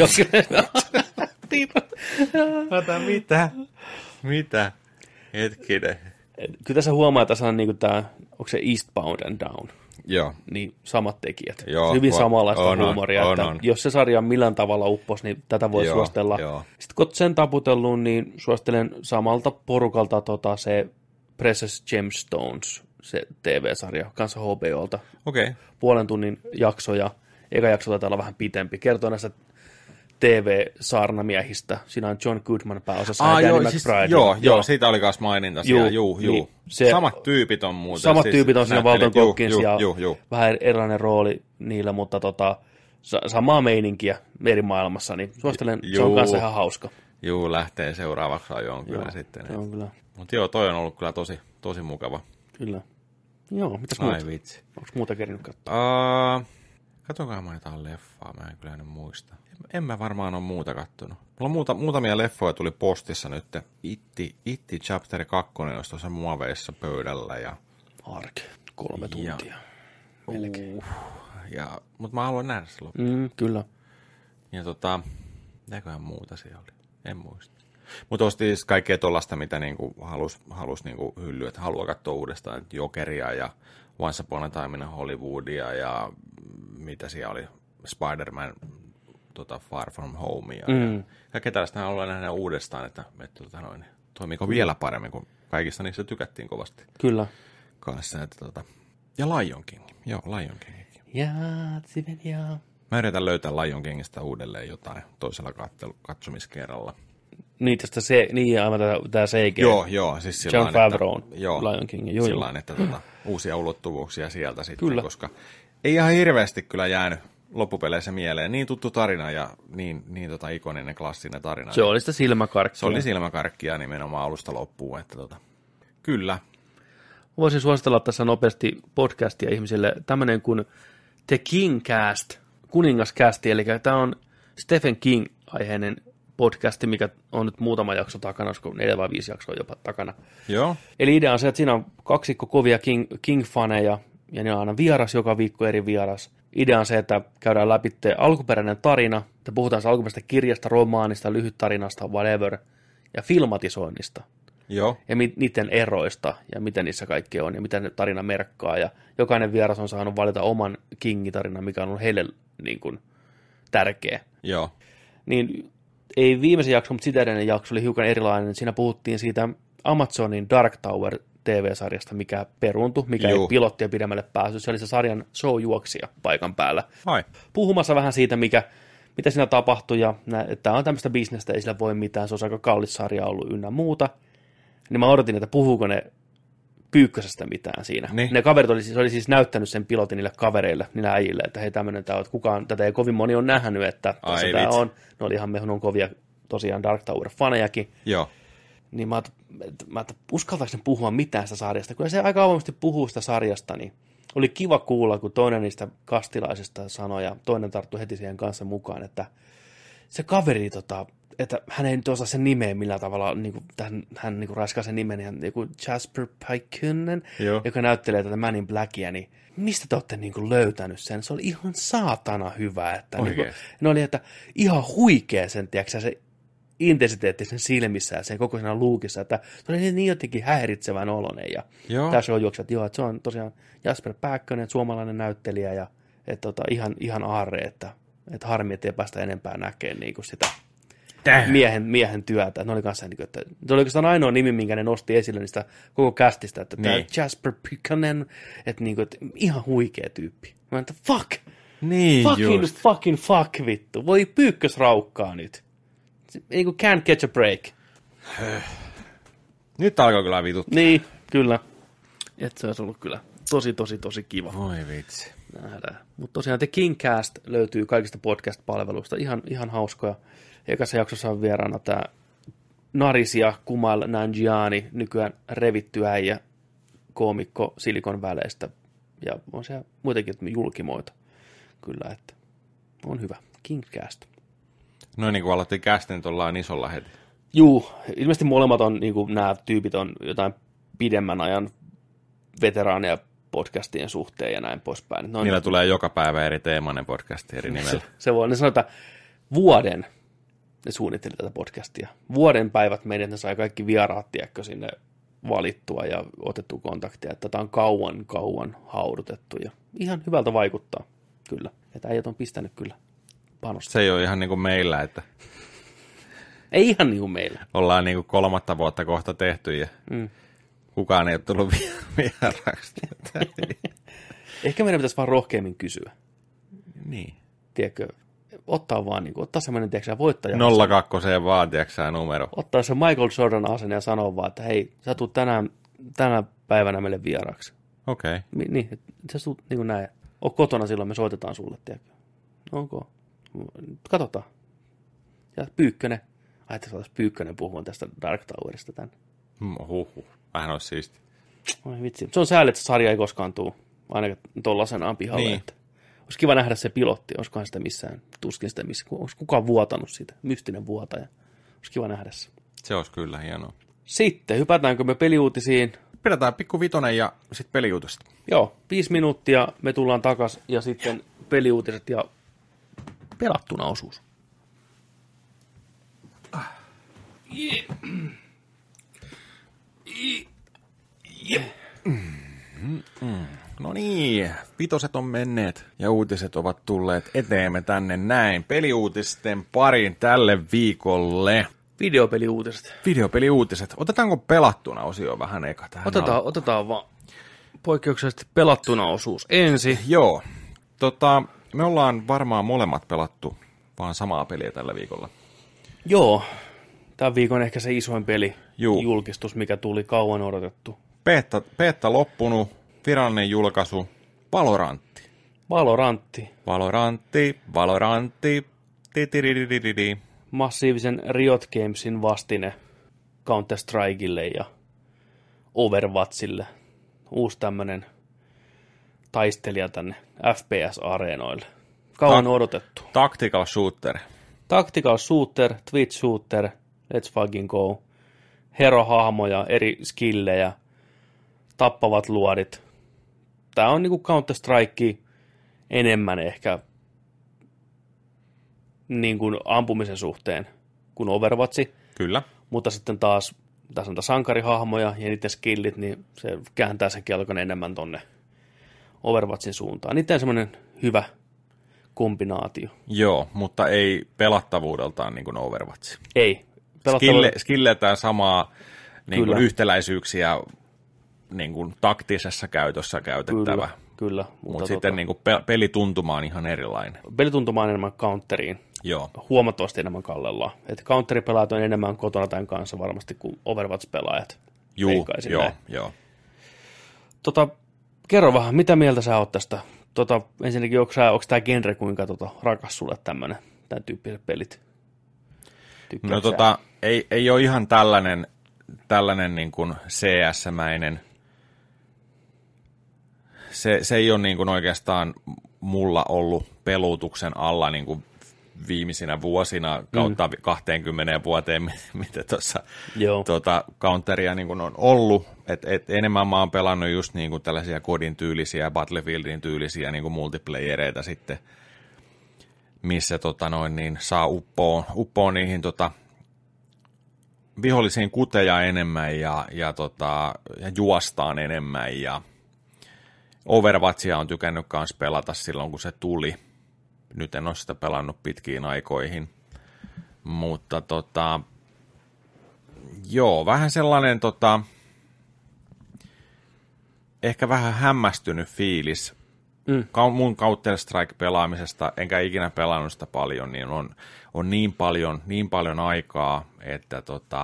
kyllä. Mitä? Hetkinen. Kyllä tässä huomaa, että tässä on niinku onko se Eastbound and Down? Joo. Niin samat tekijät. Joo, hyvin samanlaista huumoria. On. Jos se sarja millään tavalla uppos, niin tätä voi suositella. Joo. Sitten kun olet sen taputellut, niin suosittelen samalta porukalta se Precious Gemstones, se TV-sarja, kanssa HBOlta. Okei. 0,5 tunnin jakso ja eka jakso taitaa olla vähän pitempi. Kertoo näistä TV-saarnamiehistä. Siinä on John Goodman pääosassa ja Danny McBride. Joo, siitä oli myös maininta siellä. Juu. Niin, samat tyypit on muuten. Samat tyypit on siinä Walton Goggins ja vähän erilainen rooli niillä, mutta samaa meininkiä eri maailmassa, niin suosittelen, se on kanssa ihan hauska. Juu, lähtee seuraavaksi ajoon kyllä sitten. Se on kyllä. Mutta joo, toi on ollut kyllä tosi mukava. Kyllä. Joo, mitäs muuta? Ai vitsi. Onko muuta kerinyt katsoa? Katonkaan mä jotain leffaa, mä en kyllä en muista. En mä varmaan ole muuta kattonut. Mulla on muutamia leffoja tuli postissa nyt. Itti Chapter 2 olisi tuossa muoveissa pöydällä. Ja 3 tuntia. Melkein. Mutta mä haluan nähdä se loppuun. Kyllä. Ja mitäköhän muuta siellä oli? En muista. Mutta ostin kaikkea tuollaista, mitä niinku halus niinku hyllyä, että haluaa katsoa uudestaan Jokeria ja Once Upon a Time in Hollywoodia ja mitä siellä oli, Spider-Man Far From Home ja kaikkea tällaista haluaa nähdä uudestaan, että toimiiko vielä paremmin, kun kaikista niistä tykättiin kovasti. Kyllä. Kanssa, ja Lion King. Joo, Lion King. Ja. Mä yritän löytää Lion Kingistä uudelleen jotain toisella katsomiskerralla. Niin, aivan tämä CG. Joo, siis Jon Favreau, Lion King. Sillain, että uusia ulottuvuuksia sieltä sitten, kyllä. Koska ei ihan hirveästi kyllä loppupeleissä mieleen. Niin tuttu tarina ja niin ikoninen klassinen tarina. Se oli sitä silmäkarkkia. Se oli silmäkarkkia nimenomaan alusta loppuun. Että kyllä. Voisin suositella tässä nopeasti podcastia ihmisille. Tämmöinen kuin The Kingcast, kuningascasti, eli tämä on Stephen King-aiheinen podcasti, mikä on nyt muutama jakso takana, olisiko 4 vai 5 jaksoa jopa takana. Joo. Eli idea on se, että siinä on kaksikko kovia King-faneja, ja ne on aina vieras, joka viikko eri vieras. Idea on se, että käydään läpi alkuperäinen tarina, että puhutaan alkuperäisestä kirjasta, romaanista, lyhyttarinasta, whatever, ja filmatisoinnista. Joo. Ja niiden eroista, ja miten niissä kaikki on, ja mitä ne tarina merkkaa. Ja jokainen vieras on saanut valita oman King-tarinan, mikä on ollut heille niin kuin tärkeä. Joo. Niin ei viimeisen jakso, mutta sitä edellinen jakso oli hiukan erilainen. Siinä puhuttiin siitä Amazonin Dark Tower TV-sarjasta, mikä peruuntui, mikä ei pilottia pidemmälle päässyt. Se oli se sarjan show-juoksija paikan päällä. Ai. Puhumassa vähän siitä, mitä siinä tapahtui, ja tämä on tämmöistä bisnestä, ei sillä voi mitään, se on aika kallis sarja ollut ynnä muuta. Niin mä odotin, että puhuuko ne Pyykkösestä mitään siinä. Niin. Ne kaverit oli siis näyttänyt sen pilotin niille kavereille, niille äijille, että hei tämmöinen tämä on, että kukaan, tätä ei kovin moni on nähnyt, että tässä tämä on. Ne oli ihan mehun kovia tosiaan Dark Tower-fanejakin. Joo. Niin mä uskaltaako ne puhua mitään sitä sarjasta. Kun se aika avoimesti puhuu sitä sarjasta, niin oli kiva kuulla, kun toinen niistä kastilaisista sanoi, ja toinen tarttui heti siihen kanssa mukaan, että se kaveri, että hän ei nyt osaa sen nimeä millään tavalla, niin kuin, hän niin kuin raiskaa sen nimen, niin kuin Jasper Paikkonen, joka näyttelee tätä Man in Blackia, niin mistä te olette niin kuin löytänyt sen? Se oli ihan saatana hyvä, että niin kuin, ne oli, että ihan huikea sen, tiedätkö, se intensiteetti sen silmissä ja sen koko siinä luukissa, että se oli niin jotenkin häiritsevän oloinen, ja tässä on juokset, että se on tosiaan Jasper Paikkonen, suomalainen näyttelijä, ja että ihan aarre, että harmi, ettei päästä enempää näkemään niin kuin sitä miehen työtä. Ne oli kanssa, että se oli oikeastaan ainoa nimi, minkä ne nosti esille niistä koko kästistä, että tämä Jasper Paikkonen, että ihan huikea tyyppi. Mä että fuck! Niin fuck vittu. Voi pyykkösraukkaa nyt. Niin kuin can't catch a break. Nyt alkoi kyllä vituttaa. Niin, kyllä. Että se olisi ollut kyllä tosi kiva. Voi vitsi. Nähdään. Mutta tosiaan The Kingcast löytyy kaikista podcast-palveluista. Ihan hauskoja. Ekassa jaksossa on vieraana tämä Narisia Kumail Nanjiani, nykyään revitty äijä, koomikko Silikon väleistä. Ja on siellä muutenkin julkimoita. Kyllä, että on hyvä. Kingcast. Noin niin kuin aloittiin kästin, nyt ollaan isolla heti. Juu, ilmeisesti molemmat on, niin kuin nämä tyypit on jotain pidemmän ajan veteraaneja podcastien suhteen ja näin poispäin. Niillä tulee joka päivä eri teemainen podcasti eri nimellä. Se voi, ne sanoo, että vuoden ne suunnitteli tätä podcastia. Vuoden päivät meidät ne sai kaikki vieraat, tiedätkö, sinne valittua ja otettu kontaktia, että tätä on kauan haudutettu ja ihan hyvältä vaikuttaa, kyllä. Että äijät on pistänyt kyllä panosta. Se ei ole ihan niin kuin meillä, että ei ihan niin kuin meillä. Ollaan niin kuin 3 vuotta kohta tehty ja kukaan ei ole tullut vieraaksi. Ehkä meidän pitäisi vaan rohkeammin kysyä. Niin. Tiedätkö, ottaa vaan, niin kuin, ottaa semmoinen, tiedätkö, voittaja. 02 vaan, tiedätkö, numero. Ottaa se Michael Jordan asenne ja sanoo vaan, että hei, sä tulet tänä päivänä meille vieraaksi. Okei. Okay. Niin, sä tulet niin kuin näin. Oot kotona silloin, me soitetaan sulle, tiedätkö. Onko? Katsotaan. Ja Pyykkönen. Ajattelin, että Pyykkönen puhua tästä Dark Towerista tänne. Vähän olisi siisti. Oi vitsi. Se on sääli, että se sarja ei koskaan tule ainakaan tollasenaan pihalle. Niin. Että olisi kiva nähdä se pilotti. Olisikohan sitä missään, tuskin sitä missä. Onko kukaan vuotanut siitä? Mystinen vuotaja. Olisi kiva nähdä se. Se olisi kyllä hienoa. Sitten hypätäänkö me peliuutisiin? Pidetään pikku vitonen ja sitten peliuutiset. Joo, 5 minuuttia me tullaan takas ja sitten peliuutiset ja pelattuna osuus. Yeah. No niin, vitoset on menneet ja uutiset ovat tulleet eteemme tänne näin. Peliuutisten parin tälle viikolle. Videopeliuutiset. Otetaanko pelattuna osio vähän eka tähän? Otetaan vaan poikkeuksellisesti pelattuna osuus ensin. Joo, me ollaan varmaan molemmat pelattu vaan samaa peliä tällä viikolla. Joo, tämän viikon ehkä se isoin peli julkistus, mikä tuli kauan odotettu. Beta loppunut, virallinen julkaisu, Valorantti. Valorantti. Titiridididi. Massiivisen Riot Gamesin vastine Counter-Strikeille ja Overwatchille. Uusi tämmönen taistelija tänne FPS-areenoille. Kauan odotettu. Tactical shooter. Tactical shooter, Twitch shooter, let's fucking go. Hero-hahmoja, eri skillejä, tappavat luodit. Tää on niinku Counter-Strike enemmän ehkä niin kuin ampumisen suhteen kuin Overwatch. Kyllä. Mutta sitten taas tässä on sankarihahmoja ja niiden skillit, niin se kääntää sen kelkon enemmän tonne Overwatchin suuntaan. Niitä on semmoinen hyvä kombinaatio. Joo, mutta ei pelattavuudeltaan niin kuin Overwatch. Ei. Skilletään samaa niin kuin yhtäläisyyksiä niin kuin taktisessa käytössä käytettävä. Kyllä. Mutta sitten niin kuin pelituntuma on ihan erilainen. Pelituntuma on enemmän counteriin. Joo. Huomattavasti enemmän kallellaan. Että counteripelaajat on enemmän kotona tämän kanssa varmasti kuin Overwatch-pelaajat. Joo. Kerro vähän, mitä mieltä sä oot tästä? Ensinnäkin, onko tämä genre kuinka rakas sulle tämän tyyppiset pelit? Ei ole ihan tällainen niin kuin CS-mäinen. Se ei ole niin kuin oikeastaan mulla ollut pelutuksen alla niin kuin viimeisinä vuosina kautta 20 vuoteen, mitä tuossa Counteria niin kuin on ollut. Et enemmän mä oon pelannut just niin kuin tällaisia kodin tyylisiä, Battlefieldin tyylisiä niin kuin multiplayereita sitten, missä saa uppoon niihin vihollisiin kuteja enemmän ja juostaan enemmän ja Overwatchia on tykännyt myös pelata silloin, kun se tuli. Nyt en ole sitä pelannut pitkiin aikoihin. Mutta vähän sellainen ehkä vähän hämmästynyt fiilis. Mun Counter-Strike-pelaamisesta, enkä ikinä pelannut sitä paljon, niin on niin paljon aikaa, että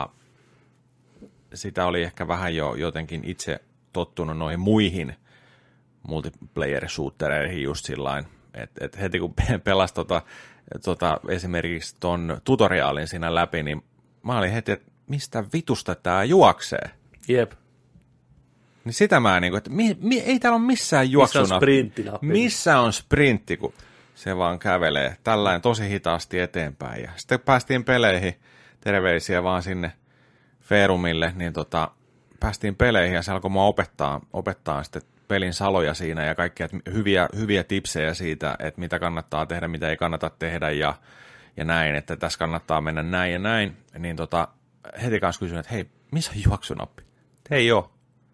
sitä oli ehkä vähän jo jotenkin itse tottunut noihin muihin multiplayer-shootereihin just sillain, että heti kun pelasi esimerkiksi ton tutoriaalin siinä läpi, niin mä olin heti, että mistä vitusta tää juoksee? Jep. Niin sitä mä niinku, että ei täällä ole missään juoksunappi. Missä on sprintti, kun se vaan kävelee tällainen tosi hitaasti eteenpäin. Ja sitten päästiin peleihin, terveisiä vaan sinne Ferumille, niin päästiin peleihin ja se alkoi mua opettaa sitten pelin saloja siinä ja kaikkia hyviä tipsejä siitä, että mitä kannattaa tehdä, mitä ei kannata tehdä ja näin, että tässä kannattaa mennä näin ja näin. Niin heti kanssa kysyin, että hei, missä on juoksunappi? Ei ole.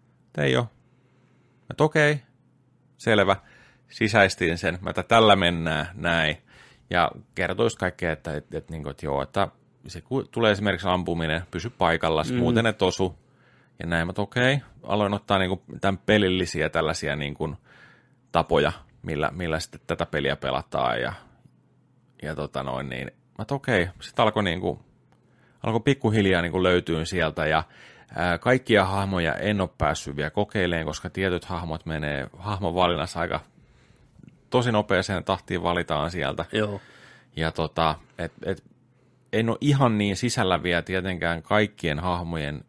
Että okei, selvä. Sisäistin sen, että tällä mennään näin. Ja kertoi just kaikkea, että se kun tulee esimerkiksi ampuminen, pysy paikalla, muuten et osu. Ja näin, että okei, aloin ottaa niinku tämän pelillisiä tällaisia niinku tapoja, millä sitten tätä peliä pelataan. Ja että okei, sitten alkoi pikkuhiljaa niinku löytyä sieltä ja kaikkia hahmoja en ole päässyt vielä kokeilemaan, koska tietyt hahmot menee hahmon valinnassa aika tosi nopeaseen tahtiin valitaan sieltä. Joo. Ja en ole ihan niin sisällä vielä tietenkään kaikkien hahmojen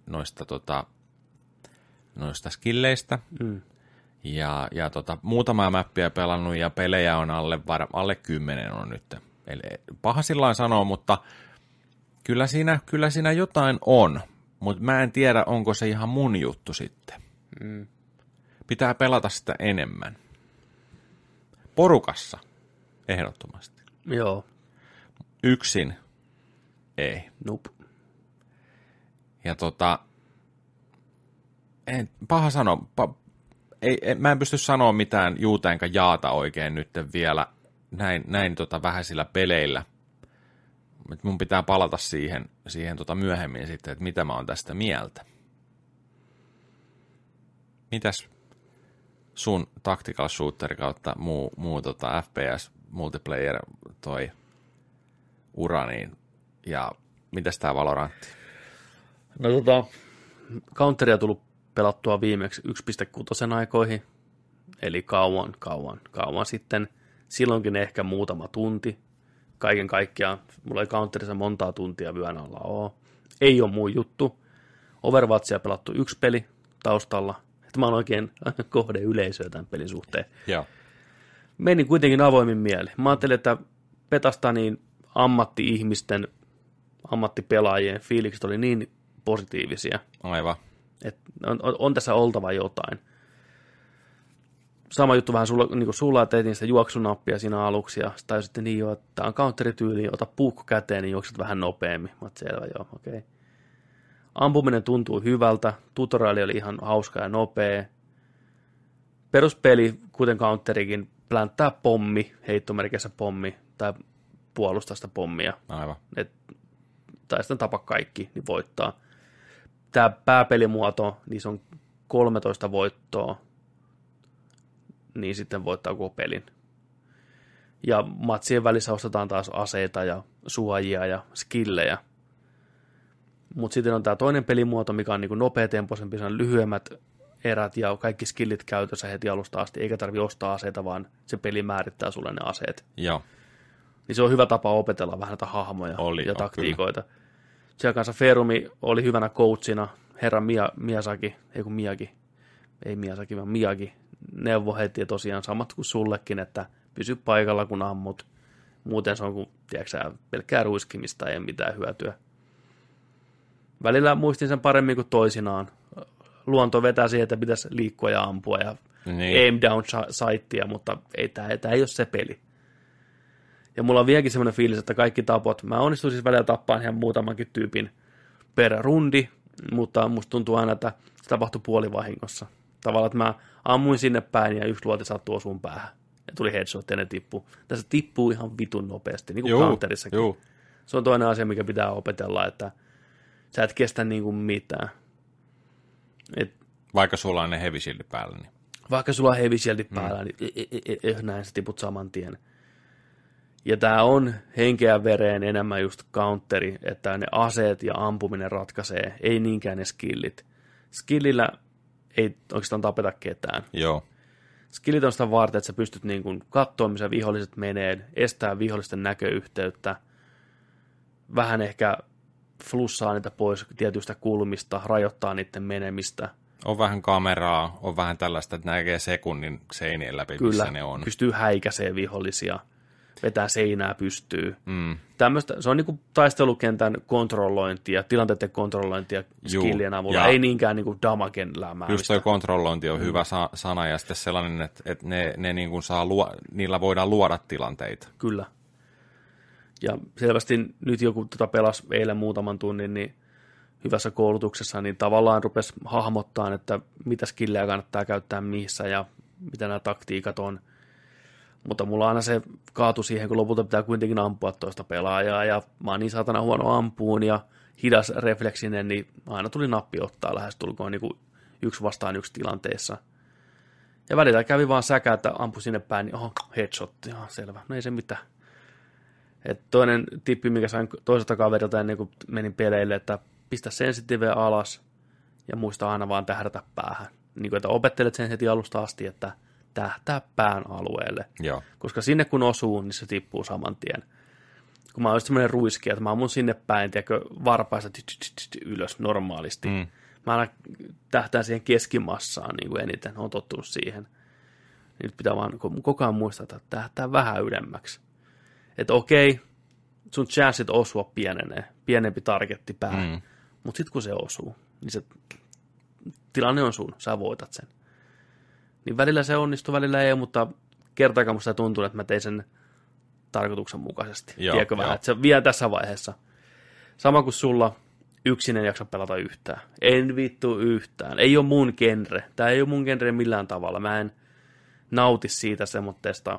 noista skilleistä. Ja muutamaa mäppiä pelannut ja pelejä on alle 10 on nyt. Eli paha sillain sanoa, mutta kyllä siinä jotain on. Mutta mä en tiedä, onko se ihan mun juttu sitten. Pitää pelata sitä enemmän. Porukassa, ehdottomasti. Joo. Yksin, ei. Nope. Ja paha sanoa, mä en pysty sanoa mitään juuta enkä jaata oikein nyt vielä näin vähäisillä peleillä. Mun pitää palata siihen myöhemmin sitten, että mitä mä oon tästä mieltä. Mitäs sun tactical shooter kautta muu FPS multiplayer toi ura, niin, ja mitäs tää Valorantti? No Counteria tullut pelattua viimeksi 1.6 aikoihin. Eli kauan sitten, silloinkin ehkä muutama tunti. Kaiken kaikkiaan, mulla ei counterissa montaa tuntia vyön alla ole. Ei ole mun juttu. Overwatchia pelattu 1 peli taustalla. Että mä oon oikein kohde yleisöä tämän pelin suhteen. Joo. Meni kuitenkin avoimin mieli. Mä ajattelin, että Betasta niin ammatti-ihmisten, ammattipelaajien fiilikset oli niin positiivisia. Aivan. Että on tässä oltava jotain. Sama juttu vähän sulla, niin kuin sulla, että teitin sitä juoksunappia siinä aluksi, ja tai sitten niin jo, että tämä on counterityyli, ota puukko käteen, niin juokset vähän nopeammin. Mä oot selvä, joo, okei. Okay. Ampuminen tuntuu hyvältä, tutoriali oli ihan hauska ja nopea. Peruspeli, kuten counterikin, plänttää pommi, heittomerkissä pommi, tai puolustaa sitä pommia. Aivan. Tai sitten tapa kaikki, niin voittaa. Tämä pääpelimuoto, niin se on 13 voittoa, niin sitten voittaa koko pelin. Ja matsien välissä ostetaan taas aseita ja suojia ja skillejä. Mutta sitten on tämä toinen pelimuoto, mikä on niinku nopeatempoisempi, se on lyhyemmät erät ja kaikki skillit käytössä heti alusta asti, eikä tarvitse ostaa aseita, vaan se peli määrittää sulle ne aseet. Joo. Niin se on hyvä tapa opetella vähän näitä hahmoja ja taktiikoita. Kyllä. Siellä kanssa Ferumi oli hyvänä coachina, herra Miyazaki, ei Miyazaki, vaan Miyagi, neuvo heti ja tosiaan samat kuin sullekin, että pysy paikalla kun ammut. Muuten se on kuin, tiedätkö, pelkkää ruiskimista, ei mitään hyötyä. Välillä muistin sen paremmin kuin toisinaan. Luonto vetää siihen, että pitäisi liikkua ja ampua ja aim down sightia, mutta tämä ei ole se peli. Ja mulla on vieläkin semmoinen fiilis, että kaikki tapot, mä onnistuin siis välillä tappaan ihan muutamankin tyypin per rundi, mutta musta tuntuu aina, että se tapahtui puolivahingossa. Tavallaan, että mä ammuin sinne päin ja yksi luoti sattui osuun päähän. Ja tuli headshot ja ne tippuu. Tässä tippuu ihan vitun nopeasti, niin kuin counterissakin. Se on toinen asia, mikä pitää opetella, että sä et kestä niin kuin mitään. Vaikka sulla on ne heavy shieldit päällä. Niin. Vaikka sulla on heavy shieldit päällä, niin näin sä tiput saman tien. Ja tää on henkeä vereen enemmän just counteri, että ne aseet ja ampuminen ratkaisee, ei niinkään ne skillit. Skillillä ei oikeastaan tapeta ketään. Joo. Skillit on sitä varten, että sä pystyt niin kuin katsoa, missä viholliset menee, estää vihollisten näköyhteyttä, vähän ehkä flussaa niitä pois tietyistä kulmista, rajoittaa niiden menemistä. On vähän kameraa, on vähän tällaista, että näkee sekunnin seinien läpi, kyllä, missä ne on. Kyllä, pystyy häikäisee vihollisia, vetää seinää pystyy. Tämmöistä, se on niin kuin taistelukentän kontrollointia, tilanteiden kontrollointia skillien avulla, ei niinkään niin kuin damagen lämäämistä. Just toi kontrollointi on hyvä sana, ja sitten sellainen, että ne niin kuin niillä voidaan luoda tilanteita. Kyllä. Ja selvästi nyt joku pelasi eilen muutaman tunnin, niin hyvässä koulutuksessa, niin tavallaan rupesi hahmottaa, että mitä skillejä kannattaa käyttää missä ja mitä nämä taktiikat on. Mutta mulla aina se kaatui siihen, kun lopulta pitää kuitenkin ampua toista pelaajaa, ja mä oon niin saatana huono ampuun ja hidas refleksinen, niin aina tuli nappi ottaa lähestulkoon niin kuin 1 vastaan 1 tilanteessa. Ja välillä kävi vaan säkä, että ampu sinne päin, niin headshot, ihan selvä, no ei se mitään. Et toinen tippi, mikä sain toiselta kaverilta ennen kuin menin peleille, että pistä sensitiveä alas ja muista aina vaan tähdätä päähän. Niin kuin, että opettelet sen heti alusta asti, että tähtää pään alueelle. Joo. Koska sinne kun osuu, niin se tippuu saman tien. Kun mä oon semmoinen ruiski, että mä ammun sinne päin, tiedätkö, varpaista ylös normaalisti. Mä aina tähtään siihen keskimassaan niin kuin eniten, oon tottunut siihen. Nyt pitää vaan koko ajan muistaa, että tähtää vähän ylemmäksi. Että okei, sun chanssit osua pienenee, pienempi targetti päähän. Mutta sitten kun se osuu, niin se tilanne on sun, sä voitat sen. Niin välillä se onnistuu, välillä ei, mutta kertaakaan musta tuntuu, että mä tein sen tarkoituksenmukaisesti. Tiedätkö vähän, että se vie tässä vaiheessa. Sama kuin sulla, yksin en jaksa pelata yhtään. En vittu yhtään. Ei ole mun genre. Tää ei ole mun genre millään tavalla. Mä en nauti siitä semmoitteesta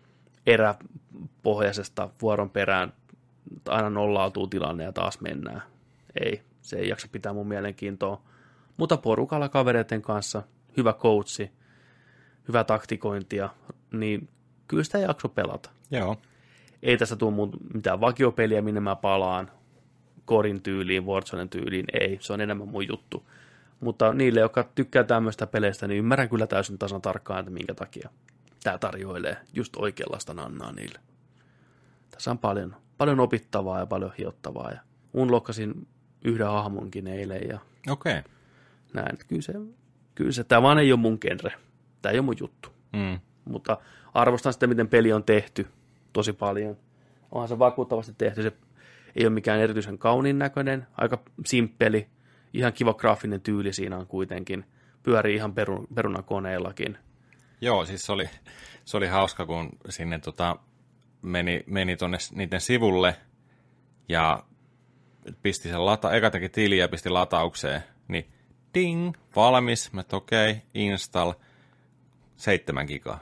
eräpohjaisesta vuoron perään. Aina nollautuu tilanne ja taas mennään. Ei, se ei jaksa pitää mun mielenkiintoa. Mutta porukalla kavereiden kanssa, hyvä coachi, hyvä taktikointia, niin kyllä sitä jakso pelata. Joo. Ei tässä tule mitään vakiopeliä, minne mä palaan, Korin tyyliin, Warzonen tyyliin, ei, se on enemmän mun juttu. Mutta niille, jotka tykkää tämmöistä peleistä, niin ymmärrän kyllä täysin tasan tarkkaan, että minkä takia tämä tarjoilee just oikeanlaista nannaa niille. Tässä on paljon opittavaa ja paljon hiottavaa. Ja unlockasin yhden hahmonkin eilen ja näin. Kyllä se, tämä vaan ei ole mun genre. Tämä ei ole mun juttu. Mutta arvostan sitä, miten peli on tehty tosi paljon. Onhan se vakuuttavasti tehty. Se ei ole mikään erityisen kauniin näköinen, aika simppeli. Ihan kiva graafinen tyyli siinä on kuitenkin. Pyörii ihan perunakoneellakin. Joo, siis se oli hauska, kun sinne meni tuonne niiden sivulle ja pisti sen eka teki tili ja pisti lataukseen, niin ding, valmis, mä okei, install, 7 gigaa.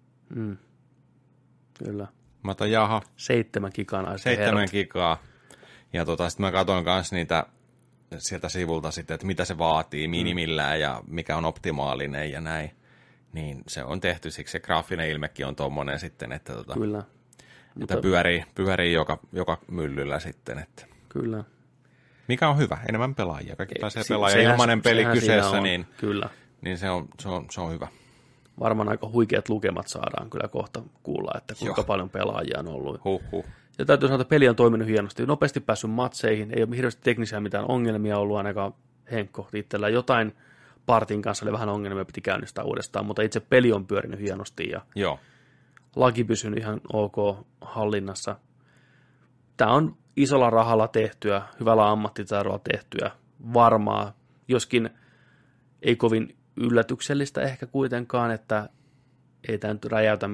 Kyllä. Mä otan, jaha. 7 gigaa. 7 gigaa. Ja sitten mä katsoin kanssa niitä sieltä sivulta sitten, että mitä se vaatii minimillään ja mikä on optimaalinen ja näin. Niin se on tehty, siksi se graafinen ilmekin on tommonen sitten, että, Kyllä. Että pyörii joka myllyllä sitten. Että. Kyllä. Mikä on hyvä, enemmän pelaajia. Kaikki pääsee pelaamaan ilmainen peli kyseessä, niin, kyllä. Niin se on hyvä. Varmaan aika huikeat lukemat saadaan kyllä kohta kuulla, että kuinka paljon pelaajia on ollut. Ja täytyy sanoa, että peli on toiminut hienosti. Nopeasti päässyt matseihin, ei ole hirveästi teknisiä mitään ongelmia ollut, ainakaan Henkko itsellä jotain partin kanssa oli vähän ongelmia, piti käynnistää uudestaan, mutta itse peli on pyörinyt hienosti ja laki pysynyt ihan ok hallinnassa. Tämä on isolla rahalla tehtyä, hyvällä ammattitaidolla tehtyä, varmaa, joskin ei kovin yllätyksellistä ehkä kuitenkaan, että ei tämä nyt räjäytä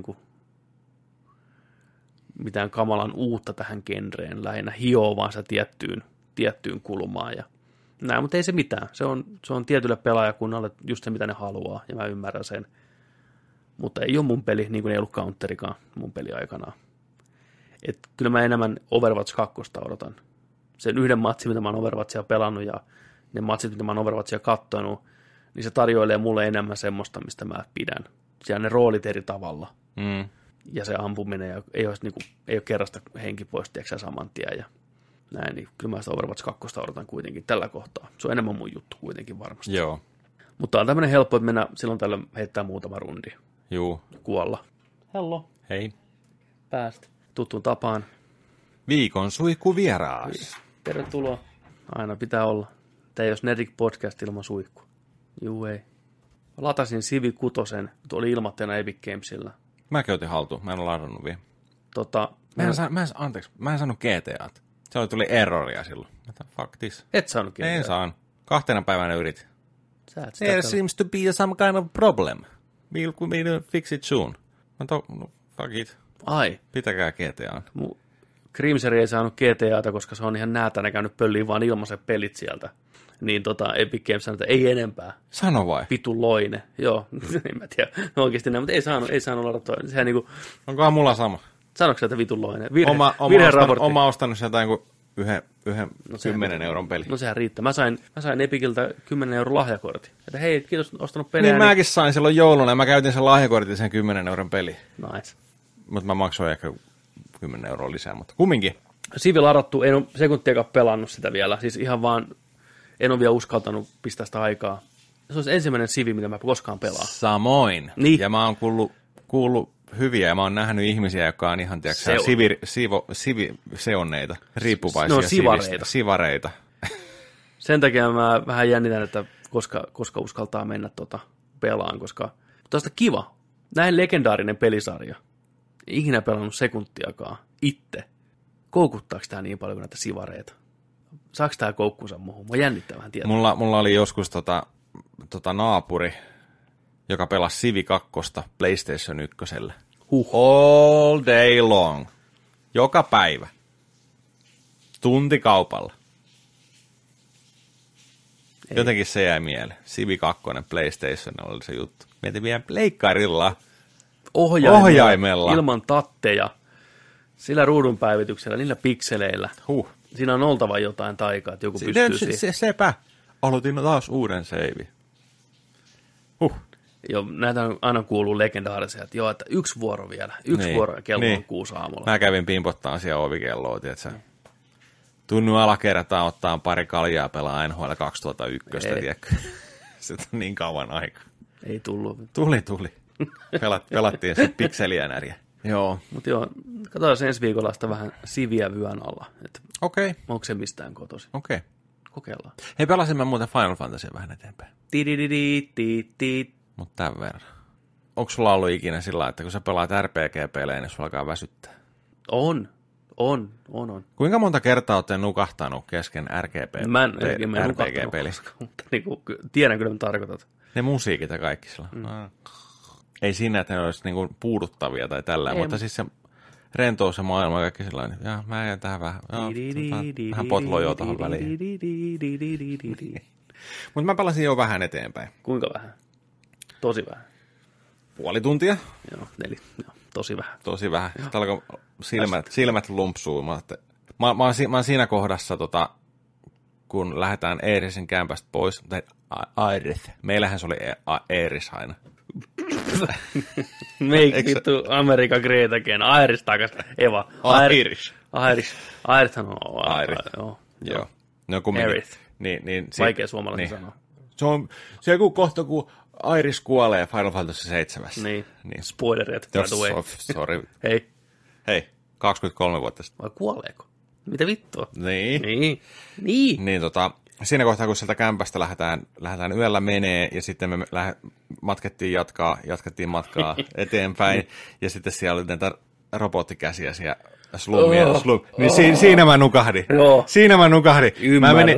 mitään kamalan uutta tähän genreen, lähinnä hioo vaan sitä tiettyyn kulmaan ja näin, mutta ei se mitään. Se on tietylle pelaajakunnalle just se, mitä ne haluaa, ja mä ymmärrän sen. Mutta ei ole mun peli, niin kuin ei ollut Counterikaan mun peli aikanaan. Et kyllä mä enemmän Overwatch 2 odotan. Sen yhden matsin, mitä mä oon Overwatchia pelannut, ja ne matsit, mitä mä oon Overwatchia kattonut, niin se tarjoilee mulle enemmän semmoista, mistä mä pidän. Siellä ne roolit eri tavalla. Ja se ampuminen, ei ole kerrasta henki pois, tiedätkö saman tien, ja näin, niin kyllä mä sitä Overwatch 2 odotan kuitenkin tällä kohtaa. Se on enemmän mun juttu kuitenkin varmasti. Joo. Mutta on tämmöinen helppo, että mennä silloin tällä heittää muutama rundi. Juu. Kuolla. Hello. Hei. Päästä. Tuttuun tapaan. Viikon suihkuvieraas. Tervetuloa. Aina pitää olla. Tämä ei olisi Nerdik podcast ilman suihku. Juu ei. Latasin Civi 6, oli ilmatteena Epic Gamesilla. Mäkin otin haltuun, mä en ole ladannut vielä. Mä en saanut GTAta. Se tuli erroria silloin. Fuck this. Et saanut GTAta? En saan. 2 päivänä yritin. There seems to be some kind of problem. We'll fix it soon. Fuck it. Ai. Pitäkää GTAan. Crimseri ei saanut GTAta, koska se on ihan näätänä käynyt pölliin vaan ilmaiset pelit sieltä. Niin Epic Games sanoi, että ei enempää. Sano vai? Vitu loine. Joo, en mä tiedä oikeasti näin, mutta ei saanut ladata. Sehän niinku... Onkohan mulla sama? Sanoiko sä, että vitun loine? Oma ostanut sieltä yhden 10 euron peli. No sehän riittää. Mä sain Epiciltä 10 euron lahjakortin. Että hei, kiitos ostanut peliä. Niin mäkin sain silloin jouluna ja mä käytin sen lahjakortin sen 10 euron peli. Nice. Mutta mä maksoin ehkä 10 euroa lisää, mutta kumminkin. Civi ladattu, en ole sekuntiakaan pelannut sitä vielä. Siis ihan vaan, en ole vielä uskaltanut pistää sitä aikaa. Se olisi ensimmäinen Civi, mitä mä koskaan pelaan. Samoin. Niin. Ja mä oon kuullut hyviä, ja mä oon nähnyt ihmisiä, jotka on ihan, sivi-seonneita, riippuvaisia sivareita. Sen takia mä vähän jännitän, että koska uskaltaa mennä pelaan, koska tuosta kiva. Näin legendaarinen pelisarja. Ikinä pelannut sekuntiakaan itse. Koukuttaako tää niin paljon kuin näitä sivareita? Saako tää koukkunsa muuhun? Mä jännittää vähän tietää. Mulla oli joskus naapuri, joka pelasi Civi 2 PlayStation 1. All day long. Joka päivä. Tuntikaupalla. Ei. Jotenkin se jäi mieleen. Civi 2 PlayStation oli se juttu. Mietin vielä pleikkarilla. Ohjaimella. Ilman tatteja. Sillä ruudunpäivityksellä, niillä pikseleillä. Siinä on oltava jotain taikaa, että joku pystyy siihen. Sepä. Aloitin taas uuden save. Joo, näitä on aina kuuluu legendaarisia, että joo, että yksi vuoro vielä. Vuoro ja kello on 6 aamulla. Mä kävin pimpottaan siellä ovikelloa, tietsä. tunnu alakertaan ottaa pari kaljaa pelaa NHL 2001, tiedätkö? Se on niin kauan aika. Ei tullut. Tuli. Pelattiin se pikseliänäriä. Joo. Mutta joo, katsotaan ensi viikolla sitä vähän siviä vyön alla. Okei. Okay. Onko se mistään kotoisin? Okei. Okay. Kokeillaan. Hei, pelasin mä muuten Final Fantasy vähän eteenpäin. Mutta tämän verran. Onko sulla ollut ikinä sillä, että kun sä pelaat RPG-pelejä, niin sulla alkaa väsyttää? On. Kuinka monta kertaa olette nukahtanut kesken RPG-pelissä? Mutta niinku, tiedän kyllä, mitä tarkoitat. Ne musiikit ja kaikki sillä. Ei siinä, että ne olisi niinku puuduttavia tai tällä, mutta siis se rentous ja maailma ja kaikki sellainen. Ja mä jään tähän vähän potlojoa tuohon väliin. Mutta mä pelasin jo vähän eteenpäin. Kuinka vähän? Tosi vähän. Puoli tuntia. Joo, 4. Joo, tosi vähän. Tosi vähän. Sitten alkoi silmät lumpsuu. Mä oon siinä kohdassa, kun lähdetään Eerisin kämpästä pois, tai Airis. Meillähän se oli Eeris aina. Make vittu Amerikan Great Again. Airis takas. Eva. Airishan on. Airis. Joo. No kumminkin. Niin, vaikea suomalainen sanoa. Se on kohta, kun Airis kuolee Final Fantasy 7. Niin. Spoilerit. Sorry. Hei. 23 vuotta sitten. Vai kuoleeko? Mitä vittua? Niin. Niin, siinä kohtaa, kun sieltä kämpästä lähdetään yöllä menee, ja sitten me jatkettiin matkaa eteenpäin, ja sitten siellä oli näitä robottikäsiä siellä slumia. Niin siinä mä nukahdin. Joo. Ymmärrän.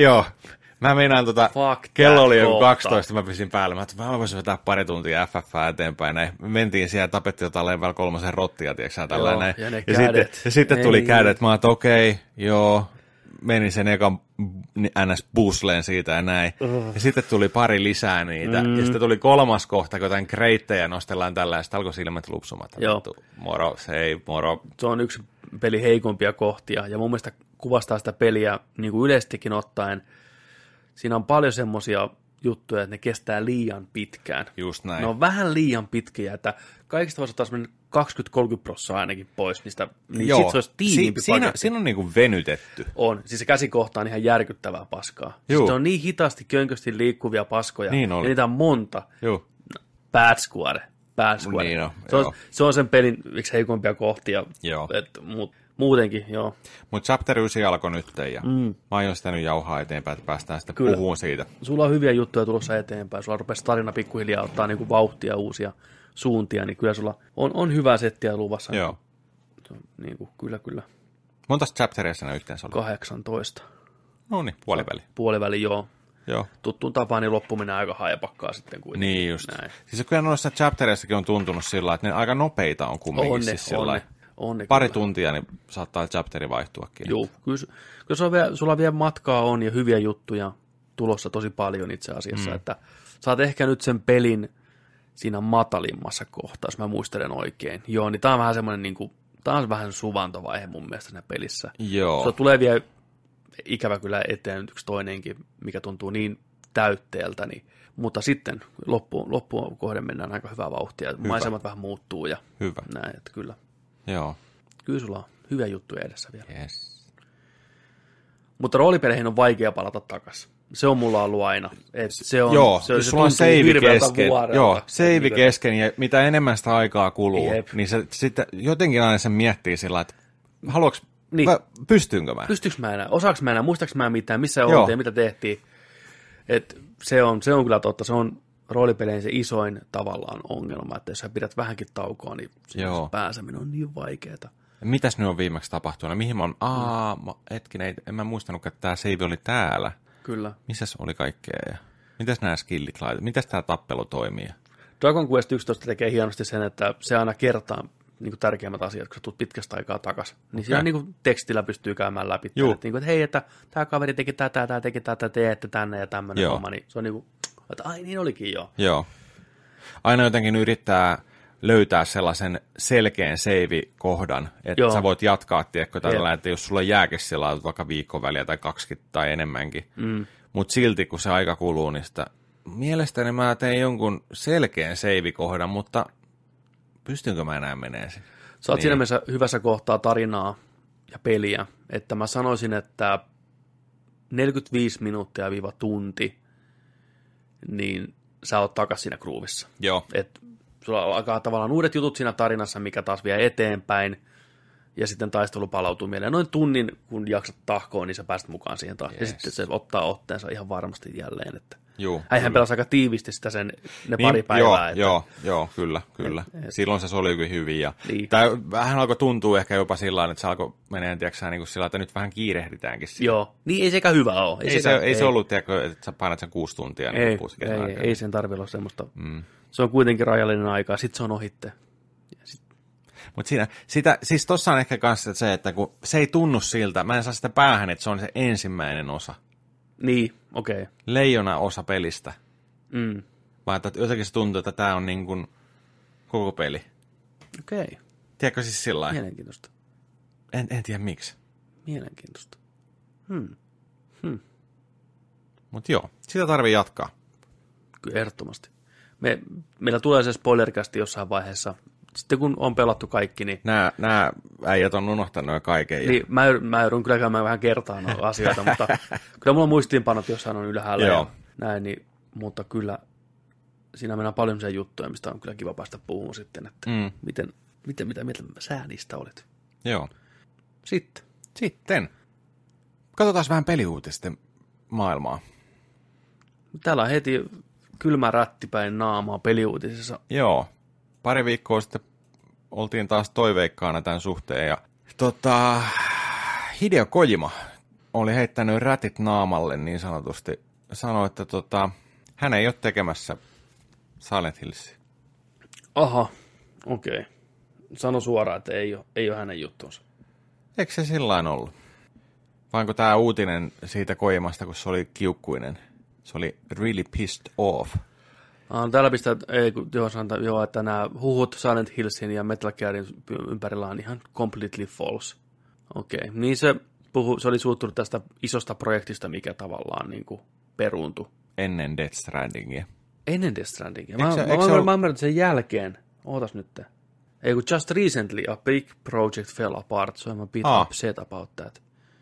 Mä meinaan kello oli joku 12, mä pysin päälle. Mä ajattelin, mä voisin vetää pari tuntia FF eteenpäin. Näin. Me mentiin siellä, tapettiin jotain level 3 rottia, tiiäksä, tällä näin. Ja sitten tuli kädet. Mä ajattelin, okei, joo. Menin sen ekan NS-busleen siitä ja näin. Ja sitten tuli pari lisää niitä. Ja sitten tuli kolmas kohta, kun jotain kreittejä nostellaan tällä, ja sitten alkoi silmät lupsumat. Moro. Se on yksi peli heikompia kohtia, ja mun mielestä kuvastaa sitä peliä niin kuin yleisestikin ottaen. Siinä on paljon semmoisia juttuja, että ne kestää liian pitkään. Just näin. Ne on vähän liian pitkiä, että kaikista voisi ottaa semmoinen 20-30% ainakin pois niistä. Niin joo, sit se olisi tiiviimpi paketti. Siinä on niinku venytetty. On. Siis se käsikohta on ihan järkyttävää paskaa. Siis on niin hitaasti, könkösti liikuvia paskoja. Niin oli. Ja niitä on monta. Joo. Bad Square. Niin on, se on sen pelin yksi heikompia kohtia. Joo. Muutenkin, joo. Mutta Chapter 9 alkoi nyt, ja mä aion sitä nyt jauhaa eteenpäin, että päästään sitten puhumaan siitä. Sulla on hyviä juttuja tulossa eteenpäin. Sulla rupesi tarina pikkuhiljaa ottaa niinku vauhtia, uusia suuntia, niin kyllä sulla on hyvää settiä luvassa. Joo. Niinku, kyllä. Montas chapteria siinä yhteensä oli? 18. No niin, puoliväli. Puoliväli, joo. Joo. Tuttuun tapaan, niin loppu menee aika haipakkaa sitten kuitenkin. Niin just. Näin. Siis kyllä noissa chaptereissakin on tuntunut sillä, että ne aika nopeita on kumminkin. On ne pari tuntia, niin saattaa chapteri vaihtuakin. Joo, kyllä sulla vielä matkaa on ja hyviä juttuja tulossa tosi paljon itse asiassa, että saat ehkä nyt sen pelin siinä matalimmassa kohtaa, jos mä muistelen oikein. Joo, niin tää on vähän semmoinen niinku, tää on vähän suvantovaihe mun mielestä siinä pelissä. Joo. Se tulee vielä ikävä kyllä eteen yksi toinenkin, mikä tuntuu niin täytteeltä, niin, mutta sitten loppuun kohden mennään aika hyvää vauhtia. Maisemat vähän muuttuu ja näin, että kyllä. Joo. Kyllä sulla on hyviä juttuja edessä vielä. Yes. Mutta roolipeleihin on vaikea palata takaisin. Se on mulla ollut aina. Jos sulla on save kesken, save kesken, ja mitä enemmän sitä aikaa kuluu, niin se sitten jotenkin aina sen miettii sillä, että pystynkö mä? Pystyykö mä enää? Osaanko mä enää? Muistaanko mä mitään? Missä oltiin ja mitä tehtiin? Et se on kyllä totta. Se on roolipeleihin se isoin tavallaan ongelma, että jos sä pidät vähänkin taukoa, niin se pääseminen on niin vaikeaa. Mitäs nyt on viimeksi tapahtunut? Mihin mä oon? Hetkinen, en mä muistanut, että tää save oli täällä. Kyllä. Missäs oli kaikkea? Ja mitäs nämä skillit laitat? Mitäs tää tappelu toimii? Dragon Quest 11 tekee hienosti sen, että se aina kertaa niin tärkeimmät asiat, kun sä tulet pitkästä aikaa takaisin. Niin siinä niin tekstillä pystyy käymään läpi. Että hei, että tämä kaveri teki tätä, tämä teki tätä, teette tänne ja tämmöinen homma. Niin se on niin kuin, että ai niin olikin jo. Joo. Aina jotenkin yrittää löytää sellaisen selkeän save-kohdan, että sä voit jatkaa, tiedätkö, tällä, että jos sulla jääkin sillä vaikka viikon väliä tai 20 tai enemmänkin. Mutta silti, kun se aika kuluu, niin sitä mielestäni mä tein jonkun selkeän save-kohdan, mutta pystynkö mä enää menee sen? Sä oot siinä mielessä hyvässä kohtaa tarinaa ja peliä, että mä sanoisin, että 45 minuuttia - tunti, niin sä oot takas siinä groovissa. Joo. Et sulla alkaa tavallaan uudet jutut siinä tarinassa, mikä taas vie eteenpäin, ja sitten taistelu palautuu mieleen. Noin tunnin, kun jaksat tahkoon, niin sä pääset mukaan siihen taas. Yes. Ja sitten se ottaa otteensa ihan varmasti jälleen. Että äihän pelasi aika tiivisti sitä ne pari päivää. Joo, kyllä. Silloin se solikin hyvin. Ja niin. Tämä vähän alkoi tuntua ehkä jopa sillä tavalla, että se alkoi menee niin sillä, että nyt vähän kiirehditäänkin. Siinä. Joo, niin ei sekä hyvä ole. Ei se ollut, että sä painat sen 6 tuntia. Ei sen tarvitse olla semmoista. Se on kuitenkin rajallinen aika, sitten se on ohitte. Mutta siis tossa on ehkä kanssa se, että kun se ei tunnu siltä, mä en saa sitä päähän, että se on se ensimmäinen osa. Niin, okei. Okay. Leijona osa pelistä. Vaan että jotenkin se tuntuu, että tää on niin kuin koko peli. Okei. Okay. Tiedätkö siis sillä lailla? Mielenkiintoista. En tiedä miksi. Mielenkiintoista. Mutta joo, sitä tarvii jatkaa. Kyllä ehdottomasti. Meillä tulee se spoilercasti jossain vaiheessa. Sitten kun on pelattu kaikki, niin... Nämä äijät on unohtanut jo kaiken. Niin, mä joudun kyllä käymään vähän kertaan asioita, mutta kyllä mulla muistiinpanot jossain on ylhäällä ja näin, niin, mutta kyllä siinä mennään paljon sellaisia juttuja, mistä on kyllä kiva päästä puhumaan sitten, että mitä sä niistä olet. Joo. Sitten. Katsotaan vähän peliuutisten maailmaa. Täällä on heti kylmä rättipäin naamaa peliuutisissa. Joo. Pari viikkoa sitten oltiin taas toiveikkaana tämän suhteen ja Hideo Kojima oli heittänyt rätit naamalle niin sanotusti. Sanoi, että hän ei ole tekemässä Silent Hillsia. Aha, okei. Okay. Sano suoraan, että ei ole hänen juttunsa. Eikö se sillain ollut? Vai onko tämä uutinen siitä Kojimasta, kun se oli kiukkuinen? Se oli really pissed off. Täällä pistää, että nämä huhut Silent Hillsin ja Metal Gearin ympärillä on ihan completely false. Okei, niin se oli suuttunut tästä isosta projektista, mikä tavallaan niin kuin peruuntui. Ennen Death Strandingia. Ennen Death Strandingia. Mä ymmärrän sen jälkeen. Ootas nyt. Ei kun just recently a big project fell apart, so I'm a bit upset about that.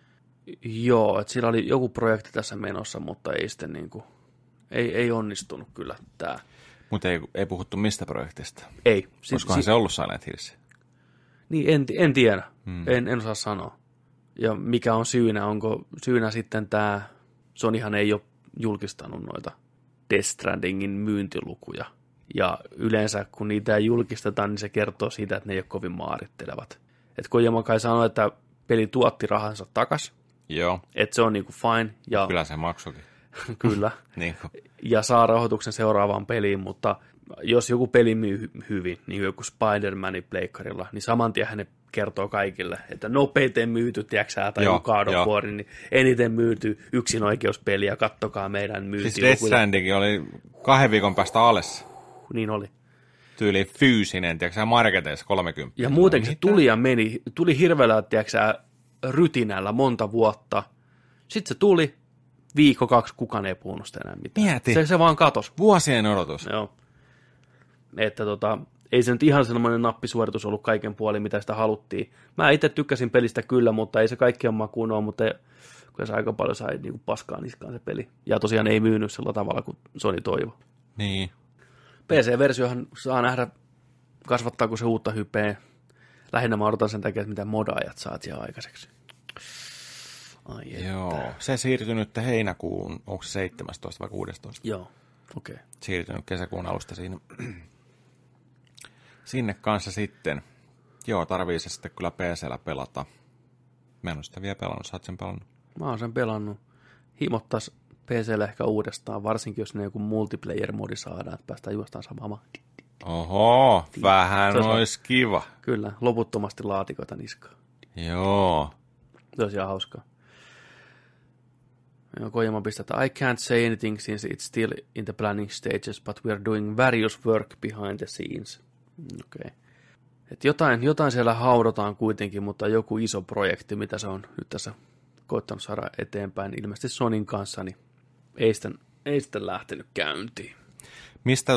Joo, että sillä oli joku projekti tässä menossa, mutta ei sitten niinku... Ei onnistunut kyllä tämä. Mutta ei puhuttu mistä projektista? Ei. Olisikohan se ollut Silent Hills? Niin, en tiedä. En osaa sanoa. Ja mikä on syynä? Onko syynä sitten tämä, Sonyhan ei ole julkistanut noita Death Strandingin myyntilukuja. Ja yleensä kun niitä ei julkisteta, niin se kertoo siitä, että ne ei ole kovin maarittelevat. Että Kojima kai sanoi, että peli tuotti rahansa takas. Joo. Että se on niinku fine. Ja kyllä se maksukin. Kyllä. Niin ja saa rahoituksen seuraavaan peliin, mutta jos joku peli myy hyvin, niin joku Spider-Manin pleikkarilla, niin saman tien hän kertoo kaikille, että nopeiten myyty, tiedätkö tai joku God of War, niin eniten myyty yksinoikeuspeli, ja kattokaa meidän myyntilukuja. Siis Death Stranding oli 2 viikon päästä alessa. Niin oli. Tyyli fyysinen, tiedätkö marketeissa 30. Ja muutenkin se tuli ja meni, tuli hirveällä, tiedätkö rytinällä monta vuotta. Sitten se tuli, 1-2 kukaan ei puhunut sitä enää mitään. Mieti. Se vaan katosi. Vuosien odotus. Joo. Että ei se nyt ihan sellainen nappisuoritus ollut kaiken puolin, mitä sitä haluttiin. Mä itse tykkäsin pelistä kyllä, mutta ei se kaikkien makuun ole, mutta kyllä se aika paljon sai niinku paskaa niskaan se peli. Ja tosiaan ei myynyt sillä tavalla, kuin Sony toivoi. Niin. PC-versiohan saa nähdä, kasvattaako se uutta hypeä. Lähinnä mä odotan sen takia, että mitä modaajat saat siellä aikaiseksi. Joo, se siirtyi nyt heinäkuun, onko se 17 vai 16? Joo, okei. Okay. Siirtynyt kesäkuun alusta sinne kanssa sitten. Joo, tarvii se sitten kyllä PC:llä pelata. Mä en ole sitä vielä pelannut, sä oot sen pelannut? Mä oon sen pelannut. Himottais PC:llä ehkä uudestaan, varsinkin jos ne joku multiplayer-modi saadaan, että päästään juostaan samaan. Oho, vähän olisi kiva. Kyllä, loputtomasti laatikoita niskaan. Joo. Se olisi ihan hauskaa. Kojima pistää, I can't say anything since it's still in the planning stages, but we are doing various work behind the scenes. Okay. Et jotain siellä haudotaan kuitenkin, mutta joku iso projekti, mitä se on nyt tässä koittanut saada eteenpäin, ilmeisesti Sonin kanssa, niin ei sitten lähtenyt käyntiin. Mistä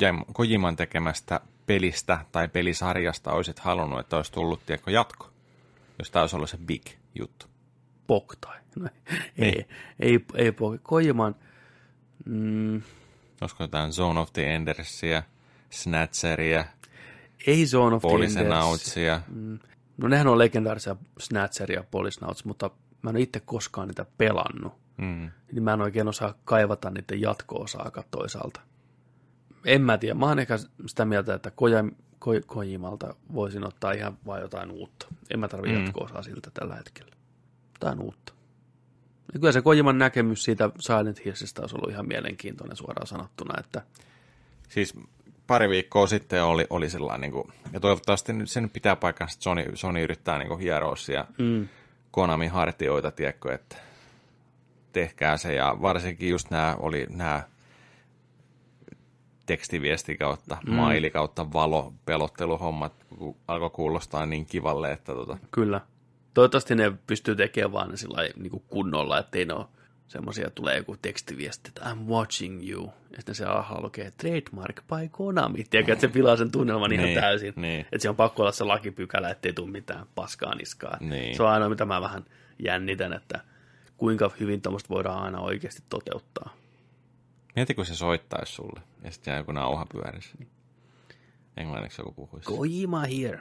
Kojiman tekemästä pelistä tai pelisarjasta olisit halunnut, että olisi tullut jatko? Jos tämä olisi ollut se big juttu. Poktai. No, ei Kojiman. Olisiko jotain Zone of the Endersia, Snatcheria, Ei Zone of the Policenautsia. No nehän on legendaarisia Snatcheria ja Policenauts, mutta mä en ole itse koskaan niitä pelannut. Niin mä en oikein osaa kaivata niiden jatko-osaakaan toisaalta. En mä tiedä. Mä oon ehkä sitä mieltä, että Kojimalta voisin ottaa ihan vaan jotain uutta. En mä tarvitse jatko-osaa siltä tällä hetkellä. Jotain uutta. Ja kyllä se Kojiman näkemys siitä Silent Hillsistä olisi ollut ihan mielenkiintoinen suoraan sanottuna, että Siis pari viikkoa sitten oli sellainen, niin kuin, ja toivottavasti nyt sen pitää paikkansa, että Sony yrittää niin kuin hieroa siellä Konamin hartioita, tiedätkö, että tehkää se, ja varsinkin just nämä tekstiviesti kautta, maili kautta valo, pelotteluhommat, kun alkoi kuulostaa niin kivalle, että Kyllä. Toivottavasti ne pystyy tekemään vaan sillä niin kunnolla, ettei ne ole semmoisia, tulee joku tekstiviesti, että I'm watching you. Ja sitten se alhaalla lukee trademark by Konami. Tiedätkö, että se pilaa sen tunnelman ihan täysin. Niin. Että se on pakko olla se lakipykälä, ettei tule mitään paskaa niskaa. Niin. Se on ainoa, mitä mä vähän jännitän, että kuinka hyvin tuommoista voidaan aina oikeasti toteuttaa. Mieti, kun se soittaisi sulle, ja sitten jää joku nauha pyörissä. Englanniksi joku puhuisi. Kojima here.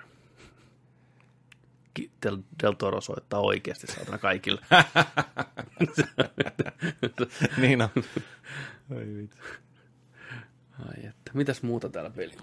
Del Toro soittaa oikeasti saatana kaikille. Niin on. Ai että. Mitäs muuta täällä peli?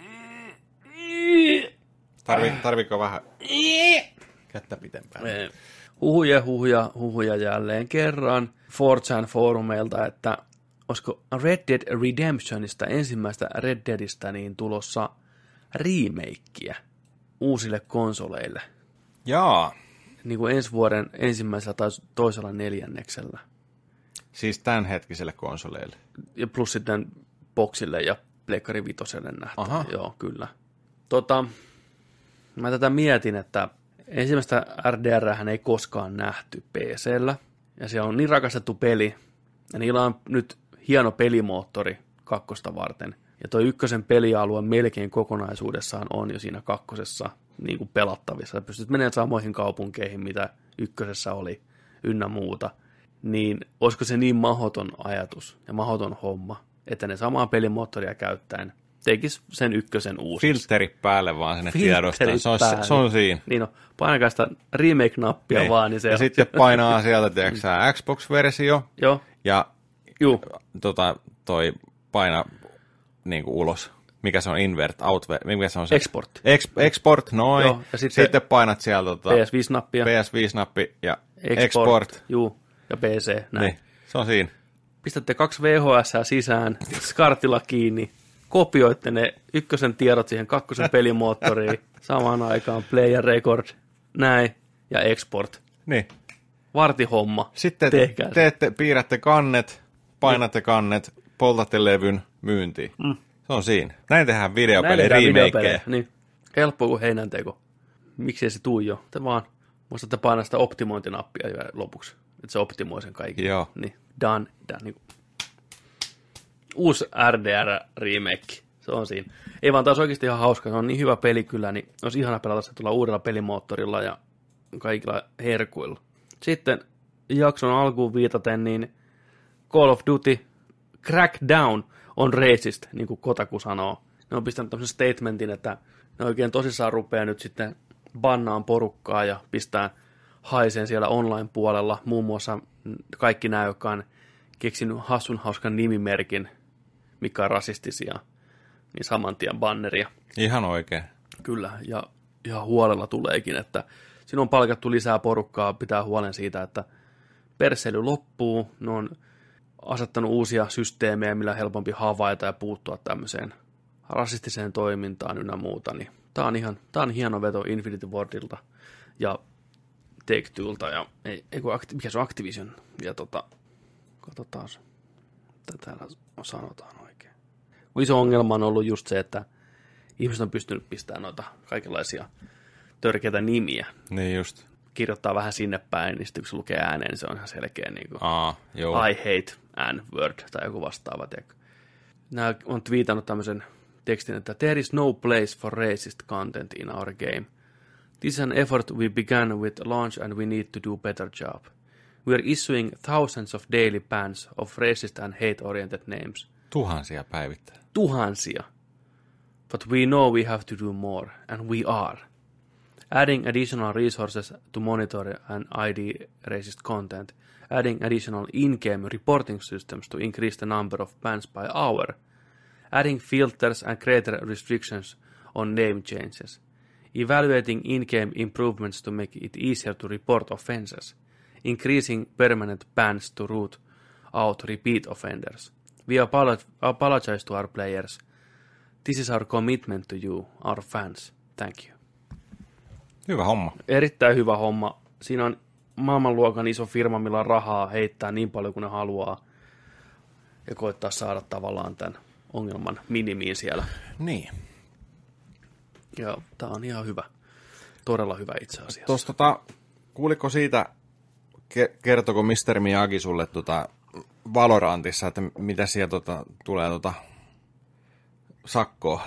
Tarviiko vähän kättä pitempään? Huhuja jälleen kerran 4chan foorumeilta, että olisiko Red Dead Redemptionista, ensimmäistä Red Deadistä, niin tulossa remakeä uusille konsoleille. Jaa. Niin kuin ensi vuoden ensimmäisellä tai toisella neljänneksellä. Siis tämänhetkiselle konsoleille. Ja plus sitten Boxille ja Pleikkari Vitoselle nähtä. Aha. Joo, kyllä. Mä tätä mietin, että ensimmäistä RDR:hän ei koskaan nähty PC:llä. Ja se on niin rakastettu peli. Ja niillä on nyt hieno pelimoottori kakkosta varten. Ja toi ykkösen pelialue melkein kokonaisuudessaan on jo siinä kakkosessa niin kuin pelattavissa. Pystyt menemään samoihin kaupunkeihin, mitä ykkösessä oli, ynnä muuta. Niin olisiko se niin mahdoton ajatus ja mahdoton homma, että ne samaa pelimoottoria käyttäen tekisi sen ykkösen uusiksi. Filteri päälle vaan sinne tiedostaan. Se on siinä. Niin no, painakaa sitä remake-nappia Niin. vaan. Niin se ja on. sitten painaa sieltä, tiedätkö Xbox-versio. Joo. Ja Juu. toi paina niin kuin ulos. Mikä se on? Invert, out, mikä se on se? Export. Export, noin. Joo, ja sitten painat sieltä PS5-nappia. PS5-nappi ja export. Juu, ja PC, näin. Niin, se on siinä. Pistätte 2 VHS sisään, skartilla kiinni, kopioitte ne ykkösen tiedot siihen kakkosen pelimoottoriin, samaan aikaan play ja record, näin, ja export. Niin. Vartihomma. Sitten piirrätte kannet, painatte kannet, poltatte levyn myyntiin. Se on siinä. Näin tehdään videopeli remakeja. Niin. Helppo kuin heinänteko. Miksi ei se tuu jo? Te vaan muistatte painaa sitä optimointinappia lopuksi. Että se optimoi sen kaikki. Joo. Niin. Done. Niin. Uusi RDR remake. Se on siinä. Ei vaan taas oikeasti ihan hauska. Se on niin hyvä peli kyllä, niin olisi ihana pelata se tulla uudella pelimoottorilla ja kaikilla herkuilla. Sitten jakson alkuun viitaten, niin Call of Duty Crackdown on racist, niin kuin Kotaku sanoo. Ne on pistänyt tämmöisen statementin, että ne oikein tosissaan rupeaa nyt sitten bannaan porukkaa ja pistää haiseen siellä online-puolella. Muun muassa kaikki nämä, jotka on keksinyt hassun hauskan nimimerkin, mikä on rasistisia, niin saman tien banneria. Ihan oikein. Kyllä, ja ihan huolella tuleekin, että siinä on palkattu lisää porukkaa, pitää huolen siitä, että perseily loppuu, ne on asettanut uusia systeemejä, millä on helpompi havaita ja puuttua tämmöiseen rasistiseen toimintaan ynnä muuta, niin tää on hieno veto Infinity Wardilta ja Take-Twoilta ja mikä se on Activision ja katsotaan mitä täällä sanotaan oikein. Iso ongelma on ollut just se, että ihmiset on pystynyt pistämään noita kaikenlaisia törkeitä nimiä. Niin just. Kirjoittaa vähän sinne päin, niin sitten kun se lukee ääneen, niin se on ihan selkeä niin kuin I hate N-word tai joku vastaava. Nämä on twiitannut tämmöisen tekstin, että there is no place for racist content in our game. This is an effort we began with launch and we need to do better job. We are issuing thousands of daily bans of racist and hate-oriented names. Tuhansia päivittäin. Tuhansia. But we know we have to do more, and we are. Adding additional resources to monitor and ID racist content. Adding additional in-game reporting systems to increase the number of bans by hour. Adding filters and greater restrictions on name changes. Evaluating in-game improvements to make it easier to report offenses. Increasing permanent bans to root out repeat offenders. We apologize to our players. This is our commitment to you, our fans. Thank you. Hyvä homma. Erittäin hyvä homma. Siinä on maailmanluokan iso firma, millä on rahaa heittää niin paljon kuin ne haluaa. Ja koittaa saada tavallaan tämän ongelman minimiin siellä. Niin. Ja tää on ihan hyvä. Todella hyvä itse asiassa. Tuosta, kuuliko siitä, kertoko Mr. Miyagi sulle Valorantissa, että mitä sieltä tulee sakkoa?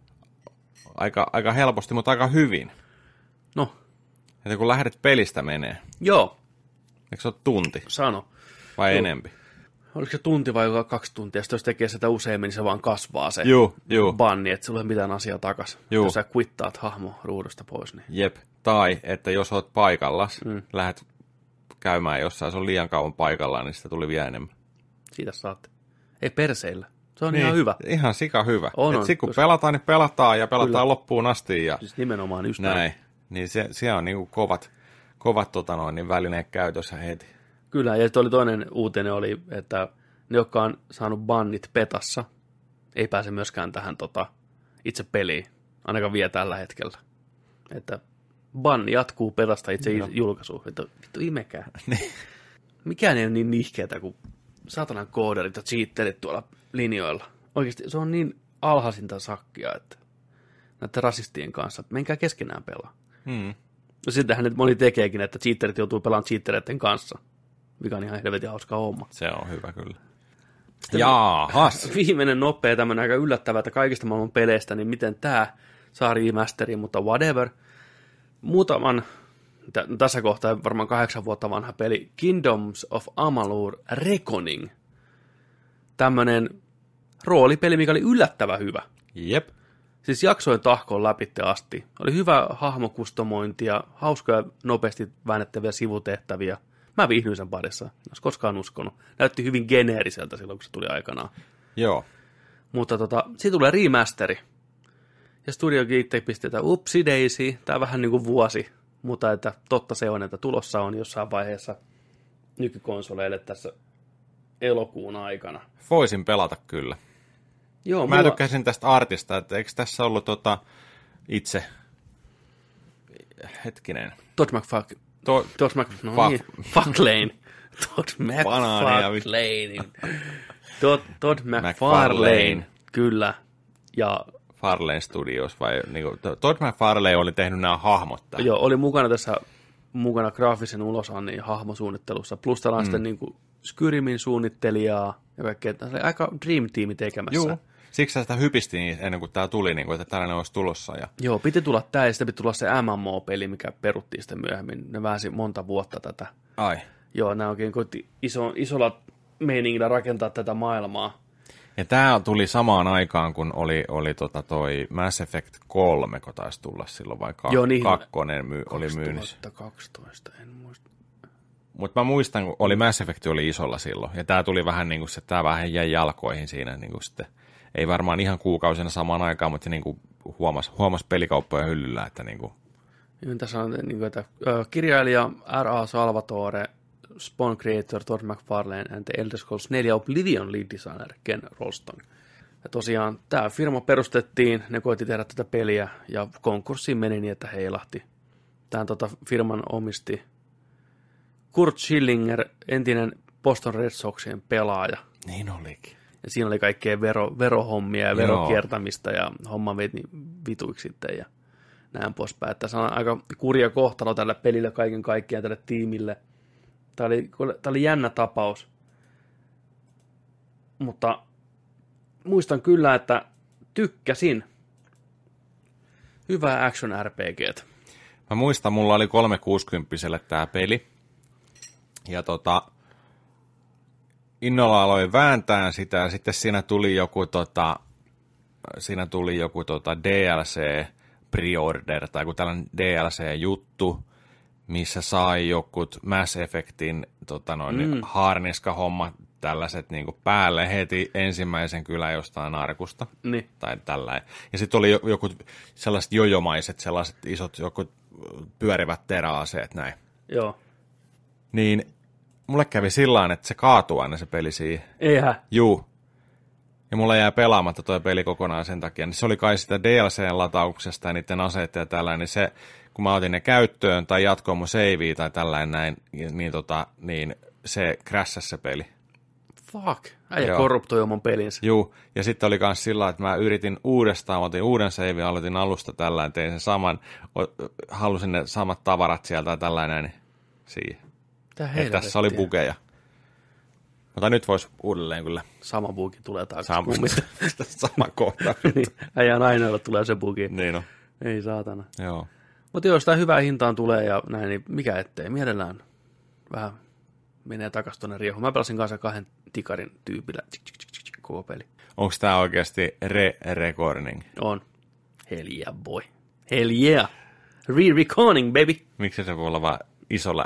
Aika helposti, mutta aika hyvin. No. Että kun lähdet pelistä menee. Joo. Eikö se ole tunti? Sano. Vai enempi? Oliko se tunti vai 2 tuntia? Sitten jos tekee sitä useammin, niin se vaan kasvaa se banni, että sulla ei ole mitään asiaa takas. Jos sä quittaat hahmo ruudusta pois. Niin. Jep. Tai, että jos oot paikallas, lähdet käymään jossain, se on liian kauan paikallaan, niin sitä tuli vielä enemmän. Siitä saatte. Ei perseillä. Se on ihan hyvä. Ihan sika hyvä. Sitten kun pelataan, niin pelataan ja pelataan loppuun asti. Ja siis nimenomaan just näin. Niin se on niinku kovat niin välineet käytössä heti. Kyllä, ja oli toinen uutinen oli, että ne, jotka on saanut bannit petassa, ei pääse myöskään tähän itse peliin, ainakaan vielä tällä hetkellä. Että banni jatkuu petasta itse julkaisuun, että vittu imekää. Mikään ei ole niin nihkeetä kuin satanan kooderit ja cheaterit tuolla linjoilla. Oikeasti se on niin alhaisinta sakkia, että näiden rasistien kanssa, että menkää keskenään pelaa. No siltähän nyt moni tekeekin, että cheaterit joutuu pelaamaan cheatereiden kanssa, mikä on ihan helvetin hauska homma. Se on hyvä kyllä. Jaahas. Viimeinen nopea tämmöinen aika yllättävä, että kaikista maailman peleistä, niin miten tämä saa remasteri, mutta whatever. Muutaman, tässä kohtaa varmaan 8 vuotta vanha peli, Kingdoms of Amalur Reckoning. Tämmöinen roolipeli, mikä oli yllättävän hyvä. Jep. Siis jaksoin tahkoon läpitte asti. Oli hyvä hahmokustomointia, hauskoja nopeasti väännettäviä sivutehtäviä. Mä viihdyin sen parissa, en olisi koskaan uskonut. Näytti hyvin geneeriseltä silloin, kun se tuli aikanaan. Joo. Mutta siitä tulee remasteri. Ja studiokin itse pistetään upsi daisy, tää vähän niin kuin vuosi. Mutta että totta se on, että tulossa on jossain vaiheessa nykykonsoleille tässä elokuun aikana. Voisin pelata kyllä. Joo, mä tykkäsin tästä artista, että eikö tässä ollut itse, hetkinen. Todd McFarlane. Todd McFarlane. Kyllä. Ja Farlane Studios, vai niinku, Todd McFarlane oli tehnyt nämä hahmot tähän. Joo, oli mukana graafisen ulosannin hahmosuunnittelussa, plus tällaisten niinku Skyrimin suunnittelijaa ja kaikkea. Tämä oli aika Dream Team tekemässä. Joo. Siksi sitä hypistiin ennen kuin tämä tuli, että tällainen olisi tulossa. Ja joo, piti tulla tämä ja sitten piti tulla se MMO-peli, mikä peruttiin sitten myöhemmin. Ne väänsi monta vuotta tätä. Ai. Joo, nämä oikein koitti isolla meiningillä rakentaa tätä maailmaa. Ja tämä tuli samaan aikaan, kun oli toi Mass Effect 3, kun taisi tulla silloin, vai kakkonen oli myynnissä. 2012, en muista. Mutta mä muistan, kun Mass Effect oli isolla silloin, ja tämä tuli vähän niin kuin se, tämä vähän jäi jalkoihin siinä niin kuin sitten. Ei varmaan ihan kuukausina samaan aikaan, mutta se niin kuin huomasi pelikauppoja hyllyllä, että niin kuin. Tässä on, niin kuin, että kirjailija R.A. Salvatore, Spawn Creator Todd McFarlane and The Elder Scrolls 4 Oblivion lead designer Ken Rolston. Ja tosiaan tämä firma perustettiin, ne koitti tehdä tätä peliä, ja konkurssiin meni niin, että heilahti. Tämän firman omisti Kurt Schillinger, entinen Boston Red Soxien pelaaja. Niin olikin. Ja siinä oli kaikkea verohommia ja verokiertämistä ja homma veti vituiksi sitten ja näin poispäin. Että se on aika kurja kohtalo tälle pelille kaiken kaikkiaan tälle tiimille. Tämä oli jännä tapaus. Mutta muistan kyllä, että tykkäsin. Hyvää action RPGtä. Mä muistan, mulla oli 360-selle tää peli. Ja innolla aloin vääntää sitä, ja sitten siinä tuli joku DLC pre-order, tai joku tällainen DLC-juttu, missä sai jokut Mass Effectin haarniskahommat tällaiset niin päälle heti ensimmäisen kylän jostain arkusta. Niin. Tai tällainen. Ja sitten oli joku sellaiset jojomaiset, sellaiset isot joku pyörivät teräaseet näin. Joo. Niin mulle kävi sillain, että se kaatuu aina se peli siihen. Eihän. Juu. Ja mulla jää pelaamatta toi peli kokonaan sen takia. Niin se oli kai sitä DLC-latauksesta ja niiden aseita ja tällainen. Niin se, kun mä otin ne käyttöön tai jatkoin mun savea tai tällainen näin, niin se crashasi se peli. Fuck. Äijä korruptoi oman pelinsä. Juu. Ja sitten oli kans sillä, että mä yritin uudestaan, otin uuden savea, aloitin alusta tällainen, tein sen saman, halusin ne samat tavarat sieltä ja tällainen, niin siihen. Että tässä oli bugeja. Mutta nyt vois uudelleen kyllä. Sama bugi tulee taakse. Sama kohta. Niin, äijän ainoilla tulee se bugi. Niin on. Ei saatana. Joo. Mutta jos sitä hyvää hintaan tulee ja näin, niin mikä ettei. Mielellään vähän menee takaisin tuonne riehuun. Mä pelasin kanssa 2 tikarin tyypillä koko peli. Onko tää oikeasti re-recording? On. Hell yeah, boy. Hell yeah. Re-recording, baby. Miksi se voi olla vaan isolla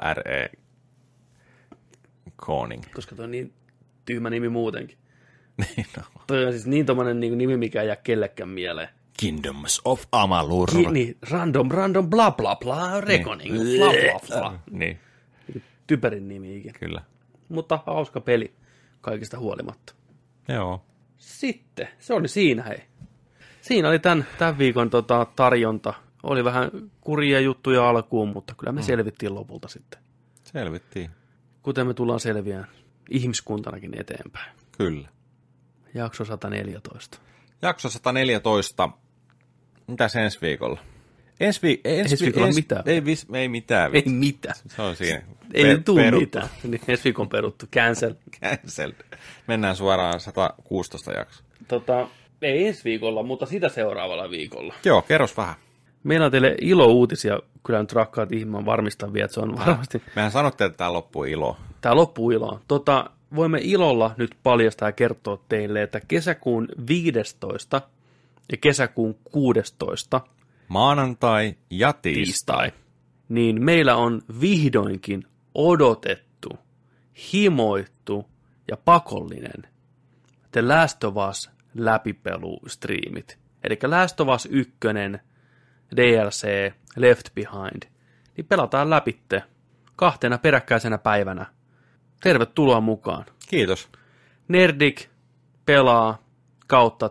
re-recording? Koska toi on niin tyhmä nimi muutenkin. Niin no. Toi on siis niin tommonen nimi, mikä ei jää kellekään mieleen. Kingdoms of Amalur. Niin, random, bla bla bla, reckoning, bla bla bla. Niin. Typerin nimi ikinä. Kyllä. Mutta hauska peli kaikista huolimatta. Joo. Sitten, se oli siinä hei. Siinä oli tämän viikon tarjonta. Oli vähän kurjia juttuja alkuun, mutta kyllä me selvittiin lopulta sitten. Selvittiin. Kuten me tullaan selviään ihmiskuntanakin eteenpäin. Kyllä. Jakso 114. Jakso 114. Mitäs ensi viikolla? Ensi viikolla mitään. Ei mitään. Ei mitään. Se on siinä. Ei tule mitään. Niin, ensi viikon peruttu. Cancel. Mennään suoraan 116 jakso. Ei ensi viikolla, mutta sitä seuraavalla viikolla. Joo, kerros vähän. Meillä on teille ilo-uutisia. Kyllä nyt rakkaat ihminen varmistan vielä, että se on varmasti. Mehän sanottiin, että tämä loppuu iloon. Tämä loppuu iloon. Voimme ilolla nyt paljastaa ja kertoa teille, että kesäkuun 15. ja kesäkuun 16. maanantai ja tiistai. Niin meillä on vihdoinkin odotettu, himoittu ja pakollinen The Last of Us läpipelu-striimit. Eli Last of Us 1, DLC, Left Behind. Niin pelataan läpitte 2 peräkkäisenä päivänä. Tervetuloa mukaan. Kiitos. Nerdik pelaa kautta,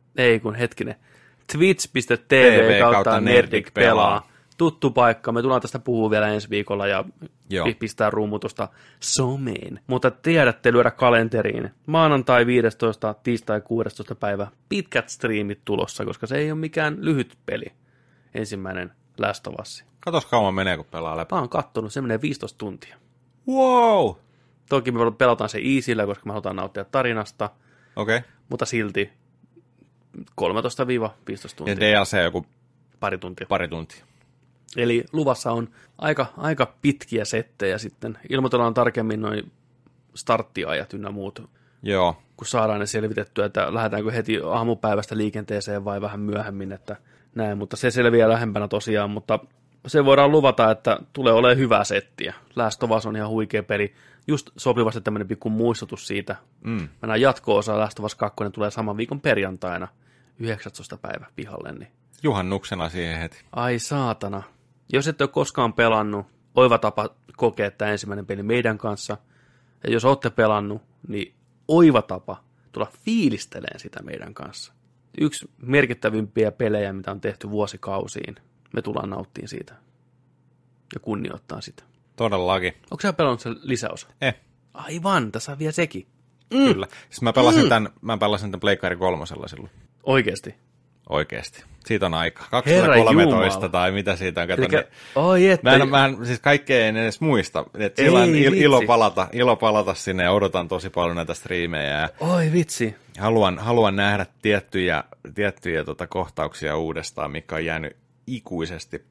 twitch.tv kautta Nerdik pelaa. Tuttu paikka. Me tullaan tästä puhua vielä ensi viikolla ja pistää ruumutusta someen. Mutta tiedätte lyödä kalenteriin. Maanantai 15, tiistai 16 päivä. Pitkät striimit tulossa, koska se ei ole mikään lyhyt peli. Ensimmäinen Last of Us. Katos kauan menee, kun pelaa läpi. Mä oon kattonut, se menee 15 tuntia. Wow! Toki me pelataan se easyllä, koska me halutaan nauttia tarinasta. Okei. Okay. Mutta silti 13-15 tuntia. Ja DLC joku pari tuntia. Eli luvassa on aika pitkiä settejä sitten. Ilmoitellaan tarkemmin noin starttiajat ynnä muut. Joo. Kun saadaan ne selvitettyä, että lähdetäänkö heti aamupäivästä liikenteeseen vai vähän myöhemmin, että näin. Mutta se selviää lähempänä tosiaan, mutta se voidaan luvata, että tulee olemaan hyvää settiä. Last of Us on ihan huikea peli. Just sopivasti tämmöinen pikku muistutus siitä. Mennään jatko-osa, Last of Us 2 tulee saman viikon perjantaina 19. päivä pihalle. Niin. Juhannuksena siihen heti. Ai saatana. Jos et ole koskaan pelannut, oiva tapa kokea tämä ensimmäinen peli meidän kanssa. Ja jos olette pelannut, niin oiva tapa tulla fiilistelemään sitä meidän kanssa. Yksi merkittävimpiä pelejä, mitä on tehty vuosikausiin. Me tullaan nauttiin siitä ja kunnioittaa sitä. Todellakin. Onko sä pelannut sen lisäosa? Aivan, tässä on vielä sekin. Kyllä. Siis mä pelasin tämän Pleikkari 3 silloin. Oikeesti? Oikeesti. Siitä on aika. 2013 tai mitä siitä on. Siis kaikkea en edes muista. Et sillä on ilo palata sinne ja odotan tosi paljon näitä striimejä. Oi vitsi. Haluan nähdä tiettyjä kohtauksia uudestaan, mikä on jäänyt ikuisesti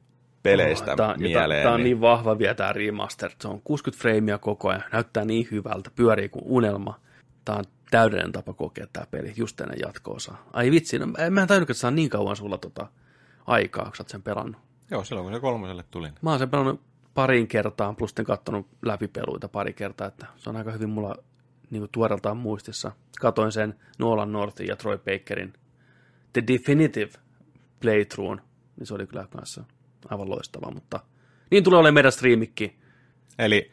peleistä mieleen. Tämä on niin vahva vielä tämä remaster. Se on 60 freimiä koko ajan, näyttää niin hyvältä, pyörii kuin unelma. Tämä on täydellinen tapa kokea tämä peli just ennen jatko-osaa. Ai vitsi, no, mä en tajunnut, että saa niin kauan sulla aikaa, kun sä oot sen pelannut. Joo, silloin kun se 3 tuli. Mä oon sen pelannut pariin kertaan, plus sitten katsonut läpipeluita pari kertaa, että se on aika hyvin mulla niin tuoreeltaan muistissa. Katoin sen Nolan Northin ja Troy Bakerin The Definitive playthrough, niin se oli kyllä kanssa aivan loistava, mutta niin tulee olemaan meidän striimikki. Eli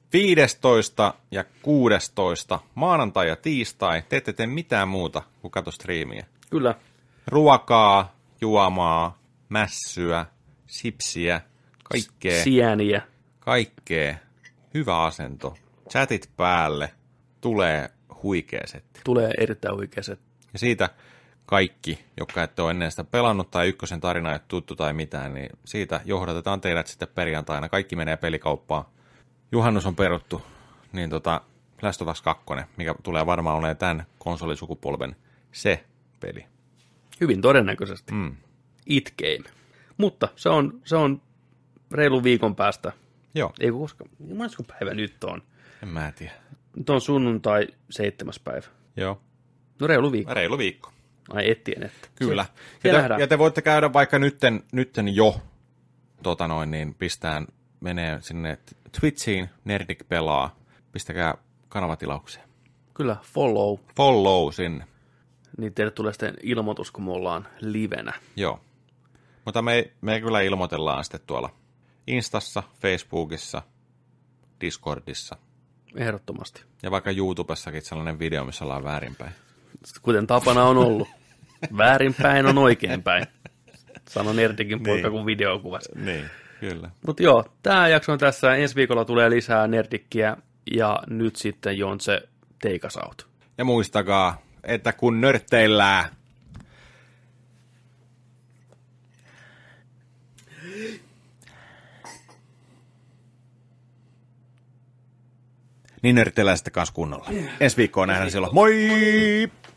15. ja 16. maanantai ja tiistai te ette tee mitään muuta kuin katso striimiä. Kyllä. Ruokaa, juomaa, mässyä, sipsiä, kaikkea. Sieniä. Kaikkea. Hyvä asento. Chatit päälle. Tulee huikea setti. Tulee erittäin huikea setti. Ja siitä kaikki, jotka ette ole ennen sitä pelannut tai ykkösen tarina ei ole tuttu tai mitään, niin siitä johdatetaan teidät sitten perjantaina. Kaikki menee pelikauppaan. Juhannus on peruttu, niin Last of Us 2, mikä tulee varmaan olemaan tämän konsolisukupolven se peli. Hyvin todennäköisesti. It Game. Mutta se on reilu viikon päästä. Joo. Ei koska, monesko päivä nyt on? En mä tiedä. Nyt on sunnuntai 7. päivä. Joo. No reilu viikko. Reilu viikko. Ai ettien, että. Kyllä. Ja te voitte käydä vaikka nytten jo, niin pistään, menee sinne Twitchiin, Nerdik pelaa, pistäkää kanavatilaukseen. Kyllä, follow. Follow sinne. Niin teille tulee sitten ilmoitus, kun me ollaan livenä. Joo. Mutta me kyllä ilmoitellaan sitten tuolla Instassa, Facebookissa, Discordissa. Ehdottomasti. Ja vaikka YouTubessakin sellainen video, missä ollaan väärinpäin. Kuten tapana on ollut. Väärinpäin on oikeinpäin. Sano Nerdikin poika kuin videokuvassa. Niin, kyllä. Mutta joo, tämä jakso on tässä. Ensi viikolla tulee lisää Nerdikkiä. Ja nyt sitten Jontse, take us out. Ja muistakaa, että kun nörtteillään, niin nörtteillään sitten kanssa kunnolla. Ensi viikkoon nähdään silloin. Moi!